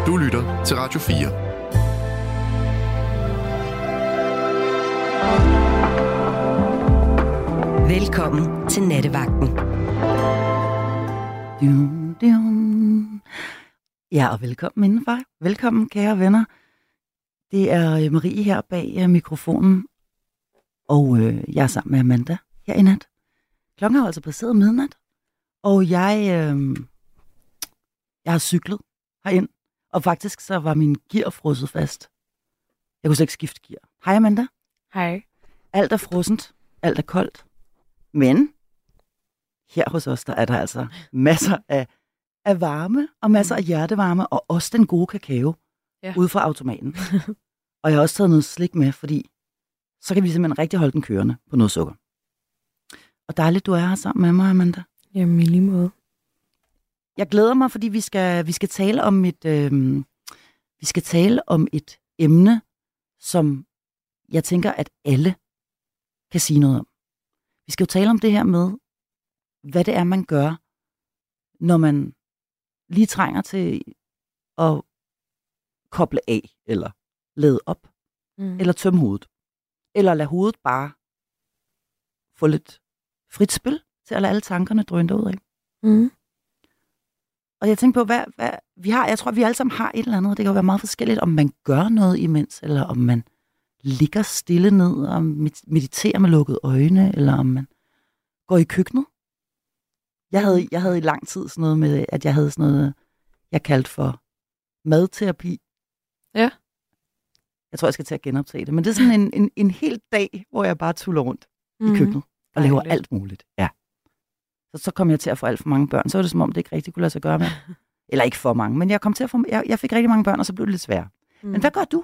Du lytter til Radio 4. Velkommen til Nattevagten. Ja, og velkommen indenfor. Velkommen, kære venner. Det er Marie her bag mikrofonen, og jeg er sammen med Amanda her i nat. Klokken er altså passeret midnat, og jeg har cyklet herind, og faktisk så var min gear frosset fast. Jeg kunne slet ikke skifte gear. Hej Amanda. Hej. Alt er frossent, alt er koldt, men her hos os, der er der altså masser af varme, og masser af hjertevarme, og også den gode kakao ude fra automaten. Og jeg har også taget noget slik med, fordi så kan vi simpelthen rigtig holde den kørende på noget sukker. Og dejligt, du er her sammen med mig, Amanda. Jamen, i lige måde. Jeg glæder mig, fordi vi skal tale om et emne, som jeg tænker, at alle kan sige noget om. Vi skal jo tale om det her med, hvad det er, man gør, når man lige trænger til at koble af, eller lade op, eller tømme hovedet. Eller lade hovedet bare få lidt frit spil til at lade alle tankerne drøne derud af. Mm. Og jeg tænker på, jeg tror, vi alle sammen har et eller andet, og det kan jo være meget forskelligt, om man gør noget imens, eller om man ligger stille ned og mediterer med lukkede øjne, eller om man går i køkkenet. Jeg havde i lang tid sådan noget med, at jeg havde sådan noget, jeg kaldte for madterapi. Ja. Jeg tror, jeg skal til at genoptage det. Men det er sådan en hel dag, hvor jeg bare tuller rundt i køkkenet og laver alt muligt. Ja. Så kom jeg til at få alt for mange børn. Så var det som om, det ikke rigtig kunne lade sig gøre med. Eller ikke for mange, men jeg kom til at få, jeg fik rigtig mange børn, og så blev det lidt sværere. Men hvad gør du?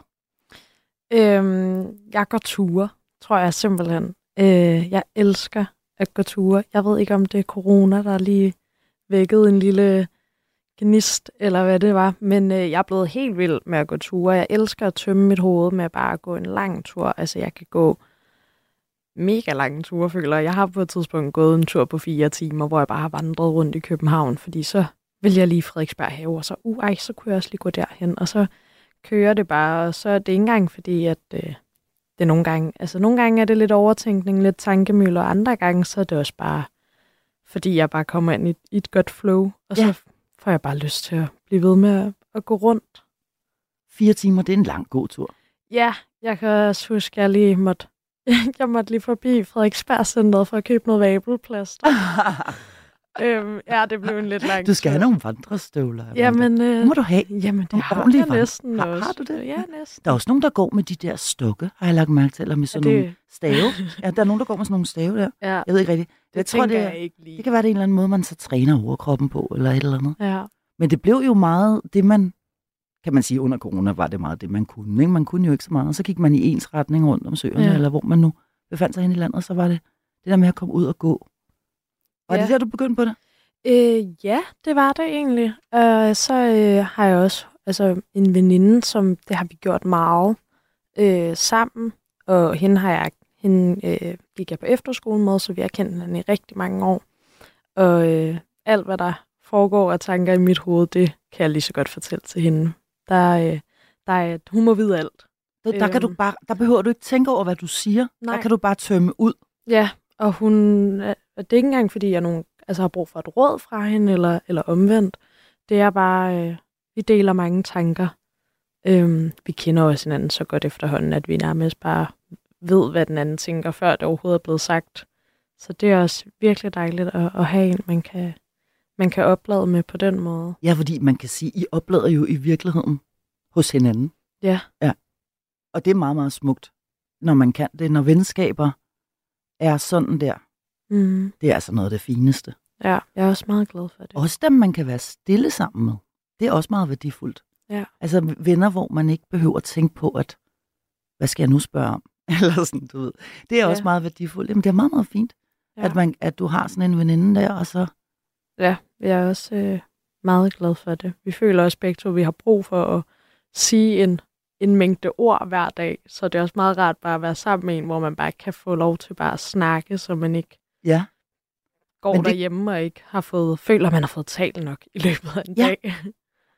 Jeg går ture, tror jeg simpelthen. Jeg elsker at gå ture. Jeg ved ikke, om det er corona, der lige vækkede en lille gnist, eller hvad det var. Men jeg er blevet helt vild med at gå ture. Jeg elsker at tømme mit hoved med at bare gå en lang tur. Altså, jeg kan gå mega lange ture, føler jeg. Jeg har på et tidspunkt gået en tur på 4 timer, hvor jeg bare har vandret rundt i København, fordi så vil jeg lige Frederiksberg have, og så, så kunne jeg også lige gå derhen, og så kører det bare, og så er det ikke engang, fordi at det nogle gange er det lidt overtænkning, lidt tankemølle, og andre gange, så er det også bare, fordi jeg bare kommer ind i et godt flow, og så får jeg bare lyst til at blive ved med at gå rundt. 4 timer, det er en lang god tur. Ja, jeg kan også huske, at jeg måtte lige forbi Frederiksberg-centret for at købe noget vabelplaster. Det blev en lidt lang Du skal have nogle vandrestøvler. Jamen, må du have. Jamen, det har jeg næsten også. Har du det? Ja, næsten. Der er også nogen, der går med de der stokke, har jeg lagt mærke til, eller med sådan nogle stave. Ja, der er nogen, der går med sådan nogle stave der. Ja. Jeg ved ikke rigtigt. Jeg tror, jeg ikke lige. Det kan være, det er en eller anden måde, man så træner overkroppen på, eller et eller andet. Ja. Men det blev jo meget det, man, kan man sige, under corona var det meget det, man kunne. Ikke? Man kunne jo ikke så meget. Så gik man i ens retning rundt om søerne, eller hvor man nu befandt sig hen i landet, så var det der med at komme ud og gå. Var det der, du begyndte på det? Ja, det var det egentlig. Så har jeg også en veninde, som det har vi gjort meget sammen, og hende gik jeg på efterskolen med, så vi har kendt hende i rigtig mange år. Og alt, hvad der foregår af tanker i mit hoved, det kan jeg lige så godt fortælle til hende. Hun må vide alt. Der behøver du ikke tænke over, hvad du siger. Nej. Der kan du bare tømme ud. Ja, og det er ikke engang, fordi jeg har brug for et råd fra hende, eller omvendt. Det er bare, vi deler mange tanker. Vi kender også hinanden så godt efterhånden, at vi nærmest bare ved, hvad den anden tænker, før det overhovedet er blevet sagt. Så det er også virkelig dejligt at have en, man kan oplade med på den måde. Ja, fordi man kan sige, I oplader jo i virkeligheden hos hinanden. Ja. Og det er meget, meget smukt, når man kan det. Når venskaber er sådan der, det er altså noget af det fineste. Ja, jeg er også meget glad for det. Også dem, man kan være stille sammen med. Det er også meget værdifuldt. Ja. Altså venner, hvor man ikke behøver at tænke på, at hvad skal jeg nu spørge om? Eller sådan, du ved. Det er også meget værdifuldt. Jamen, det er meget, meget fint, at du har sådan en veninde der, og så... Ja, jeg er også meget glad for det. Vi føler også begge to, at vi har brug for at sige en mængde ord hver dag, så det er også meget rart bare at være sammen med en, hvor man bare kan få lov til bare at snakke, så man ikke går derhjemme og ikke føler, at man har fået talt nok i løbet af en dag.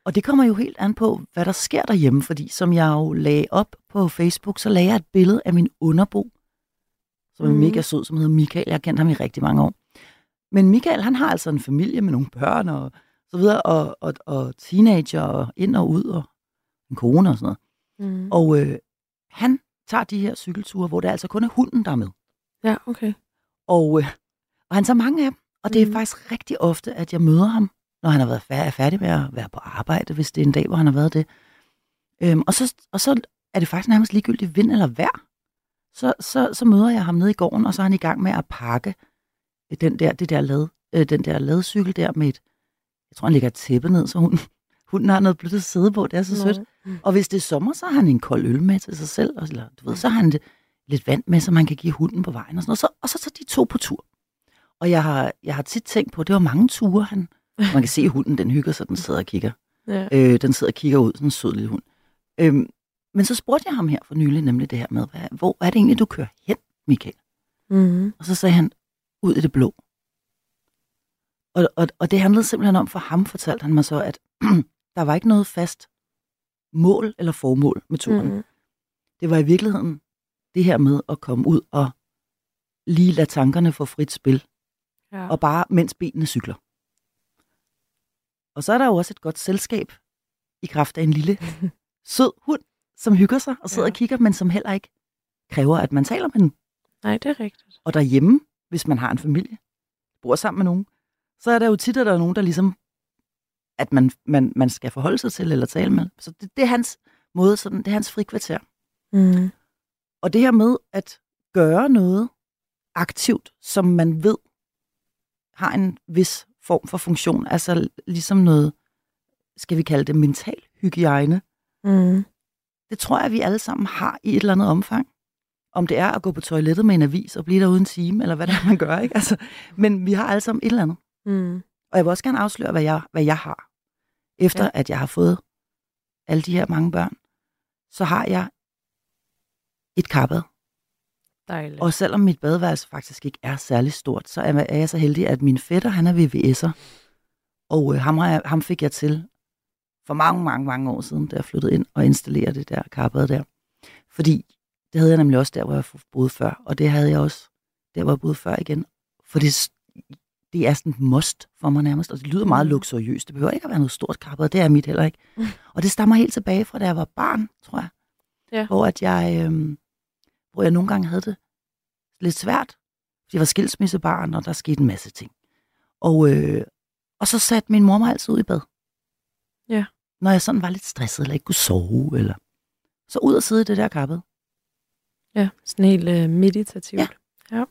Og det kommer jo helt an på, hvad der sker derhjemme, fordi som jeg jo lagde op på Facebook, så lagde jeg et billede af min underbo, som er mega sød, som hedder Michael. Jeg har kendt ham i rigtig mange år. Men Michael, han har altså en familie med nogle børn og så videre, og teenager og ind og ud, og en kone og sådan noget. Og han tager de her cykelture, hvor det altså kun er hunden, der er med. Ja, okay. Og han tager mange af dem, og det er faktisk rigtig ofte, at jeg møder ham, når han har været færdig med at være på arbejde, hvis det er en dag, hvor han har været det. Og så er det faktisk nærmest ligegyldigt vind eller vejr. Så møder jeg ham nede i gården, og så er han i gang med at pakke den der ladcykel der med jeg tror, han lægger et tæppe ned, så hunden har noget blødt at sidde på. Det er så sødt. Og hvis det er sommer, så har han en kold øl med til sig selv, eller du ved, så har han lidt vand med, så man kan give hunden på vejen og sådan noget. Og så tager de to på tur. Og jeg har tit tænkt på, det var mange ture, man kan se hunden, den hygger sig, den sidder og kigger. Ja. Den sidder og kigger ud, sådan en sød lille hund. Men så spurgte jeg ham her for nylig, nemlig det her med, hvor er det egentlig, du kører hen, Michael? Og så sagde han, ud i det blå. Og det handlede simpelthen om, for ham fortalte han mig så, at der var ikke noget fast mål eller formål med turen. Det var i virkeligheden det her med at komme ud og lige lade tankerne få frit spil. Ja. Og bare mens benene cykler. Og så er der jo også et godt selskab i kraft af en lille sød hund, som hygger sig og sidder og kigger, men som heller ikke kræver, at man taler med den. Nej, det er rigtigt. Og derhjemme, hvis man har en familie, bor sammen med nogen, så er der jo tit, at der er nogen, der ligesom, at man skal forholde sig til eller tale med. Så det er hans måde, sådan, det er hans frikvarter. Og det her med at gøre noget aktivt, som man ved har en vis form for funktion, altså ligesom noget, skal vi kalde det mental hygiejne. Det tror jeg, vi alle sammen har i et eller andet omfang. Om det er at gå på toilettet med en avis og blive der uden en time, eller hvad det er, man gør, ikke? Altså, men vi har alle sammen et eller andet. Og jeg vil også gerne afsløre, hvad jeg har. Efter at jeg har fået alle de her mange børn, så har jeg et karbad. Dejligt. Og selvom mit badeværelse faktisk ikke er særlig stort, så er jeg så heldig, at min fætter, han er VVS'er. Og ham fik jeg til for mange år siden, da jeg flyttede ind og installerede det der karbad der. Fordi det havde jeg nemlig også der, hvor jeg boede før. Og det havde jeg også der, hvor jeg boede før igen. For det er sådan et must for mig nærmest. Og det lyder meget luksuriøst. Det behøver ikke at være noget stort karbad. Det er mit heller ikke. Og det stammer helt tilbage fra, da jeg var barn, tror jeg. Ja. Hvor jeg nogle gange havde det lidt svært. Fordi jeg var skilsmissebarn, og der skete en masse ting. Og så satte min mor mig altid ud i bad. Ja. Når jeg sådan var lidt stresset, eller ikke kunne sove, eller så ud og sidde i det der karbad. Ja, sådan helt meditativt. Ja.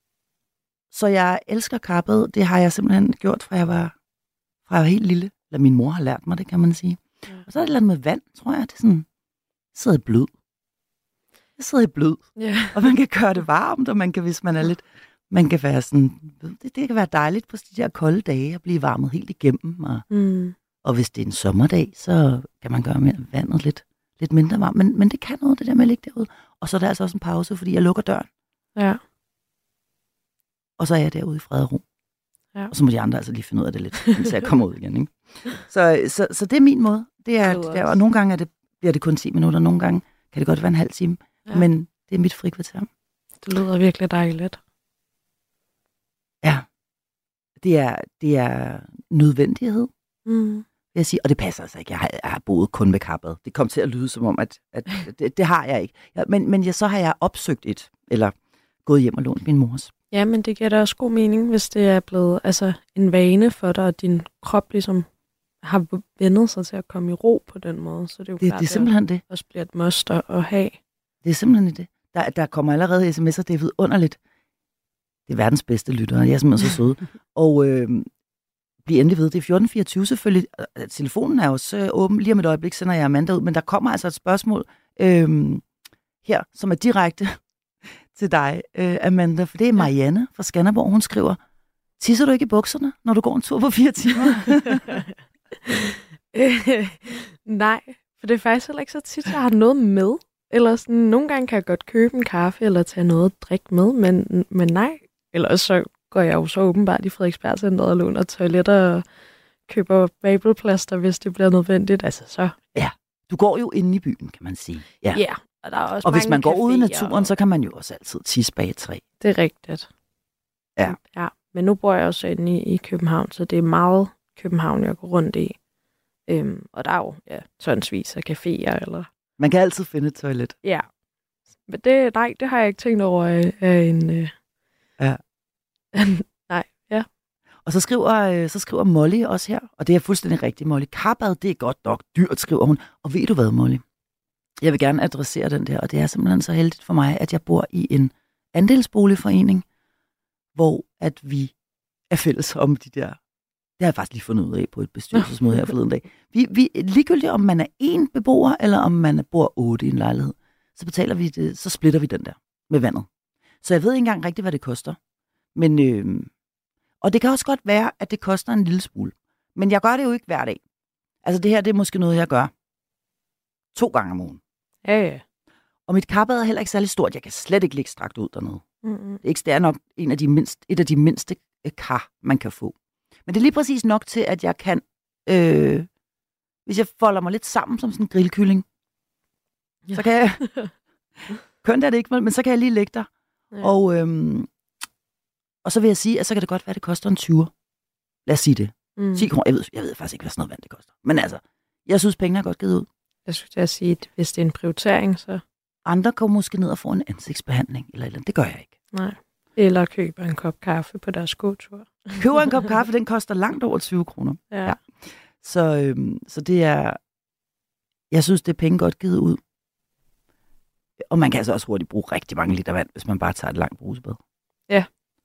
Så jeg elsker karbad. Det har jeg simpelthen gjort, fra jeg var helt lille. Eller min mor har lært mig det, kan man sige. Ja. Og så er det lidt med vand, tror jeg. Det er sådan, jeg sidder i blød. Ja. Og man kan gøre det varmt, og man kan, hvis man er lidt, man kan være sådan, det kan være dejligt på de der kolde dage, at blive varmet helt igennem. Og hvis det er en sommerdag, så kan man gøre vandet lidt mindre varmt. Men det kan noget, det der med at ligge derude. Og så er der altså også en pause, fordi jeg lukker døren. Ja. Og så er jeg derude i fred og ro. Ja. Og så må de andre altså lige finde ud af det lidt, indtil jeg kommer ud igen. Ikke? Så det er min måde. Det er, og nogle gange bliver det kun 10 minutter, nogle gange kan det godt være en halv time. Ja. Men det er mit frikvarter. Det lyder virkelig dejligt. Ja. Det er nødvendighed, vil jeg sige. Og det passer altså ikke. Jeg har boet kun ved karbad. Det kom til at lyde som om, at det har jeg ikke. Ja, men så har jeg opsøgt eller gået hjem og lånt min mors. Ja, men det giver da også god mening, hvis det er blevet en vane for dig, og din krop ligesom har vendet sig til at komme i ro på den måde. Så det er jo klart, det er simpelthen det. Også bliver et must at have. Det er simpelthen det. Der kommer allerede sms'er, det er vidunderligt. Det er verdens bedste lyttere, jeg er simpelthen så sød. Og bliv endelig ved, det er 1424 selvfølgelig. Telefonen er også åben. Lige om et øjeblik sender jeg Amanda ud, men der kommer altså et spørgsmål her, som er direkte til dig, Amanda, for det er Marianne fra Skanderborg. Hun skriver, tisser du ikke i bukserne, når du går en tur på 4 timer? Nej, for det er faktisk heller ikke så tit, jeg har noget med. Eller sådan, nogle gange kan jeg godt købe en kaffe, eller tage noget at drikke med, men nej. Ellers så går jeg jo så åbenbart i Frederiksberg Centeret og låner toiletter og køber babelplaster, hvis det bliver nødvendigt. Altså så. Ja, du går jo inde i byen, kan man sige. Ja, Ja, og der er også og hvis man går ud i caféer, naturen, så kan man jo også altid tisse bag et træ. Det er rigtigt. Ja. Ja. Men nu bor jeg også inde i København, så det er meget København, jeg går rundt i. Og der er jo tonsvis af caféer. Eller... Man kan altid finde et toilet. Ja. Men det har jeg ikke tænkt over af en... Ja. Nej, ja. Og så skriver Molly også her, og det er fuldstændig rigtigt, Molly. Karbad, det er godt nok dyrt, skriver hun. Og ved du hvad, Molly? Jeg vil gerne adressere den der, og det er simpelthen så heldigt for mig, at jeg bor i en andelsboligforening, hvor at vi er fælles om de der. Det har jeg faktisk lige fundet ud af på et bestyrelsesmøde her forleden dag. Vi ligegyldigt om man er én beboer, eller om man bor 8 i en lejlighed, så betaler vi det, så splitter vi den der med vandet. Så jeg ved ikke engang rigtigt, hvad det koster. Men, og det kan også godt være, at det koster en lille smule. Men jeg gør det jo ikke hver dag. Altså det her, det er måske noget, jeg gør 2 gange om ugen. Ja. Og mit karbad er heller ikke særlig stort. Jeg kan slet ikke ligge strakt ud dernede. Mm-hmm. Det er nok et af de mindste kar, man kan få. Men det er lige præcis nok til, at jeg kan, hvis jeg folder mig lidt sammen som sådan en grillkylling, så kan jeg, kønt er det ikke, men så kan jeg lige lægge der. Ja. Og så vil jeg sige, at så kan det godt være, at det koster en 20'er. Lad os sige det. 10 kroner. Jeg ved faktisk ikke, hvad sådan noget vand det koster. Men altså, jeg synes, pengene er godt givet ud. Jeg synes, jeg sige, at hvis det er en prioritering, så... Andre kommer måske ned og får en ansigtsbehandling, eller det gør jeg ikke. Nej. Eller køber en kop kaffe på deres gåtur. Køber en kop kaffe, den koster langt over 20 kroner. Ja. Så det er... Jeg synes, det er penge godt givet ud. Og man kan altså også hurtigt bruge rigtig mange liter vand, hvis man bare tager et langt brusebad. Ja.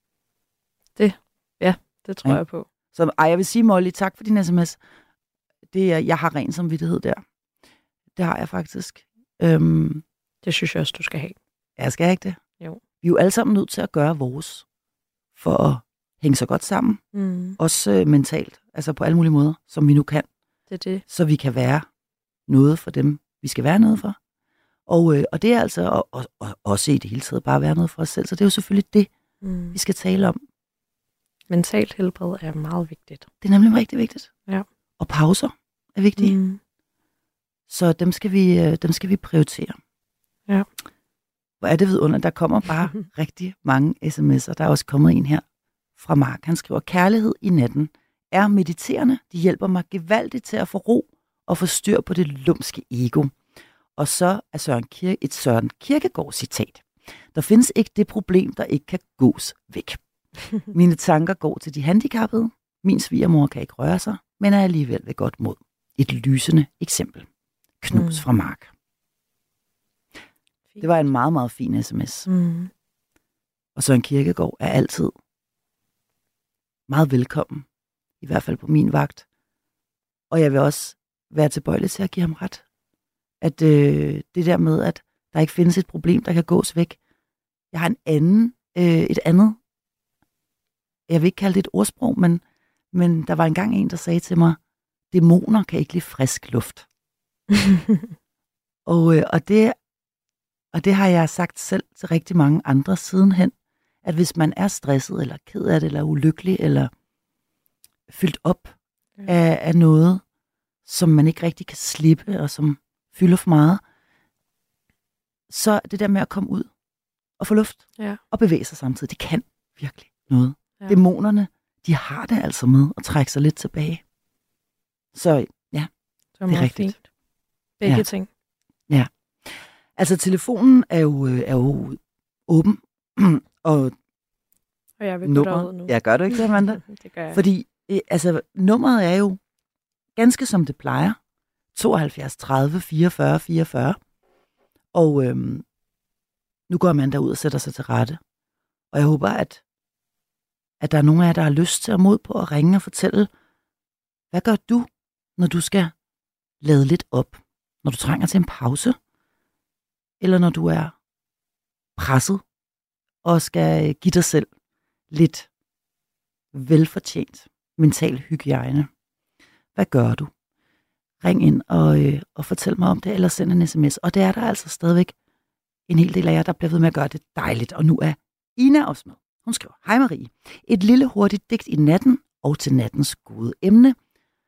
Det tror jeg på. Så jeg vil sige, Molly, tak for din sms. Jeg har ren samvittighed der. Det har jeg faktisk. Det synes jeg også, du skal have. Ja, skal jeg ikke det? Jo. Vi er jo alle sammen nødt til at gøre vores, for at hænge så godt sammen. Også mentalt, altså på alle mulige måder, som vi nu kan. Det er det. Så vi kan være noget for dem, vi skal være noget for. Og det er altså også i det hele taget bare være noget for os selv. Så det er jo selvfølgelig det, vi skal tale om. Mentalt helbred er meget vigtigt. Det er nemlig rigtig vigtigt. Ja. Og pauser er vigtige. Så dem skal vi prioritere. Ja. Hvor er det vidunderligt. Der kommer bare rigtig mange sms'er. Der er også kommet en her fra Mark. Han skriver, kærlighed i natten er mediterende. De hjælper mig gevaldigt til at få ro og få styr på det lumske ego. Og så er et Søren Kierkegaard citat. Der findes ikke det problem, der ikke kan gås væk. Mine tanker går til de handicappede. Min svigermor kan ikke røre sig, men er alligevel ved godt mod. Et lysende eksempel. Knus fra Mark. Det var en meget, meget fin sms. Og Søren Kierkegaard er altid meget velkommen. I hvert fald på min vagt. Og jeg vil også være tilbøjelig til at give ham ret. At det der med, at der ikke findes et problem, der kan gås væk. Jeg har et andet, jeg vil ikke kalde det et ordsprog, men der var engang en, der sagde til mig, dæmoner kan ikke lide frisk luft. og det har jeg sagt selv til rigtig mange andre sidenhen, at hvis man er stresset, eller ked af det, eller ulykkelig, eller fyldt op af noget, som man ikke rigtig kan slippe, og som fylder for meget, så det der med at komme ud og få luft, og bevæge sig samtidig, det kan virkelig noget. Ja. Dæmonerne, de har det altså med at trække sig lidt tilbage. Så ja, det er rigtigt. Fint. Begge ting. Ja. Altså telefonen er jo åben, og jeg vil gå derud nu. Ja, gør du ikke det, Amanda? Det gør jeg. Fordi nummeret er jo ganske som det plejer. 72 30 44 44. Og nu går Amanda ud og sætter sig til rette. Og jeg håber, at der er nogen af jer, der har lyst til at mod på at ringe og fortælle, hvad gør du, når du skal lade lidt op? Når du trænger til en pause? Eller når du er presset og skal give dig selv lidt velfortjent mental hygiejne? Hvad gør du? Ring ind og fortæl mig om det, eller send en sms. Og det er der altså stadigvæk en hel del af jer, der bliver ved med at gøre det dejligt. Og nu er Ina også med. Hun skriver, hej Marie. Et lille hurtigt digt i natten og til nattens gode emne.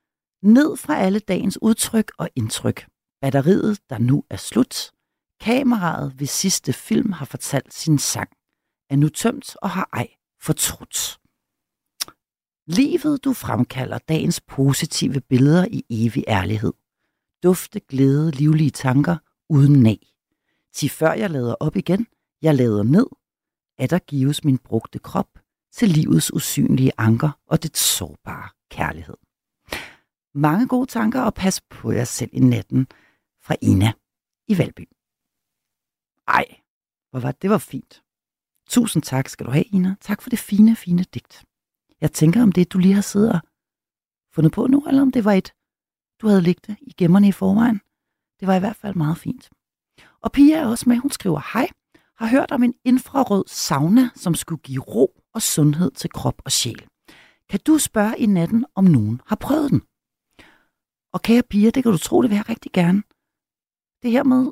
Ned fra alle dagens udtryk og indtryk. Batteriet, der nu er slut. Kameraet ved sidste film har fortalt sin sang. Er nu tømt og har ej fortrudt. Livet, du fremkalder dagens positive billeder i evig ærlighed. Dufte, glæde, livlige tanker uden nag. Til før jeg lader op igen, jeg lader ned, at der gives min brugte krop til livets usynlige anker og det sårbare kærlighed. Mange gode tanker, og pas på jer selv i natten, fra Ina i Valby. Ej, det var fint. Tusind tak skal du have, Ina. Tak for det fine, fine digt. Jeg tænker, om det du lige har siddet og fundet på nu, eller om det var et, du havde liggende i gemmerne i forvejen. Det var i hvert fald meget fint. Og Pia er også med. Hun skriver, hej, har hørt om en infrarød sauna, som skulle give ro og sundhed til krop og sjæl. Kan du spørge i natten, om nogen har prøvet den? Og kære Pia, det kan du tro, det vil jeg rigtig gerne. Det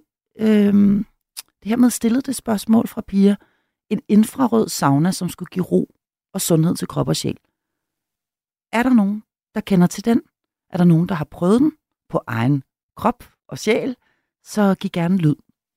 her med stillede det spørgsmål fra Pia. En infrarød sauna, som skulle give ro og sundhed til krop og sjæl. Er der nogen, der kender til den? Er der nogen, der har prøvet den på egen krop og sjæl? Så giv gerne lyd.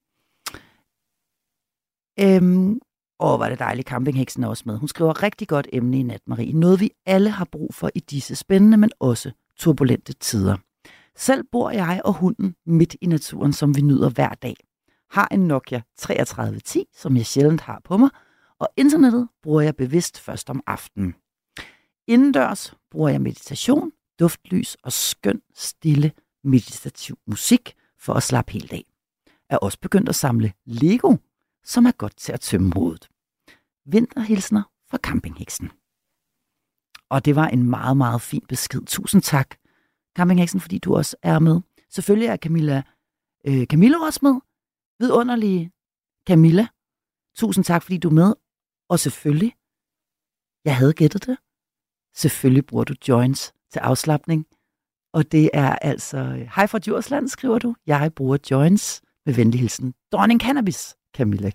Var det dejligt, campingheksen er også med. Hun skriver rigtig godt emne i nat, Marie. Noget vi alle har brug for i disse spændende, men også turbulente tider. Selv bor jeg og hunden midt i naturen, som vi nyder hver dag. Har en Nokia 3310, som jeg sjældent har på mig, og internettet bruger jeg bevidst først om aftenen. Indendørs bruger jeg meditation, duftlys og skøn, stille, meditativ musik for at slappe helt af. Er også begyndt at samle Lego, som er godt til at tømme hovedet. Vinterhilsner fra campingheksen. Og det var en meget, meget fin besked. Tusind tak, campingheksen, fordi du også er med. Selvfølgelig er Camilla også med. Vidunderlige Camilla. Tusind tak, fordi du er med. Og selvfølgelig, jeg havde gættet det. Selvfølgelig bruger du joints til afslapning. Og det er altså, hej fra Djursland, skriver du. Jeg bruger joints med venlig hilsen. Dronning Cannabis, Camilla.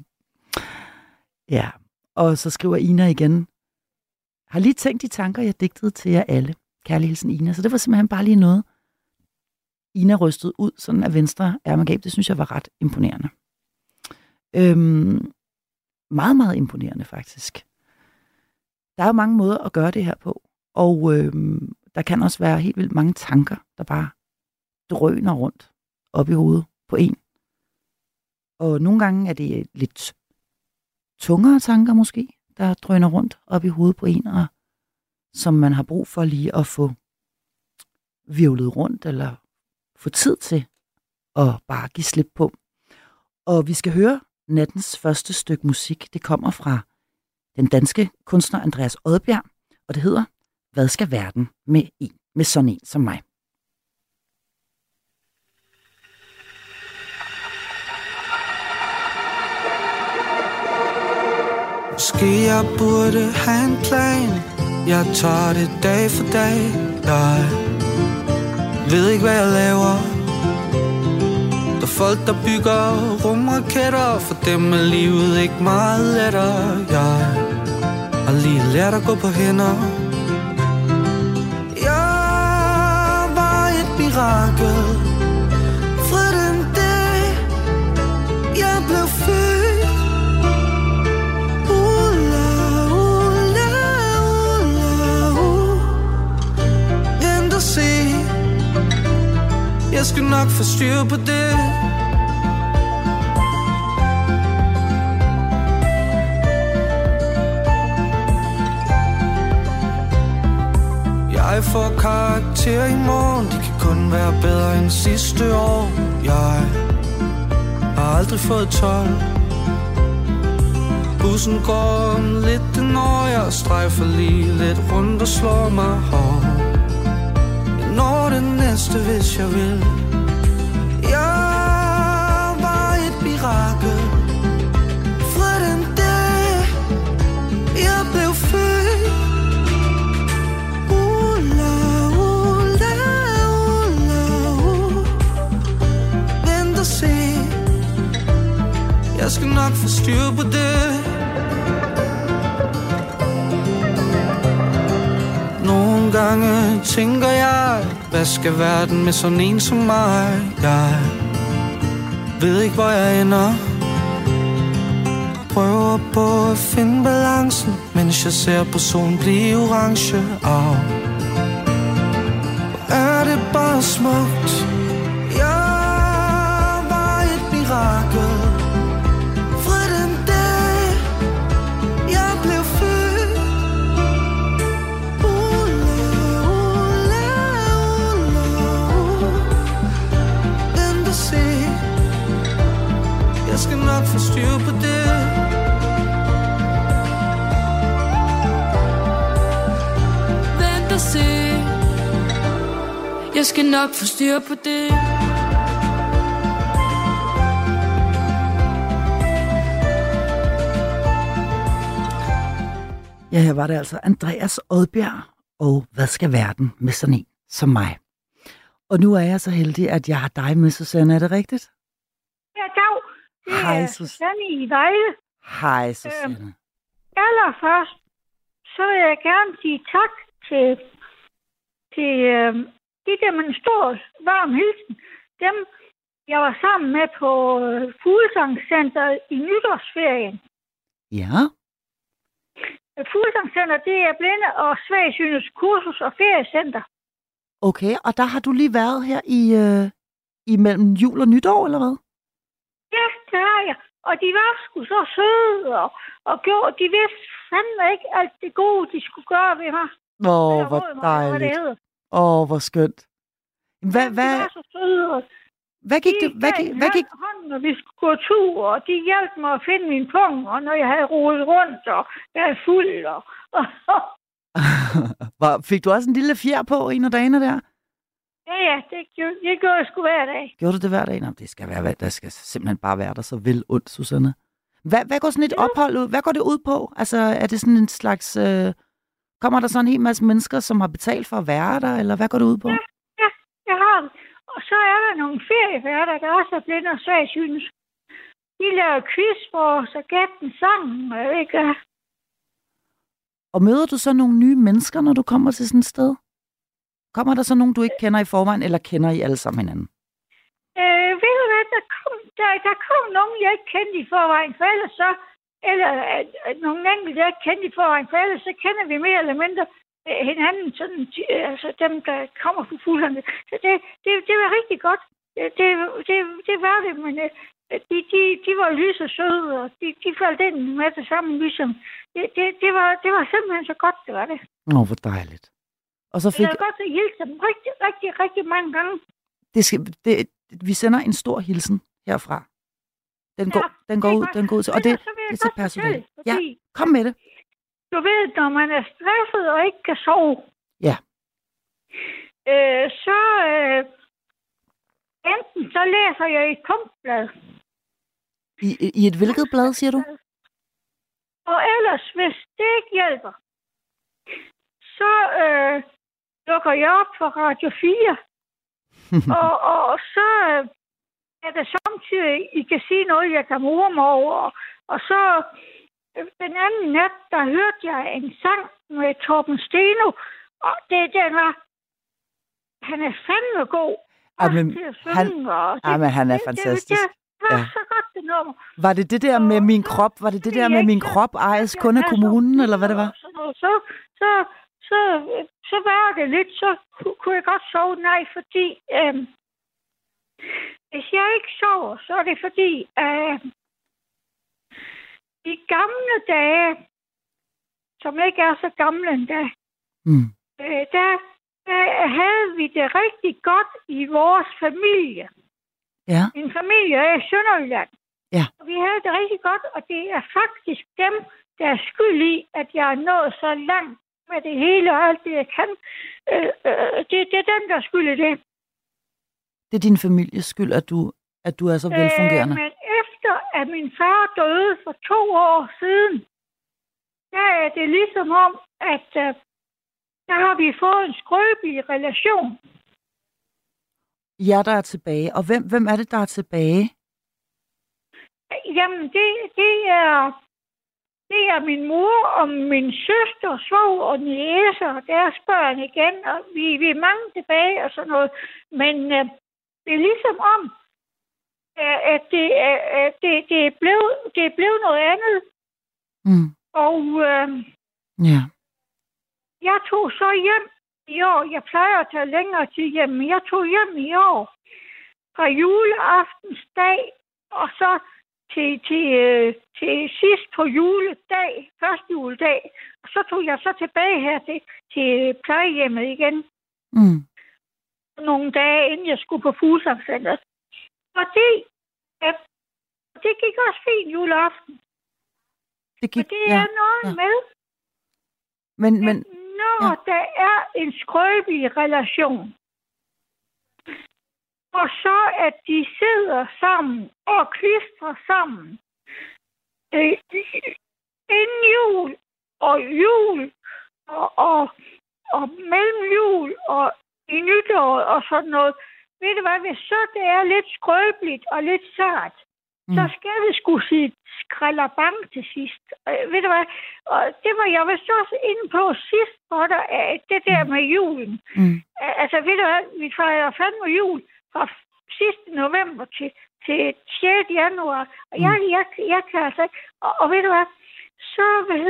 Ja, og så skriver Ina igen. Har lige tænkt de tanker, jeg digtede til jer alle. Kærlig hilsen, Ina. Så det var simpelthen bare lige noget, Ina rystede ud sådan af venstre ærmegab. Det synes jeg var ret imponerende. Meget, meget imponerende faktisk. Der er jo mange måder at gøre det her på. Og der kan også være helt vildt mange tanker, der bare drøner rundt op i hovedet på en. Og nogle gange er det lidt tungere tanker måske, der drøner rundt op i hovedet på en, og som man har brug for lige at få virvlet rundt, eller få tid til at bare give slip på. Og vi skal høre nattens første stykke musik. Det kommer fra den danske kunstner Andreas Odbjerg, og det hedder Hvad skal verden med sådan en som mig? Måske jeg burde have en plan. Jeg tager det dag for dag. Jeg ved ikke hvad jeg laver. Der er folk der bygger rumraketter. For dem er livet ikke meget lettere. Jeg har lige lært at gå på hænder. Jeg var et mirakel. Fra den dag jeg blev født. Jeg skal nok få styr på det. Jeg får karakter i morgen. De kan kun være bedre end sidste år. Jeg har aldrig fået 12. Bussen går om lidt når jeg strejfer lige lidt rundt og slår mig hårdt. Når det næste, hvis jeg vil. Jeg var et mirakel. Fra den dag jeg blev født. Vent og se. Jeg skal nok få styr på det. Nogle gange tænker jeg, hvad skal verden med sådan en som mig? Jeg ved ikke, hvor jeg ender. Prøver på at finde balancen, mens jeg ser på solen blive orange. Er det bare smukt? Jeg var et mirakel. Fra den dag, jeg blev født. Vent og se. Jeg skal nok få styr på det. Vent og se. Jeg skal nok få styr på det. Ja, her var det altså Andreas Odbjerg, og hvad skal verden med sådan en som mig? Og nu er jeg så heldig, at jeg har dig med, Susanne. Er det rigtigt? Ja, dag. Hej, Susanne i Vejle. Hej, Susanne. Allerførst, så vil jeg gerne sige tak til de der med en stor, varm hilsen. Dem, jeg var sammen med på Fuglesangcenteret i nytårsferien. Ja. Fuglesangcenter, det er blinde og svagsynets kursus og feriecenter. Okay, og der har du lige været her i mellem jul og nytår, eller hvad? Ja, det har jeg. Og de var sgu så søde og gjorde, de vidste fandme ikke alt det gode, de skulle gøre ved mig. Hvor dejligt. Hvor skønt. Hvad var så søde. Hvad gik det? Hvad gik hånden, når vi skulle gå tur, og de hjalp mig at finde min pung, og når jeg havde rodet rundt, og jeg er fuld. Fik du også en lille fjer på en af dagene der? Ja, det gjorde jeg sgu hver dag. Gjorde du det hver dag? Nå, der skal simpelthen bare være der så vel ondt, Susanne. Hvad går sådan et ophold ud? Hvad går det ud på? Altså, er det sådan en slags... Kommer der sådan en hel masse mennesker, som har betalt for at være der, eller hvad går det ud på? Ja, jeg har det. Og så er der nogle ferieværter, der også er blinde og svagsynede. De laver quiz for os og gæt den sammen, ikke? Og møder du så nogle nye mennesker, når du kommer til sådan et sted? Kommer der så nogen, du ikke kender i forvejen, eller kender I alle sammen hinanden? Ved du hvad, der kom nogen, jeg ikke kendte i forvejen, for ellers så, eller nogle enkelte, jeg ikke kendte i forvejen, for ellers så kender vi mere eller mindre hinanden, sådan, altså dem, der kommer fra fuglerne. Så det var rigtig godt. Det var det, men de var lige så søde, og de faldt ind med det samme, ligesom. Det var simpelthen så godt, det var det. Hvor dejligt. Og så fik... Det er godt at hilse dem rigtig mange gange. Vi sender en stor hilsen herfra. Den går ud til, og det er til personale. Ja, kom med det. Du ved, når man er stresset og ikke kan sove, ja. Så enten så læser jeg et punktblad. I et hvilket blad, siger du? Og ellers, hvis det ikke hjælper, så lukker jeg op for Radio 4. og så er det samtidig, I kan sige noget, jeg kan more mig over. Og så den anden nat, der hørte jeg en sang med Torben Steno, og den var, han er fandme god. Han er fantastisk. Det var så godt, det nummer. Var det det der med min krop? Var det det der med min krop ejes kun af kommunen, eller hvad det var? Så var det lidt, så kunne jeg godt sove. Nej, fordi hvis jeg ikke sover, så er det fordi, i gamle dage, som ikke er så gamle endda, der havde vi det rigtig godt i vores familie. Ja. Min familie er i Sønderjylland. Ja. Og vi havde det rigtig godt, og det er faktisk dem, der er skyld i, at jeg er nået så langt med det hele og alt det, jeg kan. Det er dem, der er skyld i det. Det er din families skyld, at du er så velfungerende. Men efter at min far døde for 2 år siden, der er det ligesom om, at der har vi fået en skrøbelig relation. Ja, der er tilbage. Og hvem er det, der er tilbage? Jamen, det det er min mor og min søster, svoger og niece og deres børn igen. Og vi er mange tilbage og sådan noget. Men det er ligesom om, at det er blevet noget andet. Mm. Og Ja. jeg tog så hjem i år. Jeg plejer at tage længere tid hjem, men jeg tog hjem i år fra juleaftensdag, og så til sidst på juledag, første juledag. Og så tog jeg så tilbage her til plejehjemmet igen. Mm. Nogle dage, inden jeg skulle på Fuglsangcenteret. Fordi det gik også fint juleaften. Det gik, og det er noget med, Men, når der er en skrøbelig relation, og så at de sidder sammen og klistrer sammen inden jul og mellem jul og i nytåret og sådan noget. Ved du hvad, hvis så det er lidt skrøbeligt og lidt sart, så skal det sgu sige skralderbang til sidst. Ved du hvad, og det var jeg vist også inde på sidst, hvor der er det der med julen. Altså ved du hvad, vi fejrer fandme jul fra sidste november til 6. januar. Og jeg kan altså... Og ved du hvad? Så,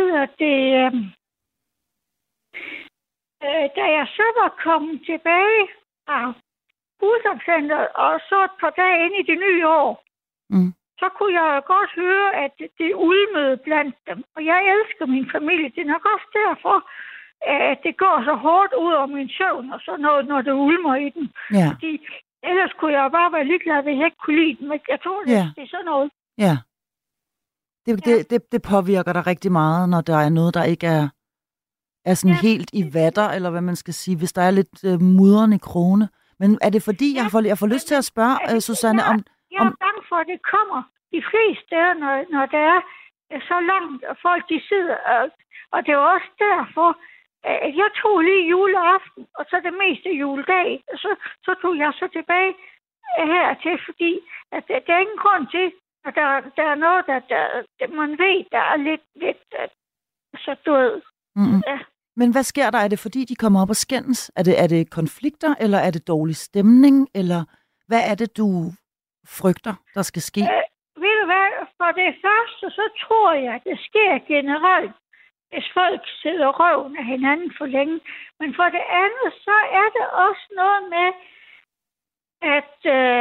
da jeg så var kommet tilbage fra Fuglsangcenteret, og så et par dage ind i det nye år, så kunne jeg godt høre, at det ulmede blandt dem. Og jeg elsker min familie. Det er nok også derfor, at det går så hårdt ud over min søvn og sådan noget, når det ulmer i den. Ja. Fordi ellers kunne jeg bare være ligeglad, hvis jeg ikke kunne lide den. Men jeg tror, det er sådan noget. Ja. Det påvirker dig rigtig meget, når der er noget, der ikke er sådan helt i vatter, eller hvad man skal sige, hvis der er lidt mudren i krone. Men er det fordi, jeg får lyst til at spørge, Susanne, om... Jeg er bange for, at det kommer de fleste steder, når der er så langt, og folk de sidder. Og det er også derfor, at jeg tog lige juleaften, og så det meste juledag. Og så tog jeg så tilbage hertil, fordi at der er ingen grund til, at der er noget, der man ved, der er lidt så død. Ja. Men hvad sker der? Er det fordi, de kommer op og skændes? Er det konflikter, eller er det dårlig stemning? Eller hvad er det, du frygter, der skal ske? Ved du hvad? For det første, så tror jeg, at det sker generelt, hvis folk sidder røven af hinanden for længe. Men for det andet, så er det også noget med, at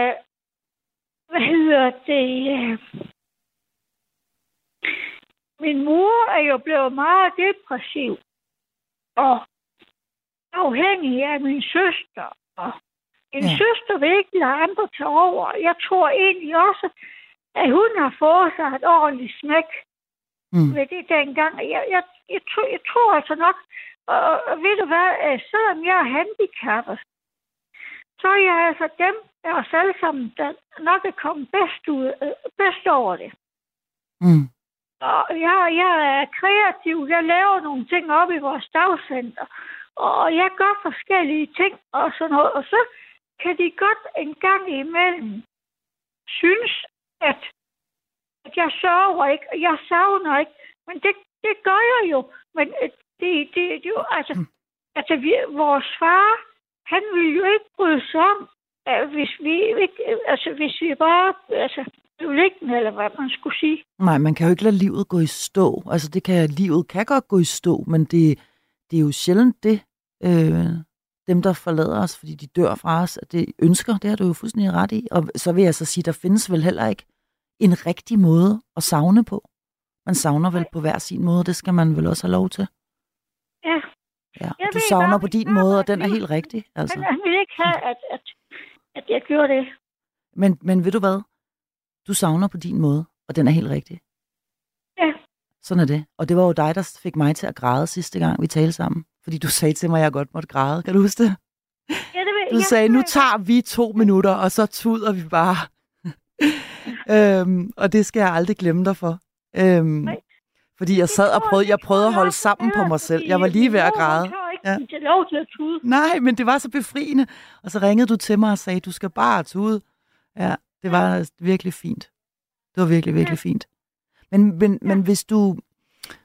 min mor er jo blevet meget depressiv og afhængig af min søster. Og en søster vil ikke lade andre tage over. Jeg tror egentlig også, at hun har fået sig et ordentligt smæk ved det dengang. Jeg tror altså nok, og ved du hvad, selvom jeg er handicappet, så er jeg altså dem af os alle sammen, der nok er kommet bedst over det. Og jeg er kreativ. Jeg laver nogle ting op i vores dagcenter. Og jeg gør forskellige ting og sådan noget. Og så kan de godt en gang imellem synes, at jeg sørger ikke, og jeg savner ikke. Men det gør jeg jo. Men det jo, altså vores far, han ville jo ikke bryde sig om, hvis vi bare, liggende, eller hvad man skulle sige. Nej, man kan jo ikke lade livet gå i stå. Altså, livet kan godt gå i stå, men det er jo sjældent det, dem, der forlader os, fordi de dør fra os, at det ønsker, det har du jo fuldstændig ret i. Og så vil jeg så sige, der findes vel heller ikke en rigtig måde at savne på. Man savner vel på hver sin måde, det skal man vel også have lov til. Ja. Du savner på din måde, og den er helt rigtig. Altså. Han vil ikke have, at jeg gjorde det. Men ved du hvad? Du savner på din måde, og den er helt rigtig. Ja. Sådan er det. Og det var jo dig, der fik mig til at græde sidste gang, vi talte sammen. Fordi du sagde til mig, at jeg godt måtte græde. Kan du huske det? Ja, det ved jeg. Du sagde, nu tager vi 2 minutter, og så tuder vi bare. Og det skal jeg aldrig glemme dig for. Fordi jeg sad og prøvede at holde sammen på mig selv. Jeg var lige ved at græde. Nej, men det var så befriende. Og så ringede du til mig og sagde, du skal bare tude. Ja, det var virkelig fint. Det var virkelig, virkelig fint. Men hvis du...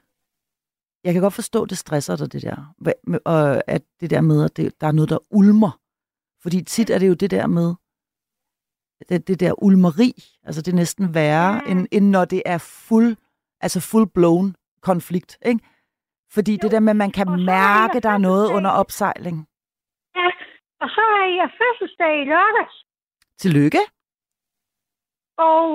Jeg kan godt forstå, det stresser dig, det der. Og at det der med, at der er noget, der ulmer. Fordi tit er det jo det der med, det der ulmeri. Altså det er næsten værre, end når det er full-blown konflikt, ikke? Fordi det der med, at man kan mærke, der er noget under opsejling. Ja, og så er jeg fødselsdag i lørdags. Tillykke. Og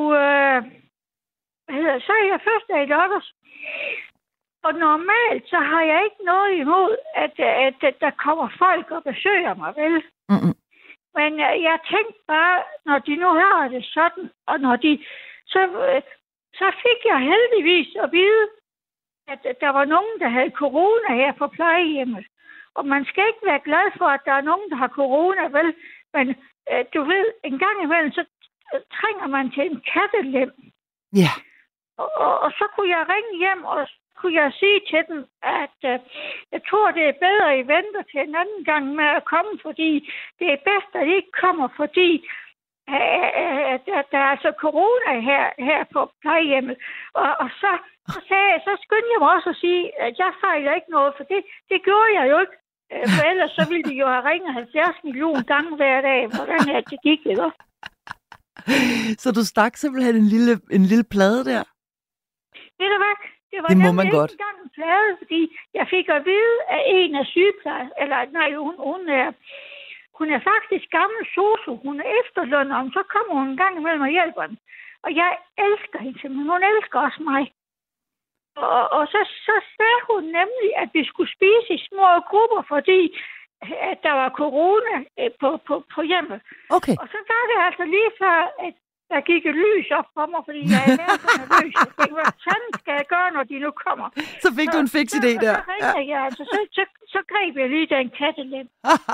så er jeg fødselsdag i lørdags. Og normalt, så har jeg ikke noget imod, at der kommer folk og besøger mig, vel? Mm-mm. Men jeg tænkte bare, når de nu har det sådan, og når de... Så fik jeg heldigvis at vide, at der var nogen, der havde corona her på plejehjemmet. Og man skal ikke være glad for, at der er nogen, der har corona, vel? Men du ved, en gang imellem, så trænger man til en kattelem. Ja. Og så kunne jeg ringe hjem, og kunne jeg sige til dem, at jeg tror, det er bedre, at I venter til en anden gang med at komme, fordi det er bedst, at I ikke kommer, fordi der er altså corona her på plejehjemmet. Og så skyndte jeg mig også at sige, at jeg fejler ikke noget, for det gjorde jeg jo ikke. For ellers så ville de jo have ringet 70 millioner gange hver dag, hvordan det gik, ikke? Så du stak simpelthen en lille plade der? Ved du hvad? Det må man godt. Ikke engang en plade, fordi jeg fik at vide af en af sygeplejerskerne, eller nej, hun er faktisk gammel sosu, hun er efterlønner, og så kommer hun en gang imellem og hjælper den. Og jeg elsker hende simpelthen, hun elsker også mig. Og så sagde hun nemlig, at vi skulle spise i små grupper, fordi at der var corona på hjemmet. Okay. Og så var det altså lige før, at der gik et lys op for mig, fordi jeg er nervøs. Jeg tænkte, hvad fanden skal jeg gøre, når de nu kommer? Så fik du en fix idé der. Så greb jeg lige den kattelem.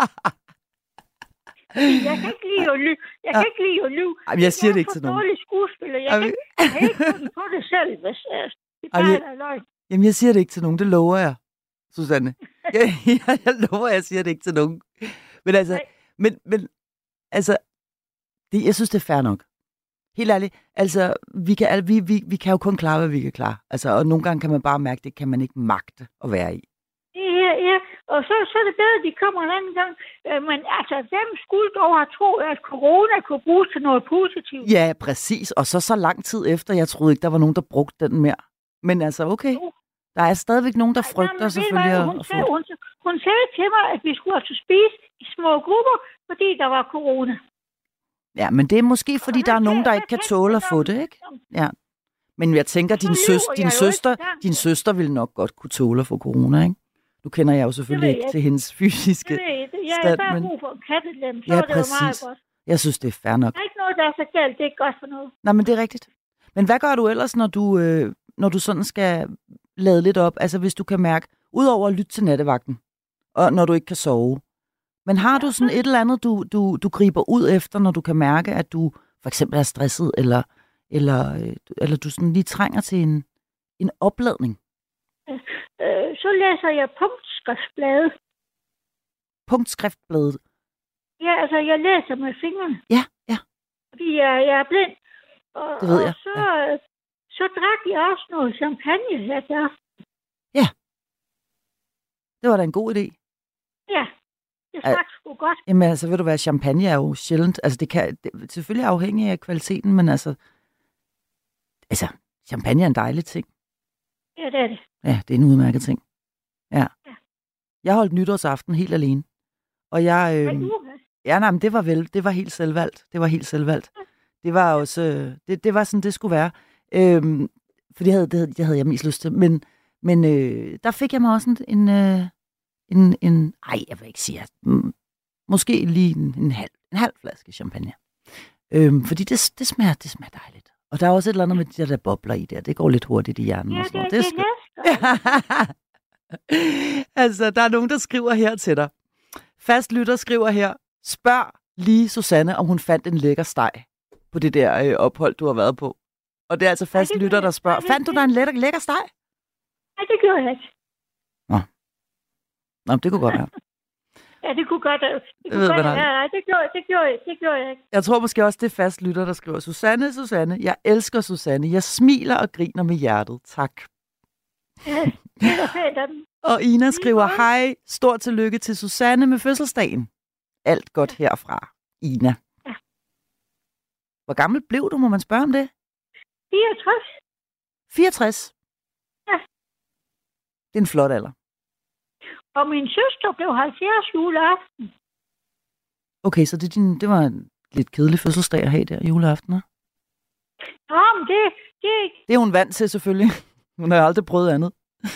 Jeg kan ikke lide at lyve. Jamen, jeg siger det ikke til nogen. Jeg er for dårlig skuespiller. Jeg kan ikke finde på det selv, hvis det bare er løgn. Jamen, jeg siger det ikke til nogen. Det lover jeg, Susanne. Jeg lover, jeg siger det ikke til nogen. Men altså, jeg synes, det er fair nok. Helt ærligt, altså, vi kan jo kun klare, hvad vi kan klare. Altså, og nogle gange kan man bare mærke, det kan man ikke magte at være i. Ja, og så er det bedre, at de kommer en anden gang. Men altså, hvem skulle dog have troet, at corona kunne bruges til noget positivt? Ja, præcis. Og så lang tid efter, jeg troede ikke, der var nogen, der brugte den mere. Men altså, okay. Der er stadigvæk nogen, der frygter selvfølgelig at få. Hun sagde til mig, at vi skulle altså spise i små grupper, fordi der var corona. Ja, men det er måske, fordi der er nogen, der ikke kan tåle at få det, ikke? Ja. Men jeg tænker, din søster ville nok godt kunne tåle at få corona, ikke? Nu kender jeg jo selvfølgelig ikke til hendes fysiske stand, men... Jeg har brug for en kattelem, så det jo meget godt. Jeg synes, det er fair nok. Der er ikke noget, der er så galt. Det er godt for noget. Nej, men det er rigtigt. Men hvad gør du ellers, når du sådan skal lade lidt op? Altså, hvis du kan mærke, udover at lytte til nattevagten, og når du ikke kan sove. Men har du sådan et eller andet, du griber ud efter, når du kan mærke, at du for eksempel er stresset, eller du sådan lige trænger til en opladning? Så læser jeg punktskriftbladet. Punktskriftbladet? Ja, altså jeg læser med fingrene. Ja. Fordi jeg er blind. Det ved jeg. Og så drak jeg også noget champagne her til aften. Ja. Det var da en god idé. Ja, det smagte sgu godt. Jamen altså, ved du hvad, champagne er jo sjældent. Altså det selvfølgelig er afhængigt af kvaliteten, men altså champagne er en dejlig ting. Ja, det er det. Ja, det er en udmærket ting. Ja. Jeg holdt nytårsaften helt alene. Og jeg... men det var helt selvvalgt. Det var også... Det var sådan, det skulle være. For det havde jeg mest lyst til. Men der fik jeg mig også jeg vil ikke sige... Måske lige en halv flaske champagne. Fordi det smager dejligt. Og der er også et eller andet med de der bobler i der. Det går lidt hurtigt i hjernen. Ja, og sådan. det Altså, der er nogen, der skriver her til dig. Fast lytter skriver her, spørg lige Susanne, om hun fandt en lækker steg på det der ophold, du har været på. Og det er altså fast lytter, der spørger, fandt du der en lækker steg? Nej, det gjorde jeg ikke. Nå, det kunne godt være. Ja, det kunne godt være. Nej, det gjorde jeg ikke. Jeg tror måske også, det er fast lytter, der skriver, Susanne, jeg elsker Susanne. Jeg smiler og griner med hjertet. Tak. Ja, det er fedt af dem. Og Ina skriver, hej, stort tillykke til Susanne med fødselsdagen. Alt godt herfra, Ina. Ja. Hvor gammel blev du, må man spørge om det? 64. 64? Ja. Det er en flot alder. Og min søster blev 70 juleaften. Okay, så det var en lidt kedelig fødselsdag at have der juleaften, hva'? Nå, men Det er hun vant til, selvfølgelig. Hun har aldrig prøvet andet.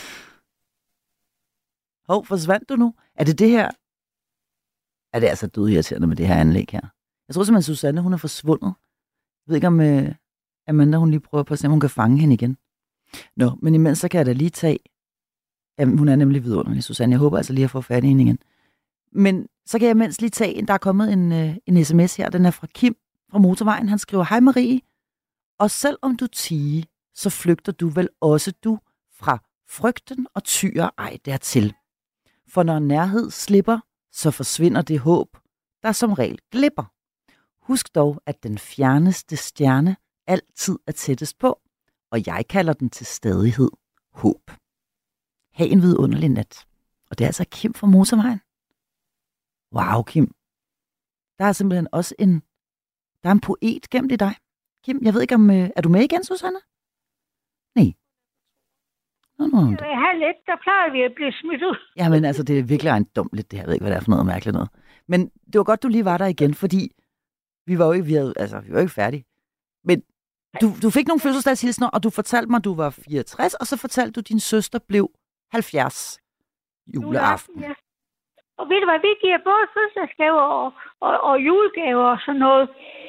Hov, forsvandt du nu? Er det her? Er det altså dødirriterende med det her anlæg her? Jeg tror simpelthen, Susanne, hun er forsvundet. Jeg ved ikke, om Amanda, hun lige prøver på at se, om hun kan fange hende igen. Nå, men imens så kan jeg da lige tage... Jamen, hun er nemlig vidunderlig, Susanne. Jeg håber altså lige at få fat i hende igen. Men så kan jeg imens lige tage... Der er kommet en sms her. Den er fra Kim fra Motorvejen. Han skriver, hej Marie. Og selvom du tiger, så flygter du vel også du fra frygten og tyrer ej dertil. For når nærhed slipper, så forsvinder det håb, der som regel glipper. Husk dog, at den fjerneste stjerne altid er tættest på, og jeg kalder den til stadighed håb. Ha' en vidunderlig nat. Og det er altså Kim fra Motorvejen. Wow, Kim. Der er simpelthen også en poet gemt i dig. Kim, jeg ved ikke om... er du med igen, Susanne? Nej. Det er halv lidt, der plejer vi at blive smidt ud. Jamen altså, det er virkelig ejendommeligt, det her. Jeg ved ikke, hvad det er for noget mærkeligt noget. Men det var godt, du lige var der igen, fordi vi var jo ikke færdige. Men du fik nogle fødselsdagshilsner, og du fortalte mig, at du var 64, og så fortalte du, at din søster blev 70 juleaften. Ja. Og ved du hvad, vi giver både fødselsdagsgaver og julegaver og sådan noget.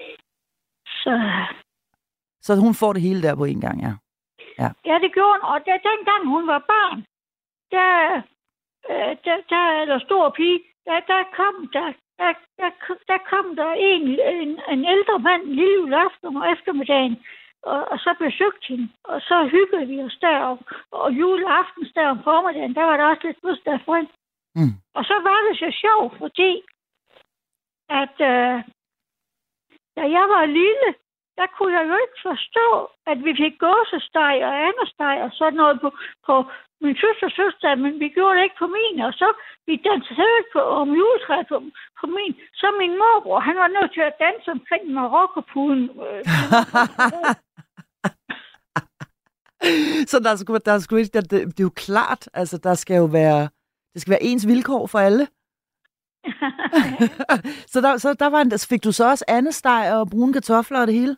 Så hun får det hele der på en gang, ja. Ja, det gjorde hun. Og dengang hun var barn, der er der stor pige, der kom der en ældre mand en lille juleaften om eftermiddagen, og så besøgte hende, og så hyggede vi os der, og juleaftens der om formiddagen, der var der også lidt fødselsdag for hende. Mm. Og så var det så sjovt, fordi at da jeg var lille, der kunne jeg jo ikke forstå, at vi fik gåsesteg og andesteg og sådan noget på min søsters fødselsdag, men vi gjorde det ikke på min, og så vi dansede om juletræet på min. Så min morbror, han var nødt til at danse omkring Marokkopuden. Så det er jo klart, altså det skal være ens vilkår for alle. så fik du så også andesteg og brune kartofler og det hele?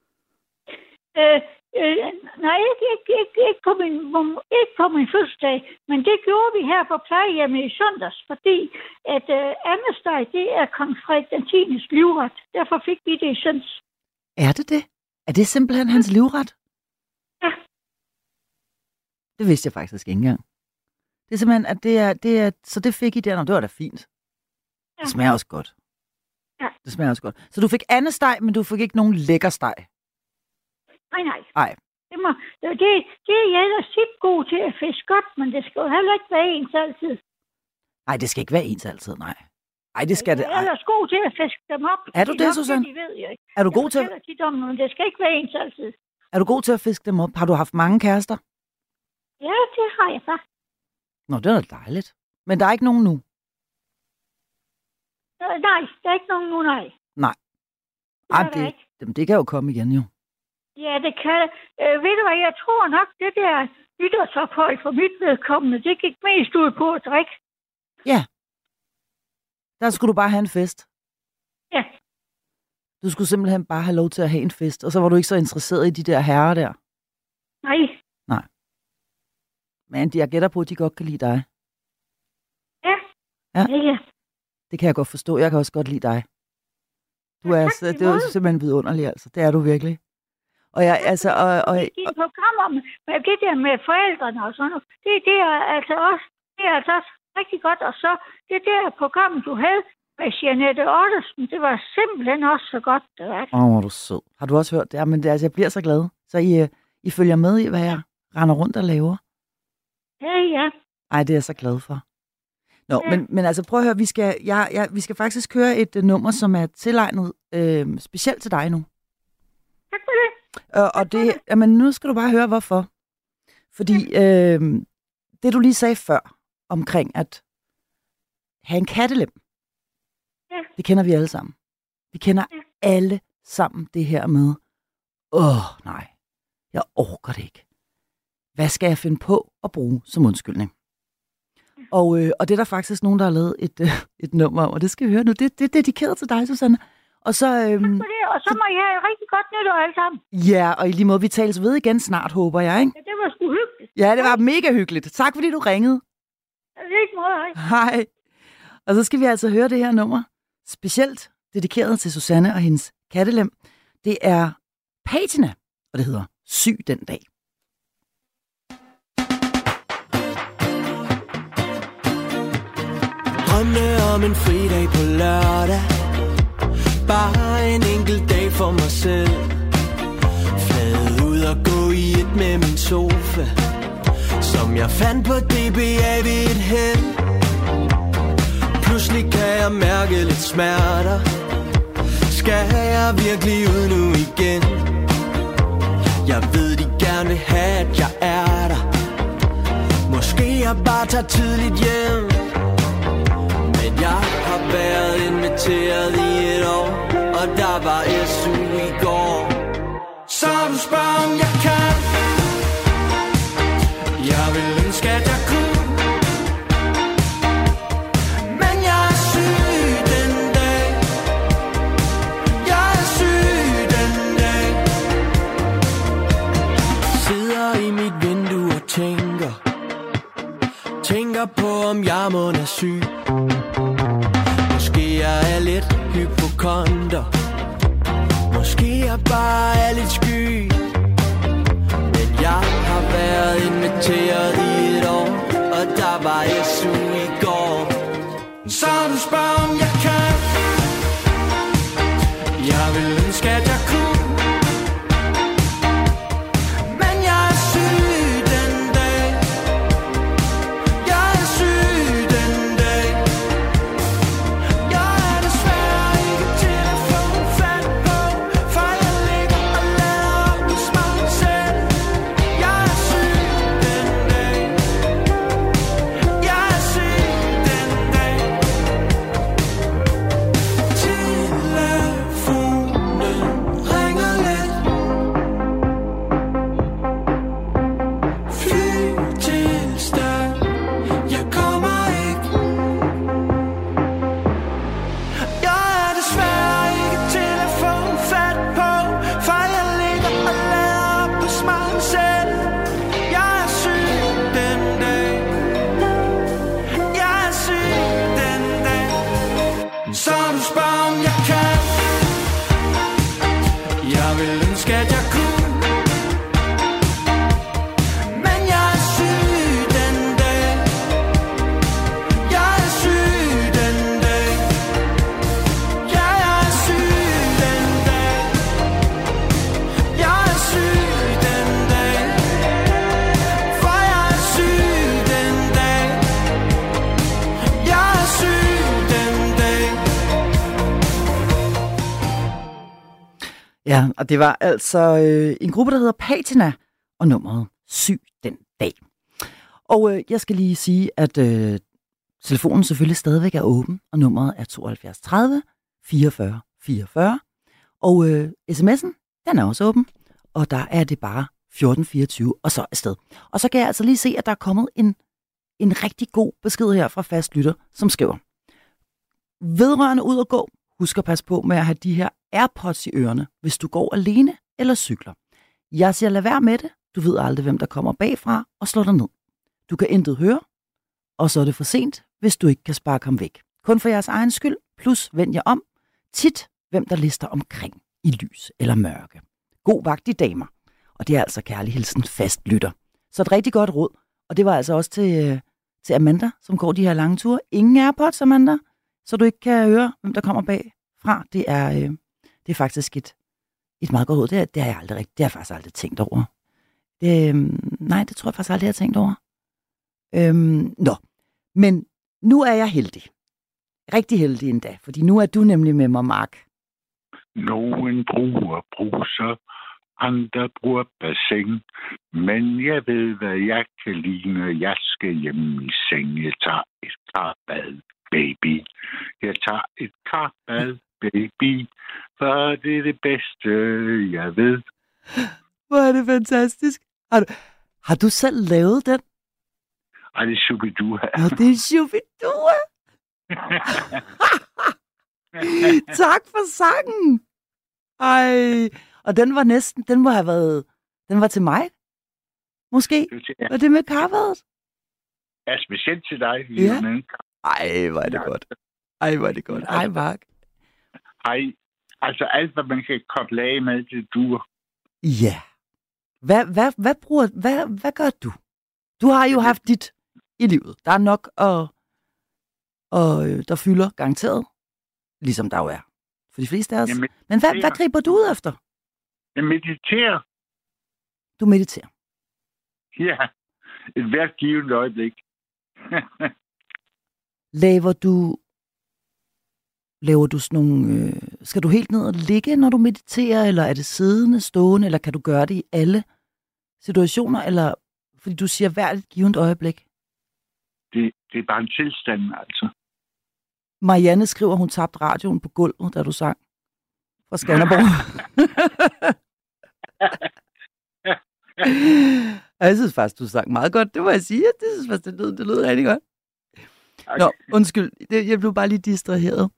Nej, ikke på min fødselsdag, men det gjorde vi her på plejehjemmet i søndags, fordi at andesteg, det er kong Frederik 10. livret. Derfor fik vi det i søndags. Er det det? Er det simpelthen hans livret? Ja. Det vidste jeg faktisk ikke engang. Det er simpelthen, at det er så det fik I der, det var da fint. Ja. Det smager også godt. Ja. Det smager også godt. Så du fik andesteg, men du fik ikke nogen lækker steg? Nej. Det er jeg da tit god til at fiske godt, men det skal jo heller ikke være ens altid. Nej, det skal ikke være ens altid, nej. Nej, det skal det. Jeg er ellers god til at fiske dem op. Er du det, Susanne? Det ved jeg ikke. Er du god til? Jeg tit om, men det skal ikke være ens altid. Er du god til at fiske dem op? Har du haft mange kærester? Ja, det har jeg faktisk. Nå, det er da dejligt. Men der er ikke nogen nu? Nej, der er ikke nogen nu, nej. Nej. Det kan jo komme igen, jo. Ja, det kan. Ved du hvad, jeg tror nok, det der nytårsophold for mit vedkommende, det gik mest ud på at drikke. Ja. Der skulle du bare have en fest. Ja. Du skulle simpelthen bare have lov til at have en fest, og så var du ikke så interesseret i de der herrer der. Nej. Men jeg gætter på, at de godt kan lide dig. Ja. Det kan jeg godt forstå. Jeg kan også godt lide dig. Det er jo simpelthen vidunderligt, altså. Det er du virkelig. Og jeg, altså... Dine programmer med det der med forældrene og sådan noget, det er altså også rigtig godt. Og så det der program, du havde med Jeanette Ottesen, det var simpelthen også så godt. Hvor er du sød. Har du også hørt det? Jamen, jeg bliver så glad. Så I følger med i, hvad jeg render rundt og laver? Ja. Ej, det er jeg så glad for. Nå, ja. men altså prøv at høre, vi skal faktisk høre et nummer, som er tilegnet specielt til dig nu. Tak for det. Og det, jamen nu skal du bare høre, hvorfor. Fordi det, du lige sagde før, omkring at have en kattelem, det kender vi alle sammen. Vi kender alle sammen det her med, nej, jeg orker det ikke. Hvad skal jeg finde på at bruge som undskyldning? Og det er der faktisk nogen, der har lavet et nummer om, og det skal vi høre nu. Det er dedikeret til dig, Susanne. Og så, og så må I have et rigtig godt nytår alle sammen. Ja, og i lige måde, vi tales ved igen snart, håber jeg, ikke? Ja, det var sgu hyggeligt. Ja, det var mega hyggeligt. Tak, fordi du ringede. Ikke måde, Hej. Og så skal vi altså høre det her nummer, specielt dedikeret til Susanne og hendes kattelem. Det er Patina, og det hedder Syg den dag. Drømme om en fridag på lørdag, bare en enkelt dag for mig selv. Flade ud og gå i et med min sofa, som jeg fandt på DBA ved et held. Pludselig kan jeg mærke lidt smerter. Skal jeg virkelig ud nu igen? Jeg ved de gerne vil have at jeg er der. Måske jeg bare tager tidligt hjem. Men jeg har været inviteret i et år, og der var SU i går. Så du spørger om jeg kan. Jeg vil ønske at jeg kunne, men jeg er syg den dag. Jeg er syg den dag. Sidder i mit vindue og tænker på om jeg må er syg. Måske jeg er lidt hypokonter, måske jeg bare er lidt sky. Men jeg har været inviteret i et år, og der var SU i går. Så du spørger om jeg kan. Jeg vil ønske at jeg kunne, men jeg er syg den dag. Jeg er syg den dag. Jeg er desværre ikke til at få fat på, for jeg ligger og lader op hos mig selv. Jeg er syg den dag. Jeg er syg den dag. Telefonen ringer let. Flytilstand, jeg kommer ikke. Jeg er desværre ikke til at få fat på, for jeg ligger og lader op hos mig selv. Jeg er syg den dag. Jeg er syg den dag. Så du spørger om jeg kan. Jeg vil ønske at jeg kunne, men jeg er syg den dag. Jeg er syg den dag. Jeg er syg den dag. Jeg er syg den dag. For jeg er syg den dag. Jeg er syg den dag. Ja, og det var altså en gruppe, der hedder Patina, og nummeret Syg den dag. Og jeg skal lige sige, at telefonen selvfølgelig stadigvæk er åben, og nummeret er 72 30 44 44. Og sms'en, den er også åben, og der er det bare 1424 og så afsted. Og så kan jeg altså lige se, at der er kommet en rigtig god besked her fra fast lytter, som skriver: vedrørende ud og gå, husk at passe på med at have de her AirPods i ørerne, hvis du går alene eller cykler. Jeg siger, lad være med det. Du ved aldrig, hvem der kommer bagfra og slår dig ned. Du kan intet høre, og så er det for sent, hvis du ikke kan sparke ham væk. Kun for jeres egen skyld, plus vend jer om. Tit, hvem der lister omkring i lys eller mørke. God vagt i damer. Og det er altså kærlig hilsen fast lytter. Så et rigtig godt råd. Og det var altså også til Amanda, som går de her lange ture. Ingen AirPods, Amanda, så du ikke kan høre, hvem der kommer bagfra. Det er faktisk et meget godt råd. Det har jeg faktisk aldrig tænkt over. Nej, det tror jeg faktisk aldrig, jeg har tænkt over. Men nu er jeg heldig. Rigtig heldig endda, fordi nu er du nemlig med mig, Mark. Nogen bruger bruser, andre bruger bassin. Men jeg ved, hvad jeg kan lide, når jeg skal hjem i seng. Jeg tager et karbad, baby. Jeg tager et karbad, baby. For det er det bedste, jeg ved. Hvor er det fantastisk. Har du selv lavet den? Ej, det er Shubidua. Det er Shubidua. Tak for sangen. Ej. Og den var til mig. Måske. Var det med karbadet? Ja, specielt til dig. Ja. Ej, hvor er det godt. Ej, Mark. Ej, altså alt, hvad man kan koble af med, det duer. Ja. Hvad gør du? Du har jo haft dit i livet. Der er nok, og der fylder garanteret, ligesom der jo er. For de fleste af os. Men hvad griber du ud efter? Jeg mediterer. Du mediterer? Ja, et hvert givet øjeblik. Laver du sådan nogle... skal du helt ned og ligge, når du mediterer, eller er det siddende, stående, eller kan du gøre det i alle situationer, eller fordi du siger hvert givet øjeblik? Det er bare en tilstand, altså. Marianne skriver, hun tabte radioen på gulvet, da du sang fra Skanderborg. Jeg synes faktisk, du sang meget godt. Det må jeg sige. Det synes faktisk, det lød rigtig godt. Okay. Nå, undskyld. Jeg blev bare lige distraheret.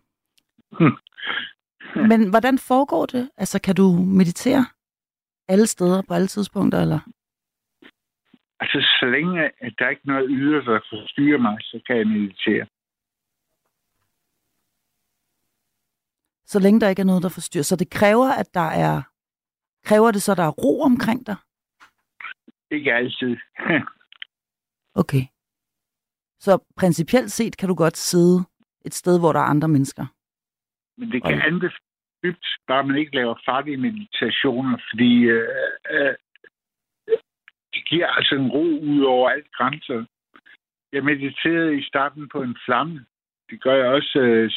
Men hvordan foregår det? Altså, kan du meditere alle steder på alle tidspunkter, eller? Altså, så længe at der ikke er noget ydre, der forstyrrer mig, så kan jeg meditere. Så længe der ikke er noget, der forstyrrer. Så det kræver, at der er... Kræver det så, der er ro omkring dig? Ikke altid. Okay. Så principielt set kan du godt sidde et sted, hvor der er andre mennesker? Men det kan anbefales dybt, bare man ikke laver farlige meditationer, fordi det giver altså en ro ud over alt grænser. Jeg mediterede i starten på en flamme. Det gør jeg også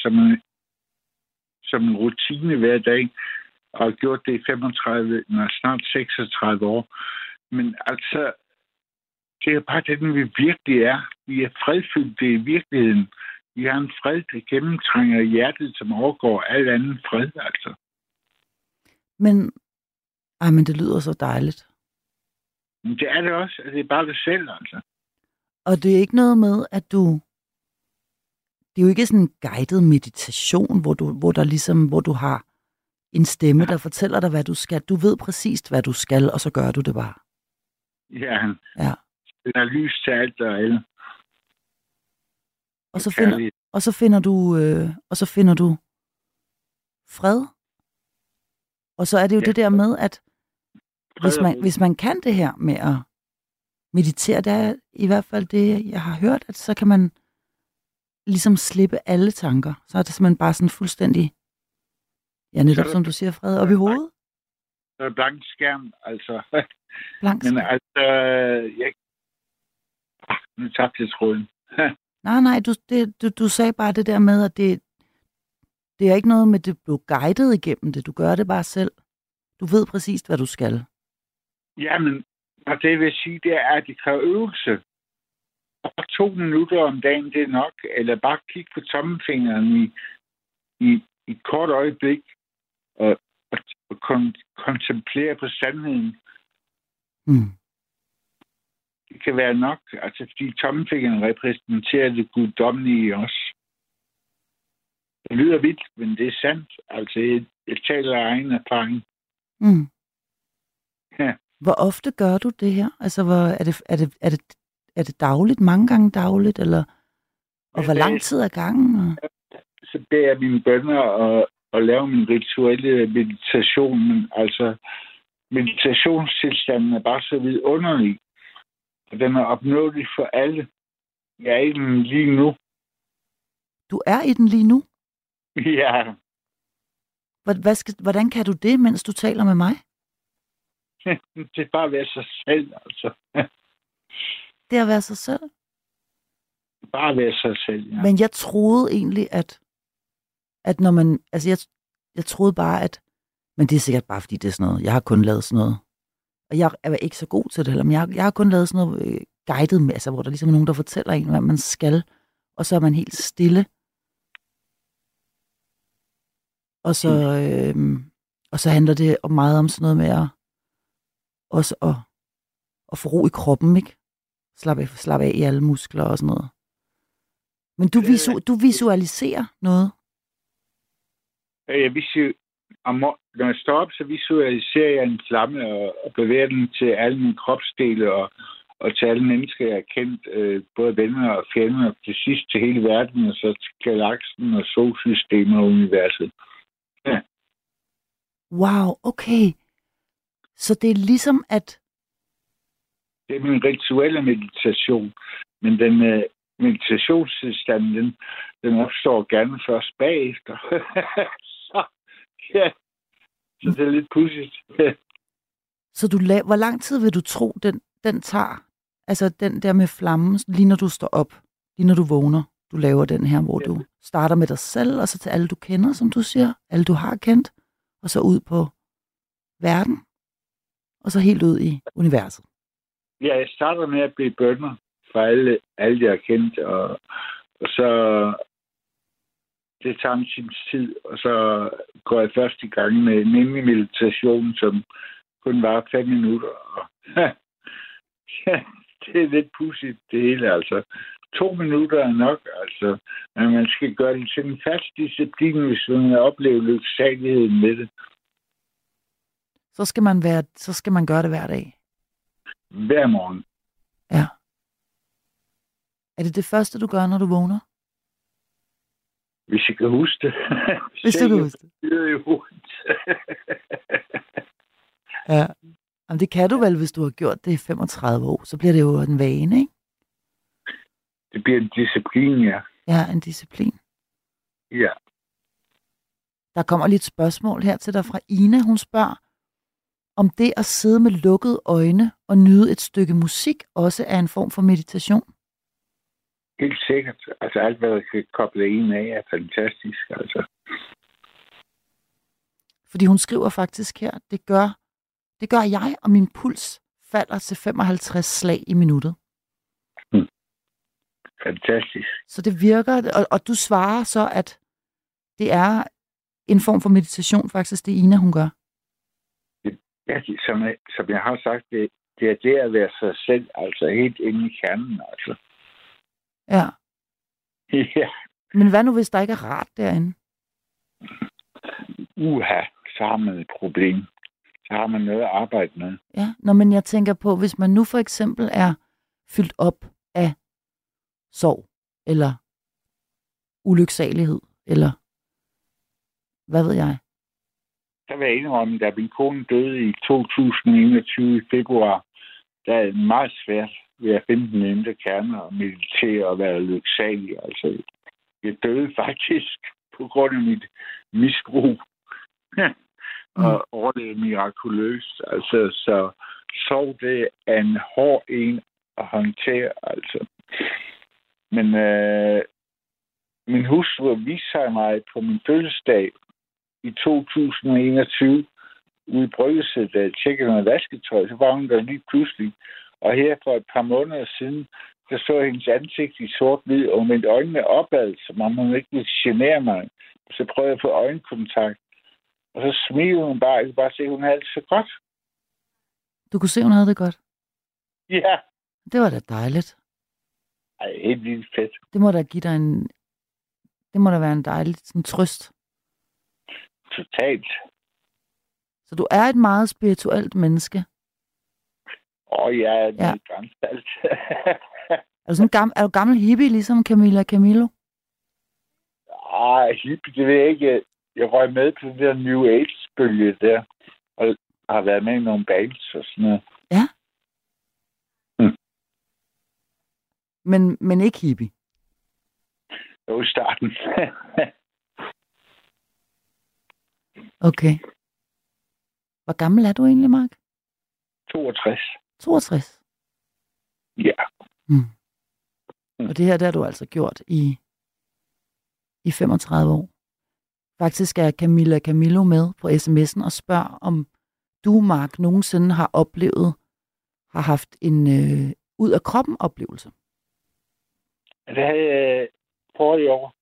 som en rutine hver dag, og har gjort det i snart 36 år. Men altså, det er bare den, vi virkelig er. Vi er fredfyldte i virkeligheden. Vi har en fred, der gennemtrænger hjertet, som overgår al anden fred, altså. Men det lyder så dejligt. Men det er det også. Det er bare det selv, altså. Og det er ikke noget med, at du... Det er jo ikke sådan en guided meditation, hvor du har en stemme, der fortæller dig, hvad du skal. Du ved præcist, hvad du skal, og så gør du det bare. Ja. Den er lys til alt og alle. Og så finder du fred. Og så er det jo det der med, at hvis man kan det her med at meditere, det er i hvert fald det, jeg har hørt, at så kan man ligesom slippe alle tanker. Så er det simpelthen bare sådan fuldstændig, ja, netop som du siger, fred op i hovedet. Blank skærm, altså. Blank skærm. Men altså, nu tabte jeg tråden. Nej, du sagde bare det der med, at det er ikke noget med, at det blev guidet igennem det. Du gør det bare selv. Du ved præcis, hvad du skal. Jamen, og det vil sige, det er, at det kræver øvelse. Bare 2 minutter om dagen, det er nok. Eller bare kigge på tommelfingeren i et kort øjeblik og kontemplere på sandheden. Det kan være nok, altså fordi tommelfingeren repræsenterer det guddommelige i os. Det lyder vildt, men det er sandt. Altså, jeg taler af egen erfaring. Ja. Hvor ofte gør du det her? Altså, er det dagligt, mange gange dagligt, eller og hvor lang tid ad gangen? Så beder jeg mine bønner og lave min rituelle meditation, men altså meditationstilstanden er bare så vidunderlig. Og den er opnåelig for alle. Jeg er i den lige nu. Du er i den lige nu? Ja. Hvordan kan du det, mens du taler med mig? Det er bare at være sig selv, altså. Det er at være sig selv? Bare at være sig selv, ja. Men jeg troede egentlig, at når man... Altså, jeg troede bare, at Men det er sikkert bare, fordi det er sådan noget. Jeg har kun lavet sådan noget. Og jeg er ikke så god til det heller, men jeg har kun lavet sådan noget guidet med, altså, hvor der ligesom er nogen, der fortæller en, hvad man skal. Og så er man helt stille. Og så handler det meget om sådan noget med at få ro i kroppen, ikke? Slappe af i alle muskler og sådan noget. Men du visualiserer noget? Når jeg står op, så visualiserer jeg en flamme og bevæger den til alle mine kropsdele og til alle mennesker, jeg har kendt, både venner og fjender, og til sidst til hele verden, og så til galaksen og solsystemet og universet. Ja. Wow, okay. Så det er ligesom at... Det er min rituelle meditation, men den meditationstilstand, den opstår gerne først bagefter. Så det er lidt pudsigt. Så hvor lang tid vil du tro, den tager? Altså den der med flammen, lige når du står op, lige når du vågner, du laver den her, hvor du starter med dig selv, og så til alle du kender, som du siger, alle du har kendt, og så ud på verden, og så helt ud i universet. Ja, jeg starter med at blive bønner for alle jeg har kendt, og så det tager en times tid, og så går jeg først i gang med en mindelig meditation, som kun varer 5 minutter. Og, det er lidt pudsigt, det hele, altså. 2 minutter er nok, altså. Men man skal gøre det til en fast disciplin, hvis man har oplevet lyksaligheden med det. Så skal man gøre det hver dag? Hver morgen. Ja. Er det det første, du gør, når du vågner? Hvis jeg kan huske det. Hvis du kan huske det. Det er jo hurtigt. Ja. Jamen, det kan du vel, hvis du har gjort det i 35 år. Så bliver det jo en vane, ikke? Det bliver en disciplin, ja. Ja, en disciplin. Ja. Der kommer lige et spørgsmål her til dig fra Ina. Hun spørger, om det at sidde med lukkede øjne og nyde et stykke musik også er en form for meditation? Helt sikkert. Altså alt, hvad der kan koble en af, er fantastisk. Altså. Fordi hun skriver faktisk her, det gør jeg, og min puls falder til 55 slag i minuttet. Fantastisk. Så det virker, og du svarer så, at det er en form for meditation faktisk, det Ina, hun gør. Ja, som jeg har sagt, det er det at være sig selv, altså helt inde i kernen, altså. Ja. Ja. Men hvad nu, hvis der ikke er rart derinde? Så har man et problem. Så har man noget at arbejde med. Ja, men jeg tænker på, hvis man nu for eksempel er fyldt op af sorg, eller ulyksalighed, eller hvad ved jeg? Der vil jeg indrømme, da min kone døde i 2021 i februar, der er det meget svært ved at finde den indre kerne og meditere og være lyksalig. Altså, jeg døde faktisk på grund af mit misbrug. Og overlevede mirakuløst. Altså, så sorg, det er en hård en at håndtere, altså. Men min hustru viste sig mig på min fødselsdag i 2021 ude i Bryggeset, da jeg tjekkede noget vasketøj, så var hun der lige pludselig. Og her for et par måneder siden, der så hendes ansigt i sort-hvid, og med øjnene opad, som om hun ikke ville genere mig. Så prøvede jeg at få øjenkontakt. Og så smilede hun bare. Jeg kunne bare se, at hun havde det så godt. Du kunne se, hun havde det godt? Ja. Det var da dejligt. Ej, helt vildt fedt. Det må da give dig det må da være en dejlig sådan, trøst. Totalt. Så du er et meget spirituelt menneske? Jeg er lidt grænsalt. Er du gammel hippie, ligesom Camilla Camillo? Hippie, det ved jeg ikke. Jeg røg med på den der New Age-bølge der, og har været med i nogle bands og sådan noget. Ja? Men ikke hippie? Jo, i starten. Okay. Hvor gammel er du egentlig, Mark? 62. 62? Ja. Og det her, der har du altså gjort i 35 år. Faktisk er Camilla Camillo med på sms'en og spørger, om du, Mark, nogensinde har haft en ud af kroppen oplevelse. Det havde jeg forrige år.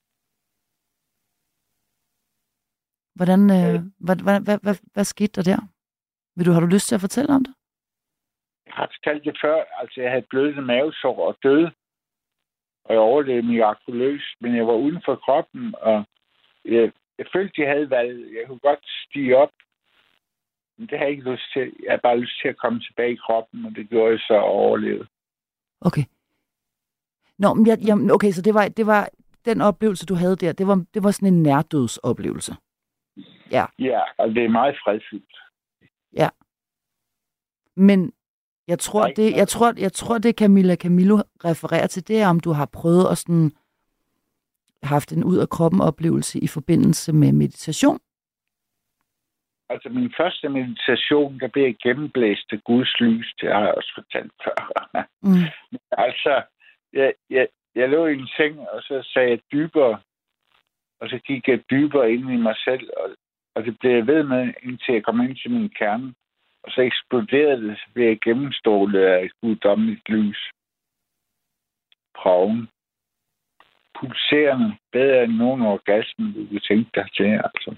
Hvordan, hvad skete der der? Har du lyst til at fortælle om det? Jeg har fortalt det før. Altså, jeg havde blødende mavesår og døde. Og jeg overlevede mirakuløst. Men jeg var uden for kroppen, og jeg følte, jeg havde valgt. Jeg kunne godt stige op. Men det har jeg ikke lyst til. Jeg har bare lyst til at komme tilbage i kroppen, og det gjorde jeg så at overleve. Okay. Nå, men okay, så det var den oplevelse, du havde der. Det var sådan en nærdødsoplevelse. Ja. Ja, og det er meget fredfyldt. Ja. Men jeg tror det Camilla Camillo refererer til, det er, om du har prøvet at sådan haft en ud af kroppen oplevelse i forbindelse med meditation. Altså min første meditation, der blev jeg gennemblæst af Guds lys. Det har jeg også fortalt før. Altså, jeg lå i en seng, og så sagde jeg dybere, og så gik jeg dybere ind i mig selv, og det blev jeg ved med, indtil jeg kom ind til min kerne. Og så eksploderede det, så blev jeg gennemstrålet af et guddommeligt lys. Pragen. Pulserende, bedre end nogen orgasme, du kunne tænke dig til, altså.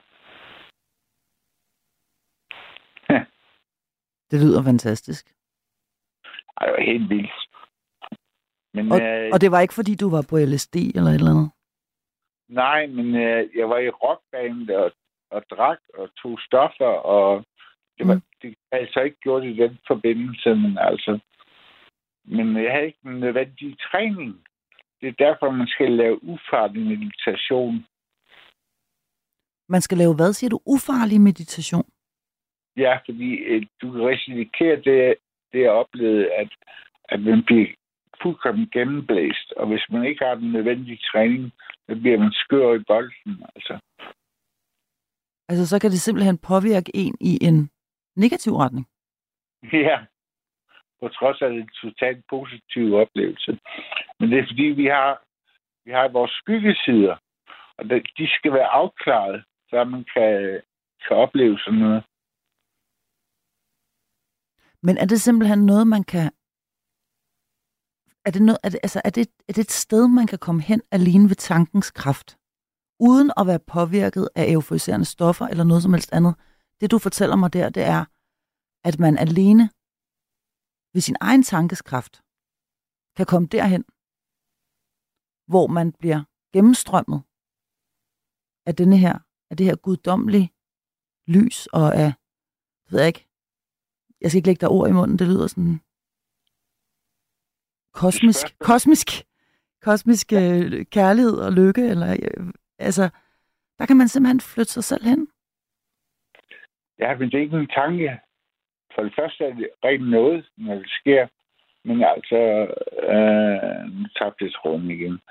Det lyder fantastisk. Ej, det var helt vildt. Men, og det var ikke, fordi du var på LSD eller et eller andet? Nej, men jeg var i rockband og drak og tog stoffer, og det har altså ikke gjort i den forbindelse, men jeg havde ikke den nødvendige træning. Det er derfor, man skal lave ufarlig meditation. Man skal lave hvad, siger du? Ufarlig meditation? Ja, fordi du kan risikere det jeg oplevede, at man bliver fuldkommen gennemblæst. Og hvis man ikke har den nødvendige træning, så bliver man skør i bolden. Altså, så kan det simpelthen påvirke en i en negativ retning? Ja, på trods af en totalt positiv oplevelse. Men det er fordi, vi har vores skyggesider, og de skal være afklaret, så man kan opleve sådan noget. Men er det simpelthen noget, man kan... Er det et sted, man kan komme hen alene ved tankens kraft, uden at være påvirket af euforiserende stoffer eller noget som helst andet? Det, du fortæller mig der, det er, at man alene ved sin egen tankeskraft kan komme derhen, hvor man bliver gennemstrømmet af det her guddommelige lys, og af, ved jeg ikke, jeg skal ikke lægge dig ord i munden, det lyder sådan kosmisk kærlighed og lykke, eller der kan man simpelthen flytte sig selv hen. Ja, men det er ikke en tanke. For det første er det rent noget, når det sker, men nu tabte jeg tråden igen.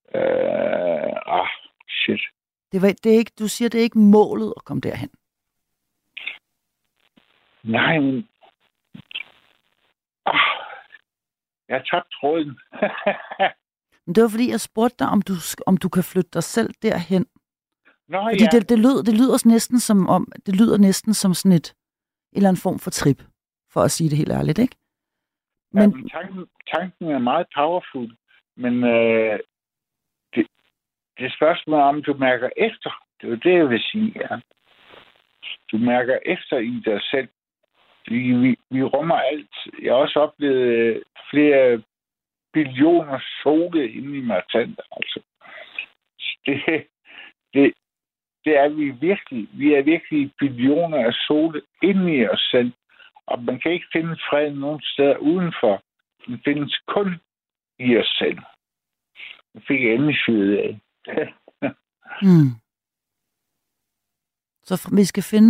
Shit. Det er ikke, du siger, det er ikke målet at komme derhen. Nej, men... jeg har tabt tråden. Men det var fordi, jeg spurgte dig, om du kan flytte dig selv derhen. Nå, fordi ja. det lyder næsten som sådan et eller anden form for trip, for at sige det helt ærligt, ikke? Men tanken er meget powerful, men det er spørgsmålet om, du mærker efter. Det er jo det, jeg vil sige, ja. Du mærker efter i dig selv. Vi rummer alt. Jeg har også oplevet flere billioner sole inde i mig selv. Det er vi virkelig. Vi er virkelig billioner af sole inde i os selv. Og man kan ikke finde fred nogen steder udenfor. Den findes kun i os selv. Jeg fik endelig fyret af. Så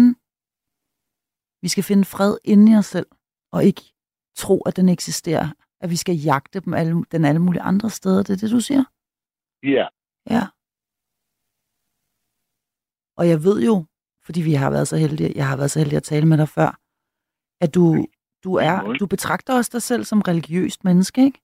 vi skal finde fred inde i os selv, og ikke tro, at den eksisterer. At vi skal jagte dem alle mulige andre steder. Det er det, du siger? Ja. Ja. Og jeg ved jo, fordi jeg har været så heldig at tale med dig før, at du betragter også dig selv som religiøst menneske, ikke?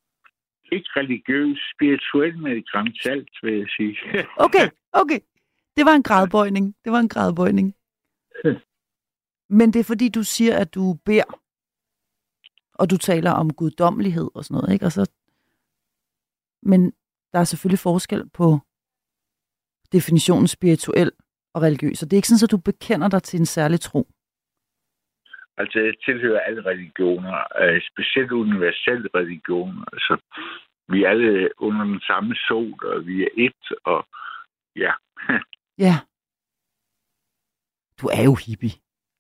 Ikke religiøs, spirituel med et gram salt, vil jeg sige. Okay. Det var en gradbøjning. Men det er fordi, du siger, at du beder, og du taler om guddommelighed og sådan noget, ikke? Og så... Men der er selvfølgelig forskel på definitionen spirituel og religiøs. Så det er ikke sådan, at du bekender dig til en særlig tro. Altså, jeg tilhører alle religioner, specielt universelle religioner. Altså, vi er alle under den samme sol, og vi er et, og ja. Ja. Du er jo hippie.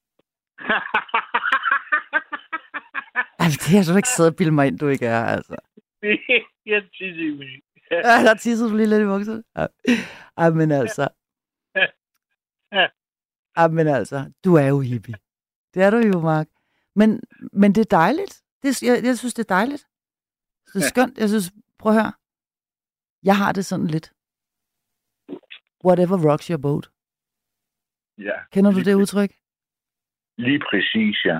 Altså, det har du ikke siddet og bildet mig ind, du ikke er, altså. Jeg tisser i mig. Ja, der tisser du lige lidt i bukserne. Ej, men altså. Ej, men altså, du er jo hippie. Det er du jo, Mark. Men det er dejligt. Jeg synes, det er dejligt. Det er skønt. Jeg synes, prøv at høre. Jeg har det sådan lidt. Whatever rocks your boat. Ja. Kender du det udtryk? Lige præcis, ja.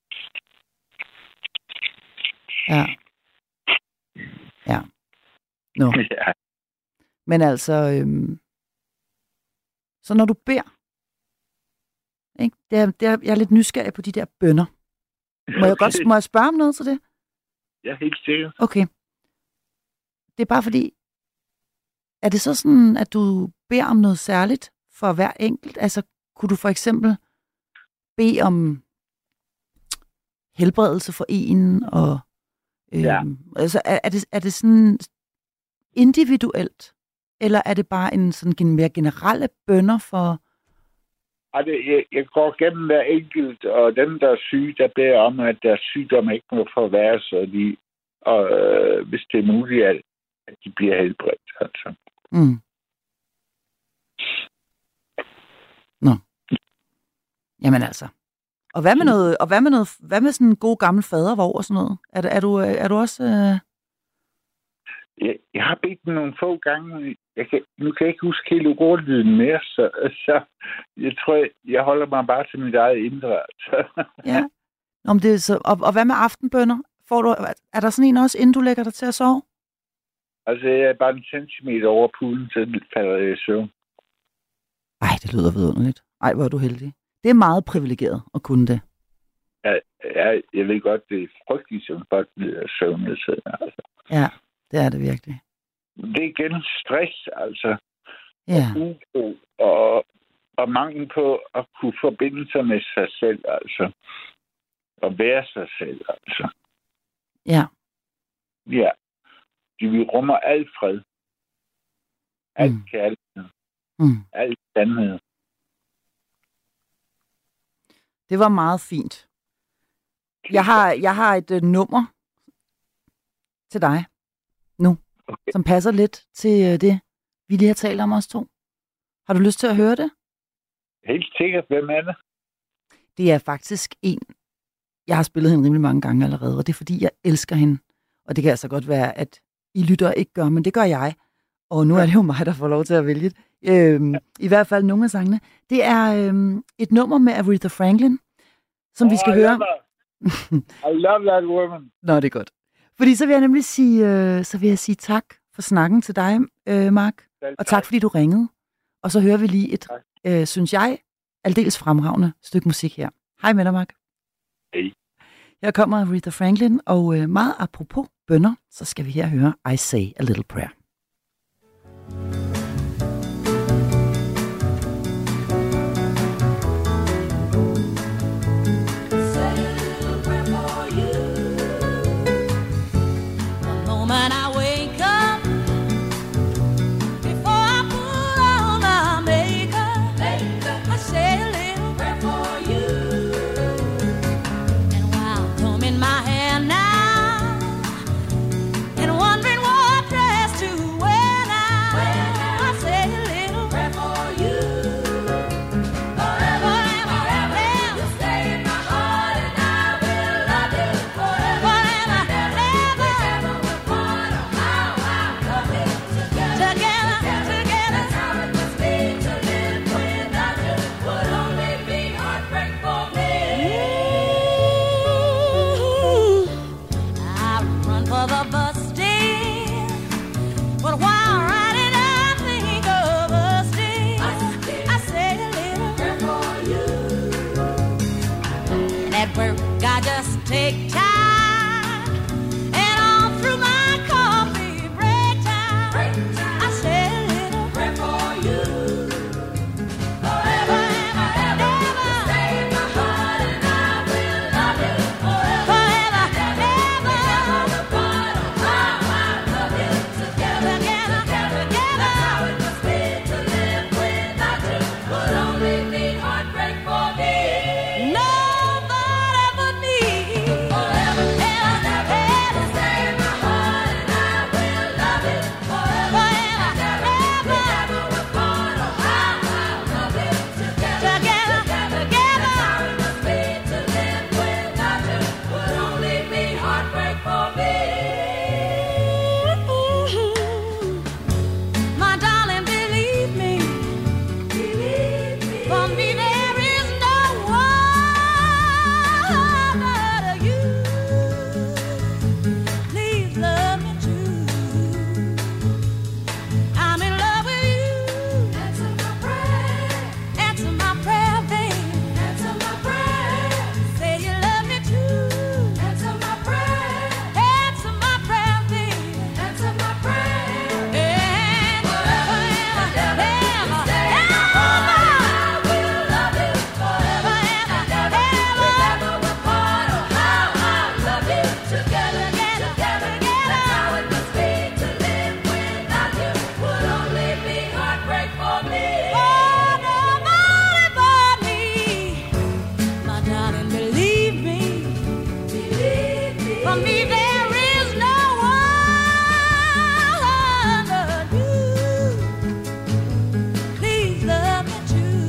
Ja. Ja. Nå. Ja. Men altså, så når du beder, ikke? Jeg er lidt nysgerrig på de der bønner. Må jeg spørge om noget til det? Ja, helt sikkert. Okay. Det er bare fordi, er det så sådan, at du beder om noget særligt for hver enkelt? Altså, kunne du for eksempel bede om helbredelse for en, og ja. Altså, er det sådan individuelt, eller er det bare en sådan mere generelle bønner for... Altså, jeg går gennem hver enkelt, og dem, der er syge, der beder om, at deres sygdom ikke må forværres, og hvis det er muligt, at de bliver helbredt. Altså. Mm. Nå. Jamen altså. Og hvad med hvad med sådan en god gammel fadervor og sådan noget? Er du også... Jeg har bedt dem nogle få gange. Nu kan jeg ikke huske hele ordlyden mere, så jeg tror, jeg holder mig bare til mit eget indre. Ja. Om det så, og hvad med aftenbønner? Er der sådan en også, inden du lægger dig til at sove? Altså, jeg er bare en centimeter over poolen, så falder jeg i søvn. Ej, det lyder vidunderligt. Ej, hvor er du heldig. Det er meget privilegeret at kunne det. Ja, jeg ved godt, det er frygteligt, som folk bliver søvnløshed. Altså. Ja, det er det virkelig. Det er igen stress, altså. Ja. Og mangel på at kunne forbinde sig med sig selv, altså. Og være sig selv, altså. Ja. Ja. Vi rummer al fred. Al kærlighed. Al sandhed. Det var meget fint. Jeg har et nummer til dig nu, okay, som passer lidt til det, vi lige har talt om os to. Har du lyst til at høre det? Helt sikkert. Hvem er det? Det er faktisk en, jeg har spillet hende rimelig mange gange allerede, og det er fordi, jeg elsker hende. Og det kan altså godt være, at I lytter ikke gør, men det gør jeg. Og nu er det jo mig, der får lov til at vælge det. I hvert fald nogle af sangene. Det er et nummer med Aretha Franklin, som vi skal høre. I love that woman. Nå, det er godt. Fordi så vil jeg nemlig sige, tak for snakken til dig, Mark. Og tak, fordi du ringede. Og så hører vi lige et, synes jeg, aldeles fremragende stykke musik her. Hej med dig, Mark. Hej. Her kommer Aretha Franklin, og meget apropos bønner, så skal vi her høre I Say a Little Prayer. My hand now and wondering what dress to work, I just take time. And all through my coffee break time, I say a little prayer for you. Forever and ever, stay in my heart, and I will love you forever and ever. The bottom, how I love you together, together. That's how it must be to live without you. Would only be heartbreak for me. Nobody but me. Forever and ever, stay in my heart, and I will love you forever and ever. We never were born, oh how I love you together, together. That's how it must be to live without you. Would only be heartbreak for me. My darling, believe me. For me there is no one but you. Please love me too. I'm in love with you. Answer my prayer. Answer my prayer, babe. Answer my prayer. Say you love me too. Answer my prayer. Answer my prayer, babe. Answer my prayer. And forever and ever, stay in my heart, and I will love you forever and ever. We never were part, oh how I love you together, together. That's how it must be to live without you. Would only be heartbreak for me. Oh, nobody but me. My darling, believe me. For me there is no one but you. Please love me too.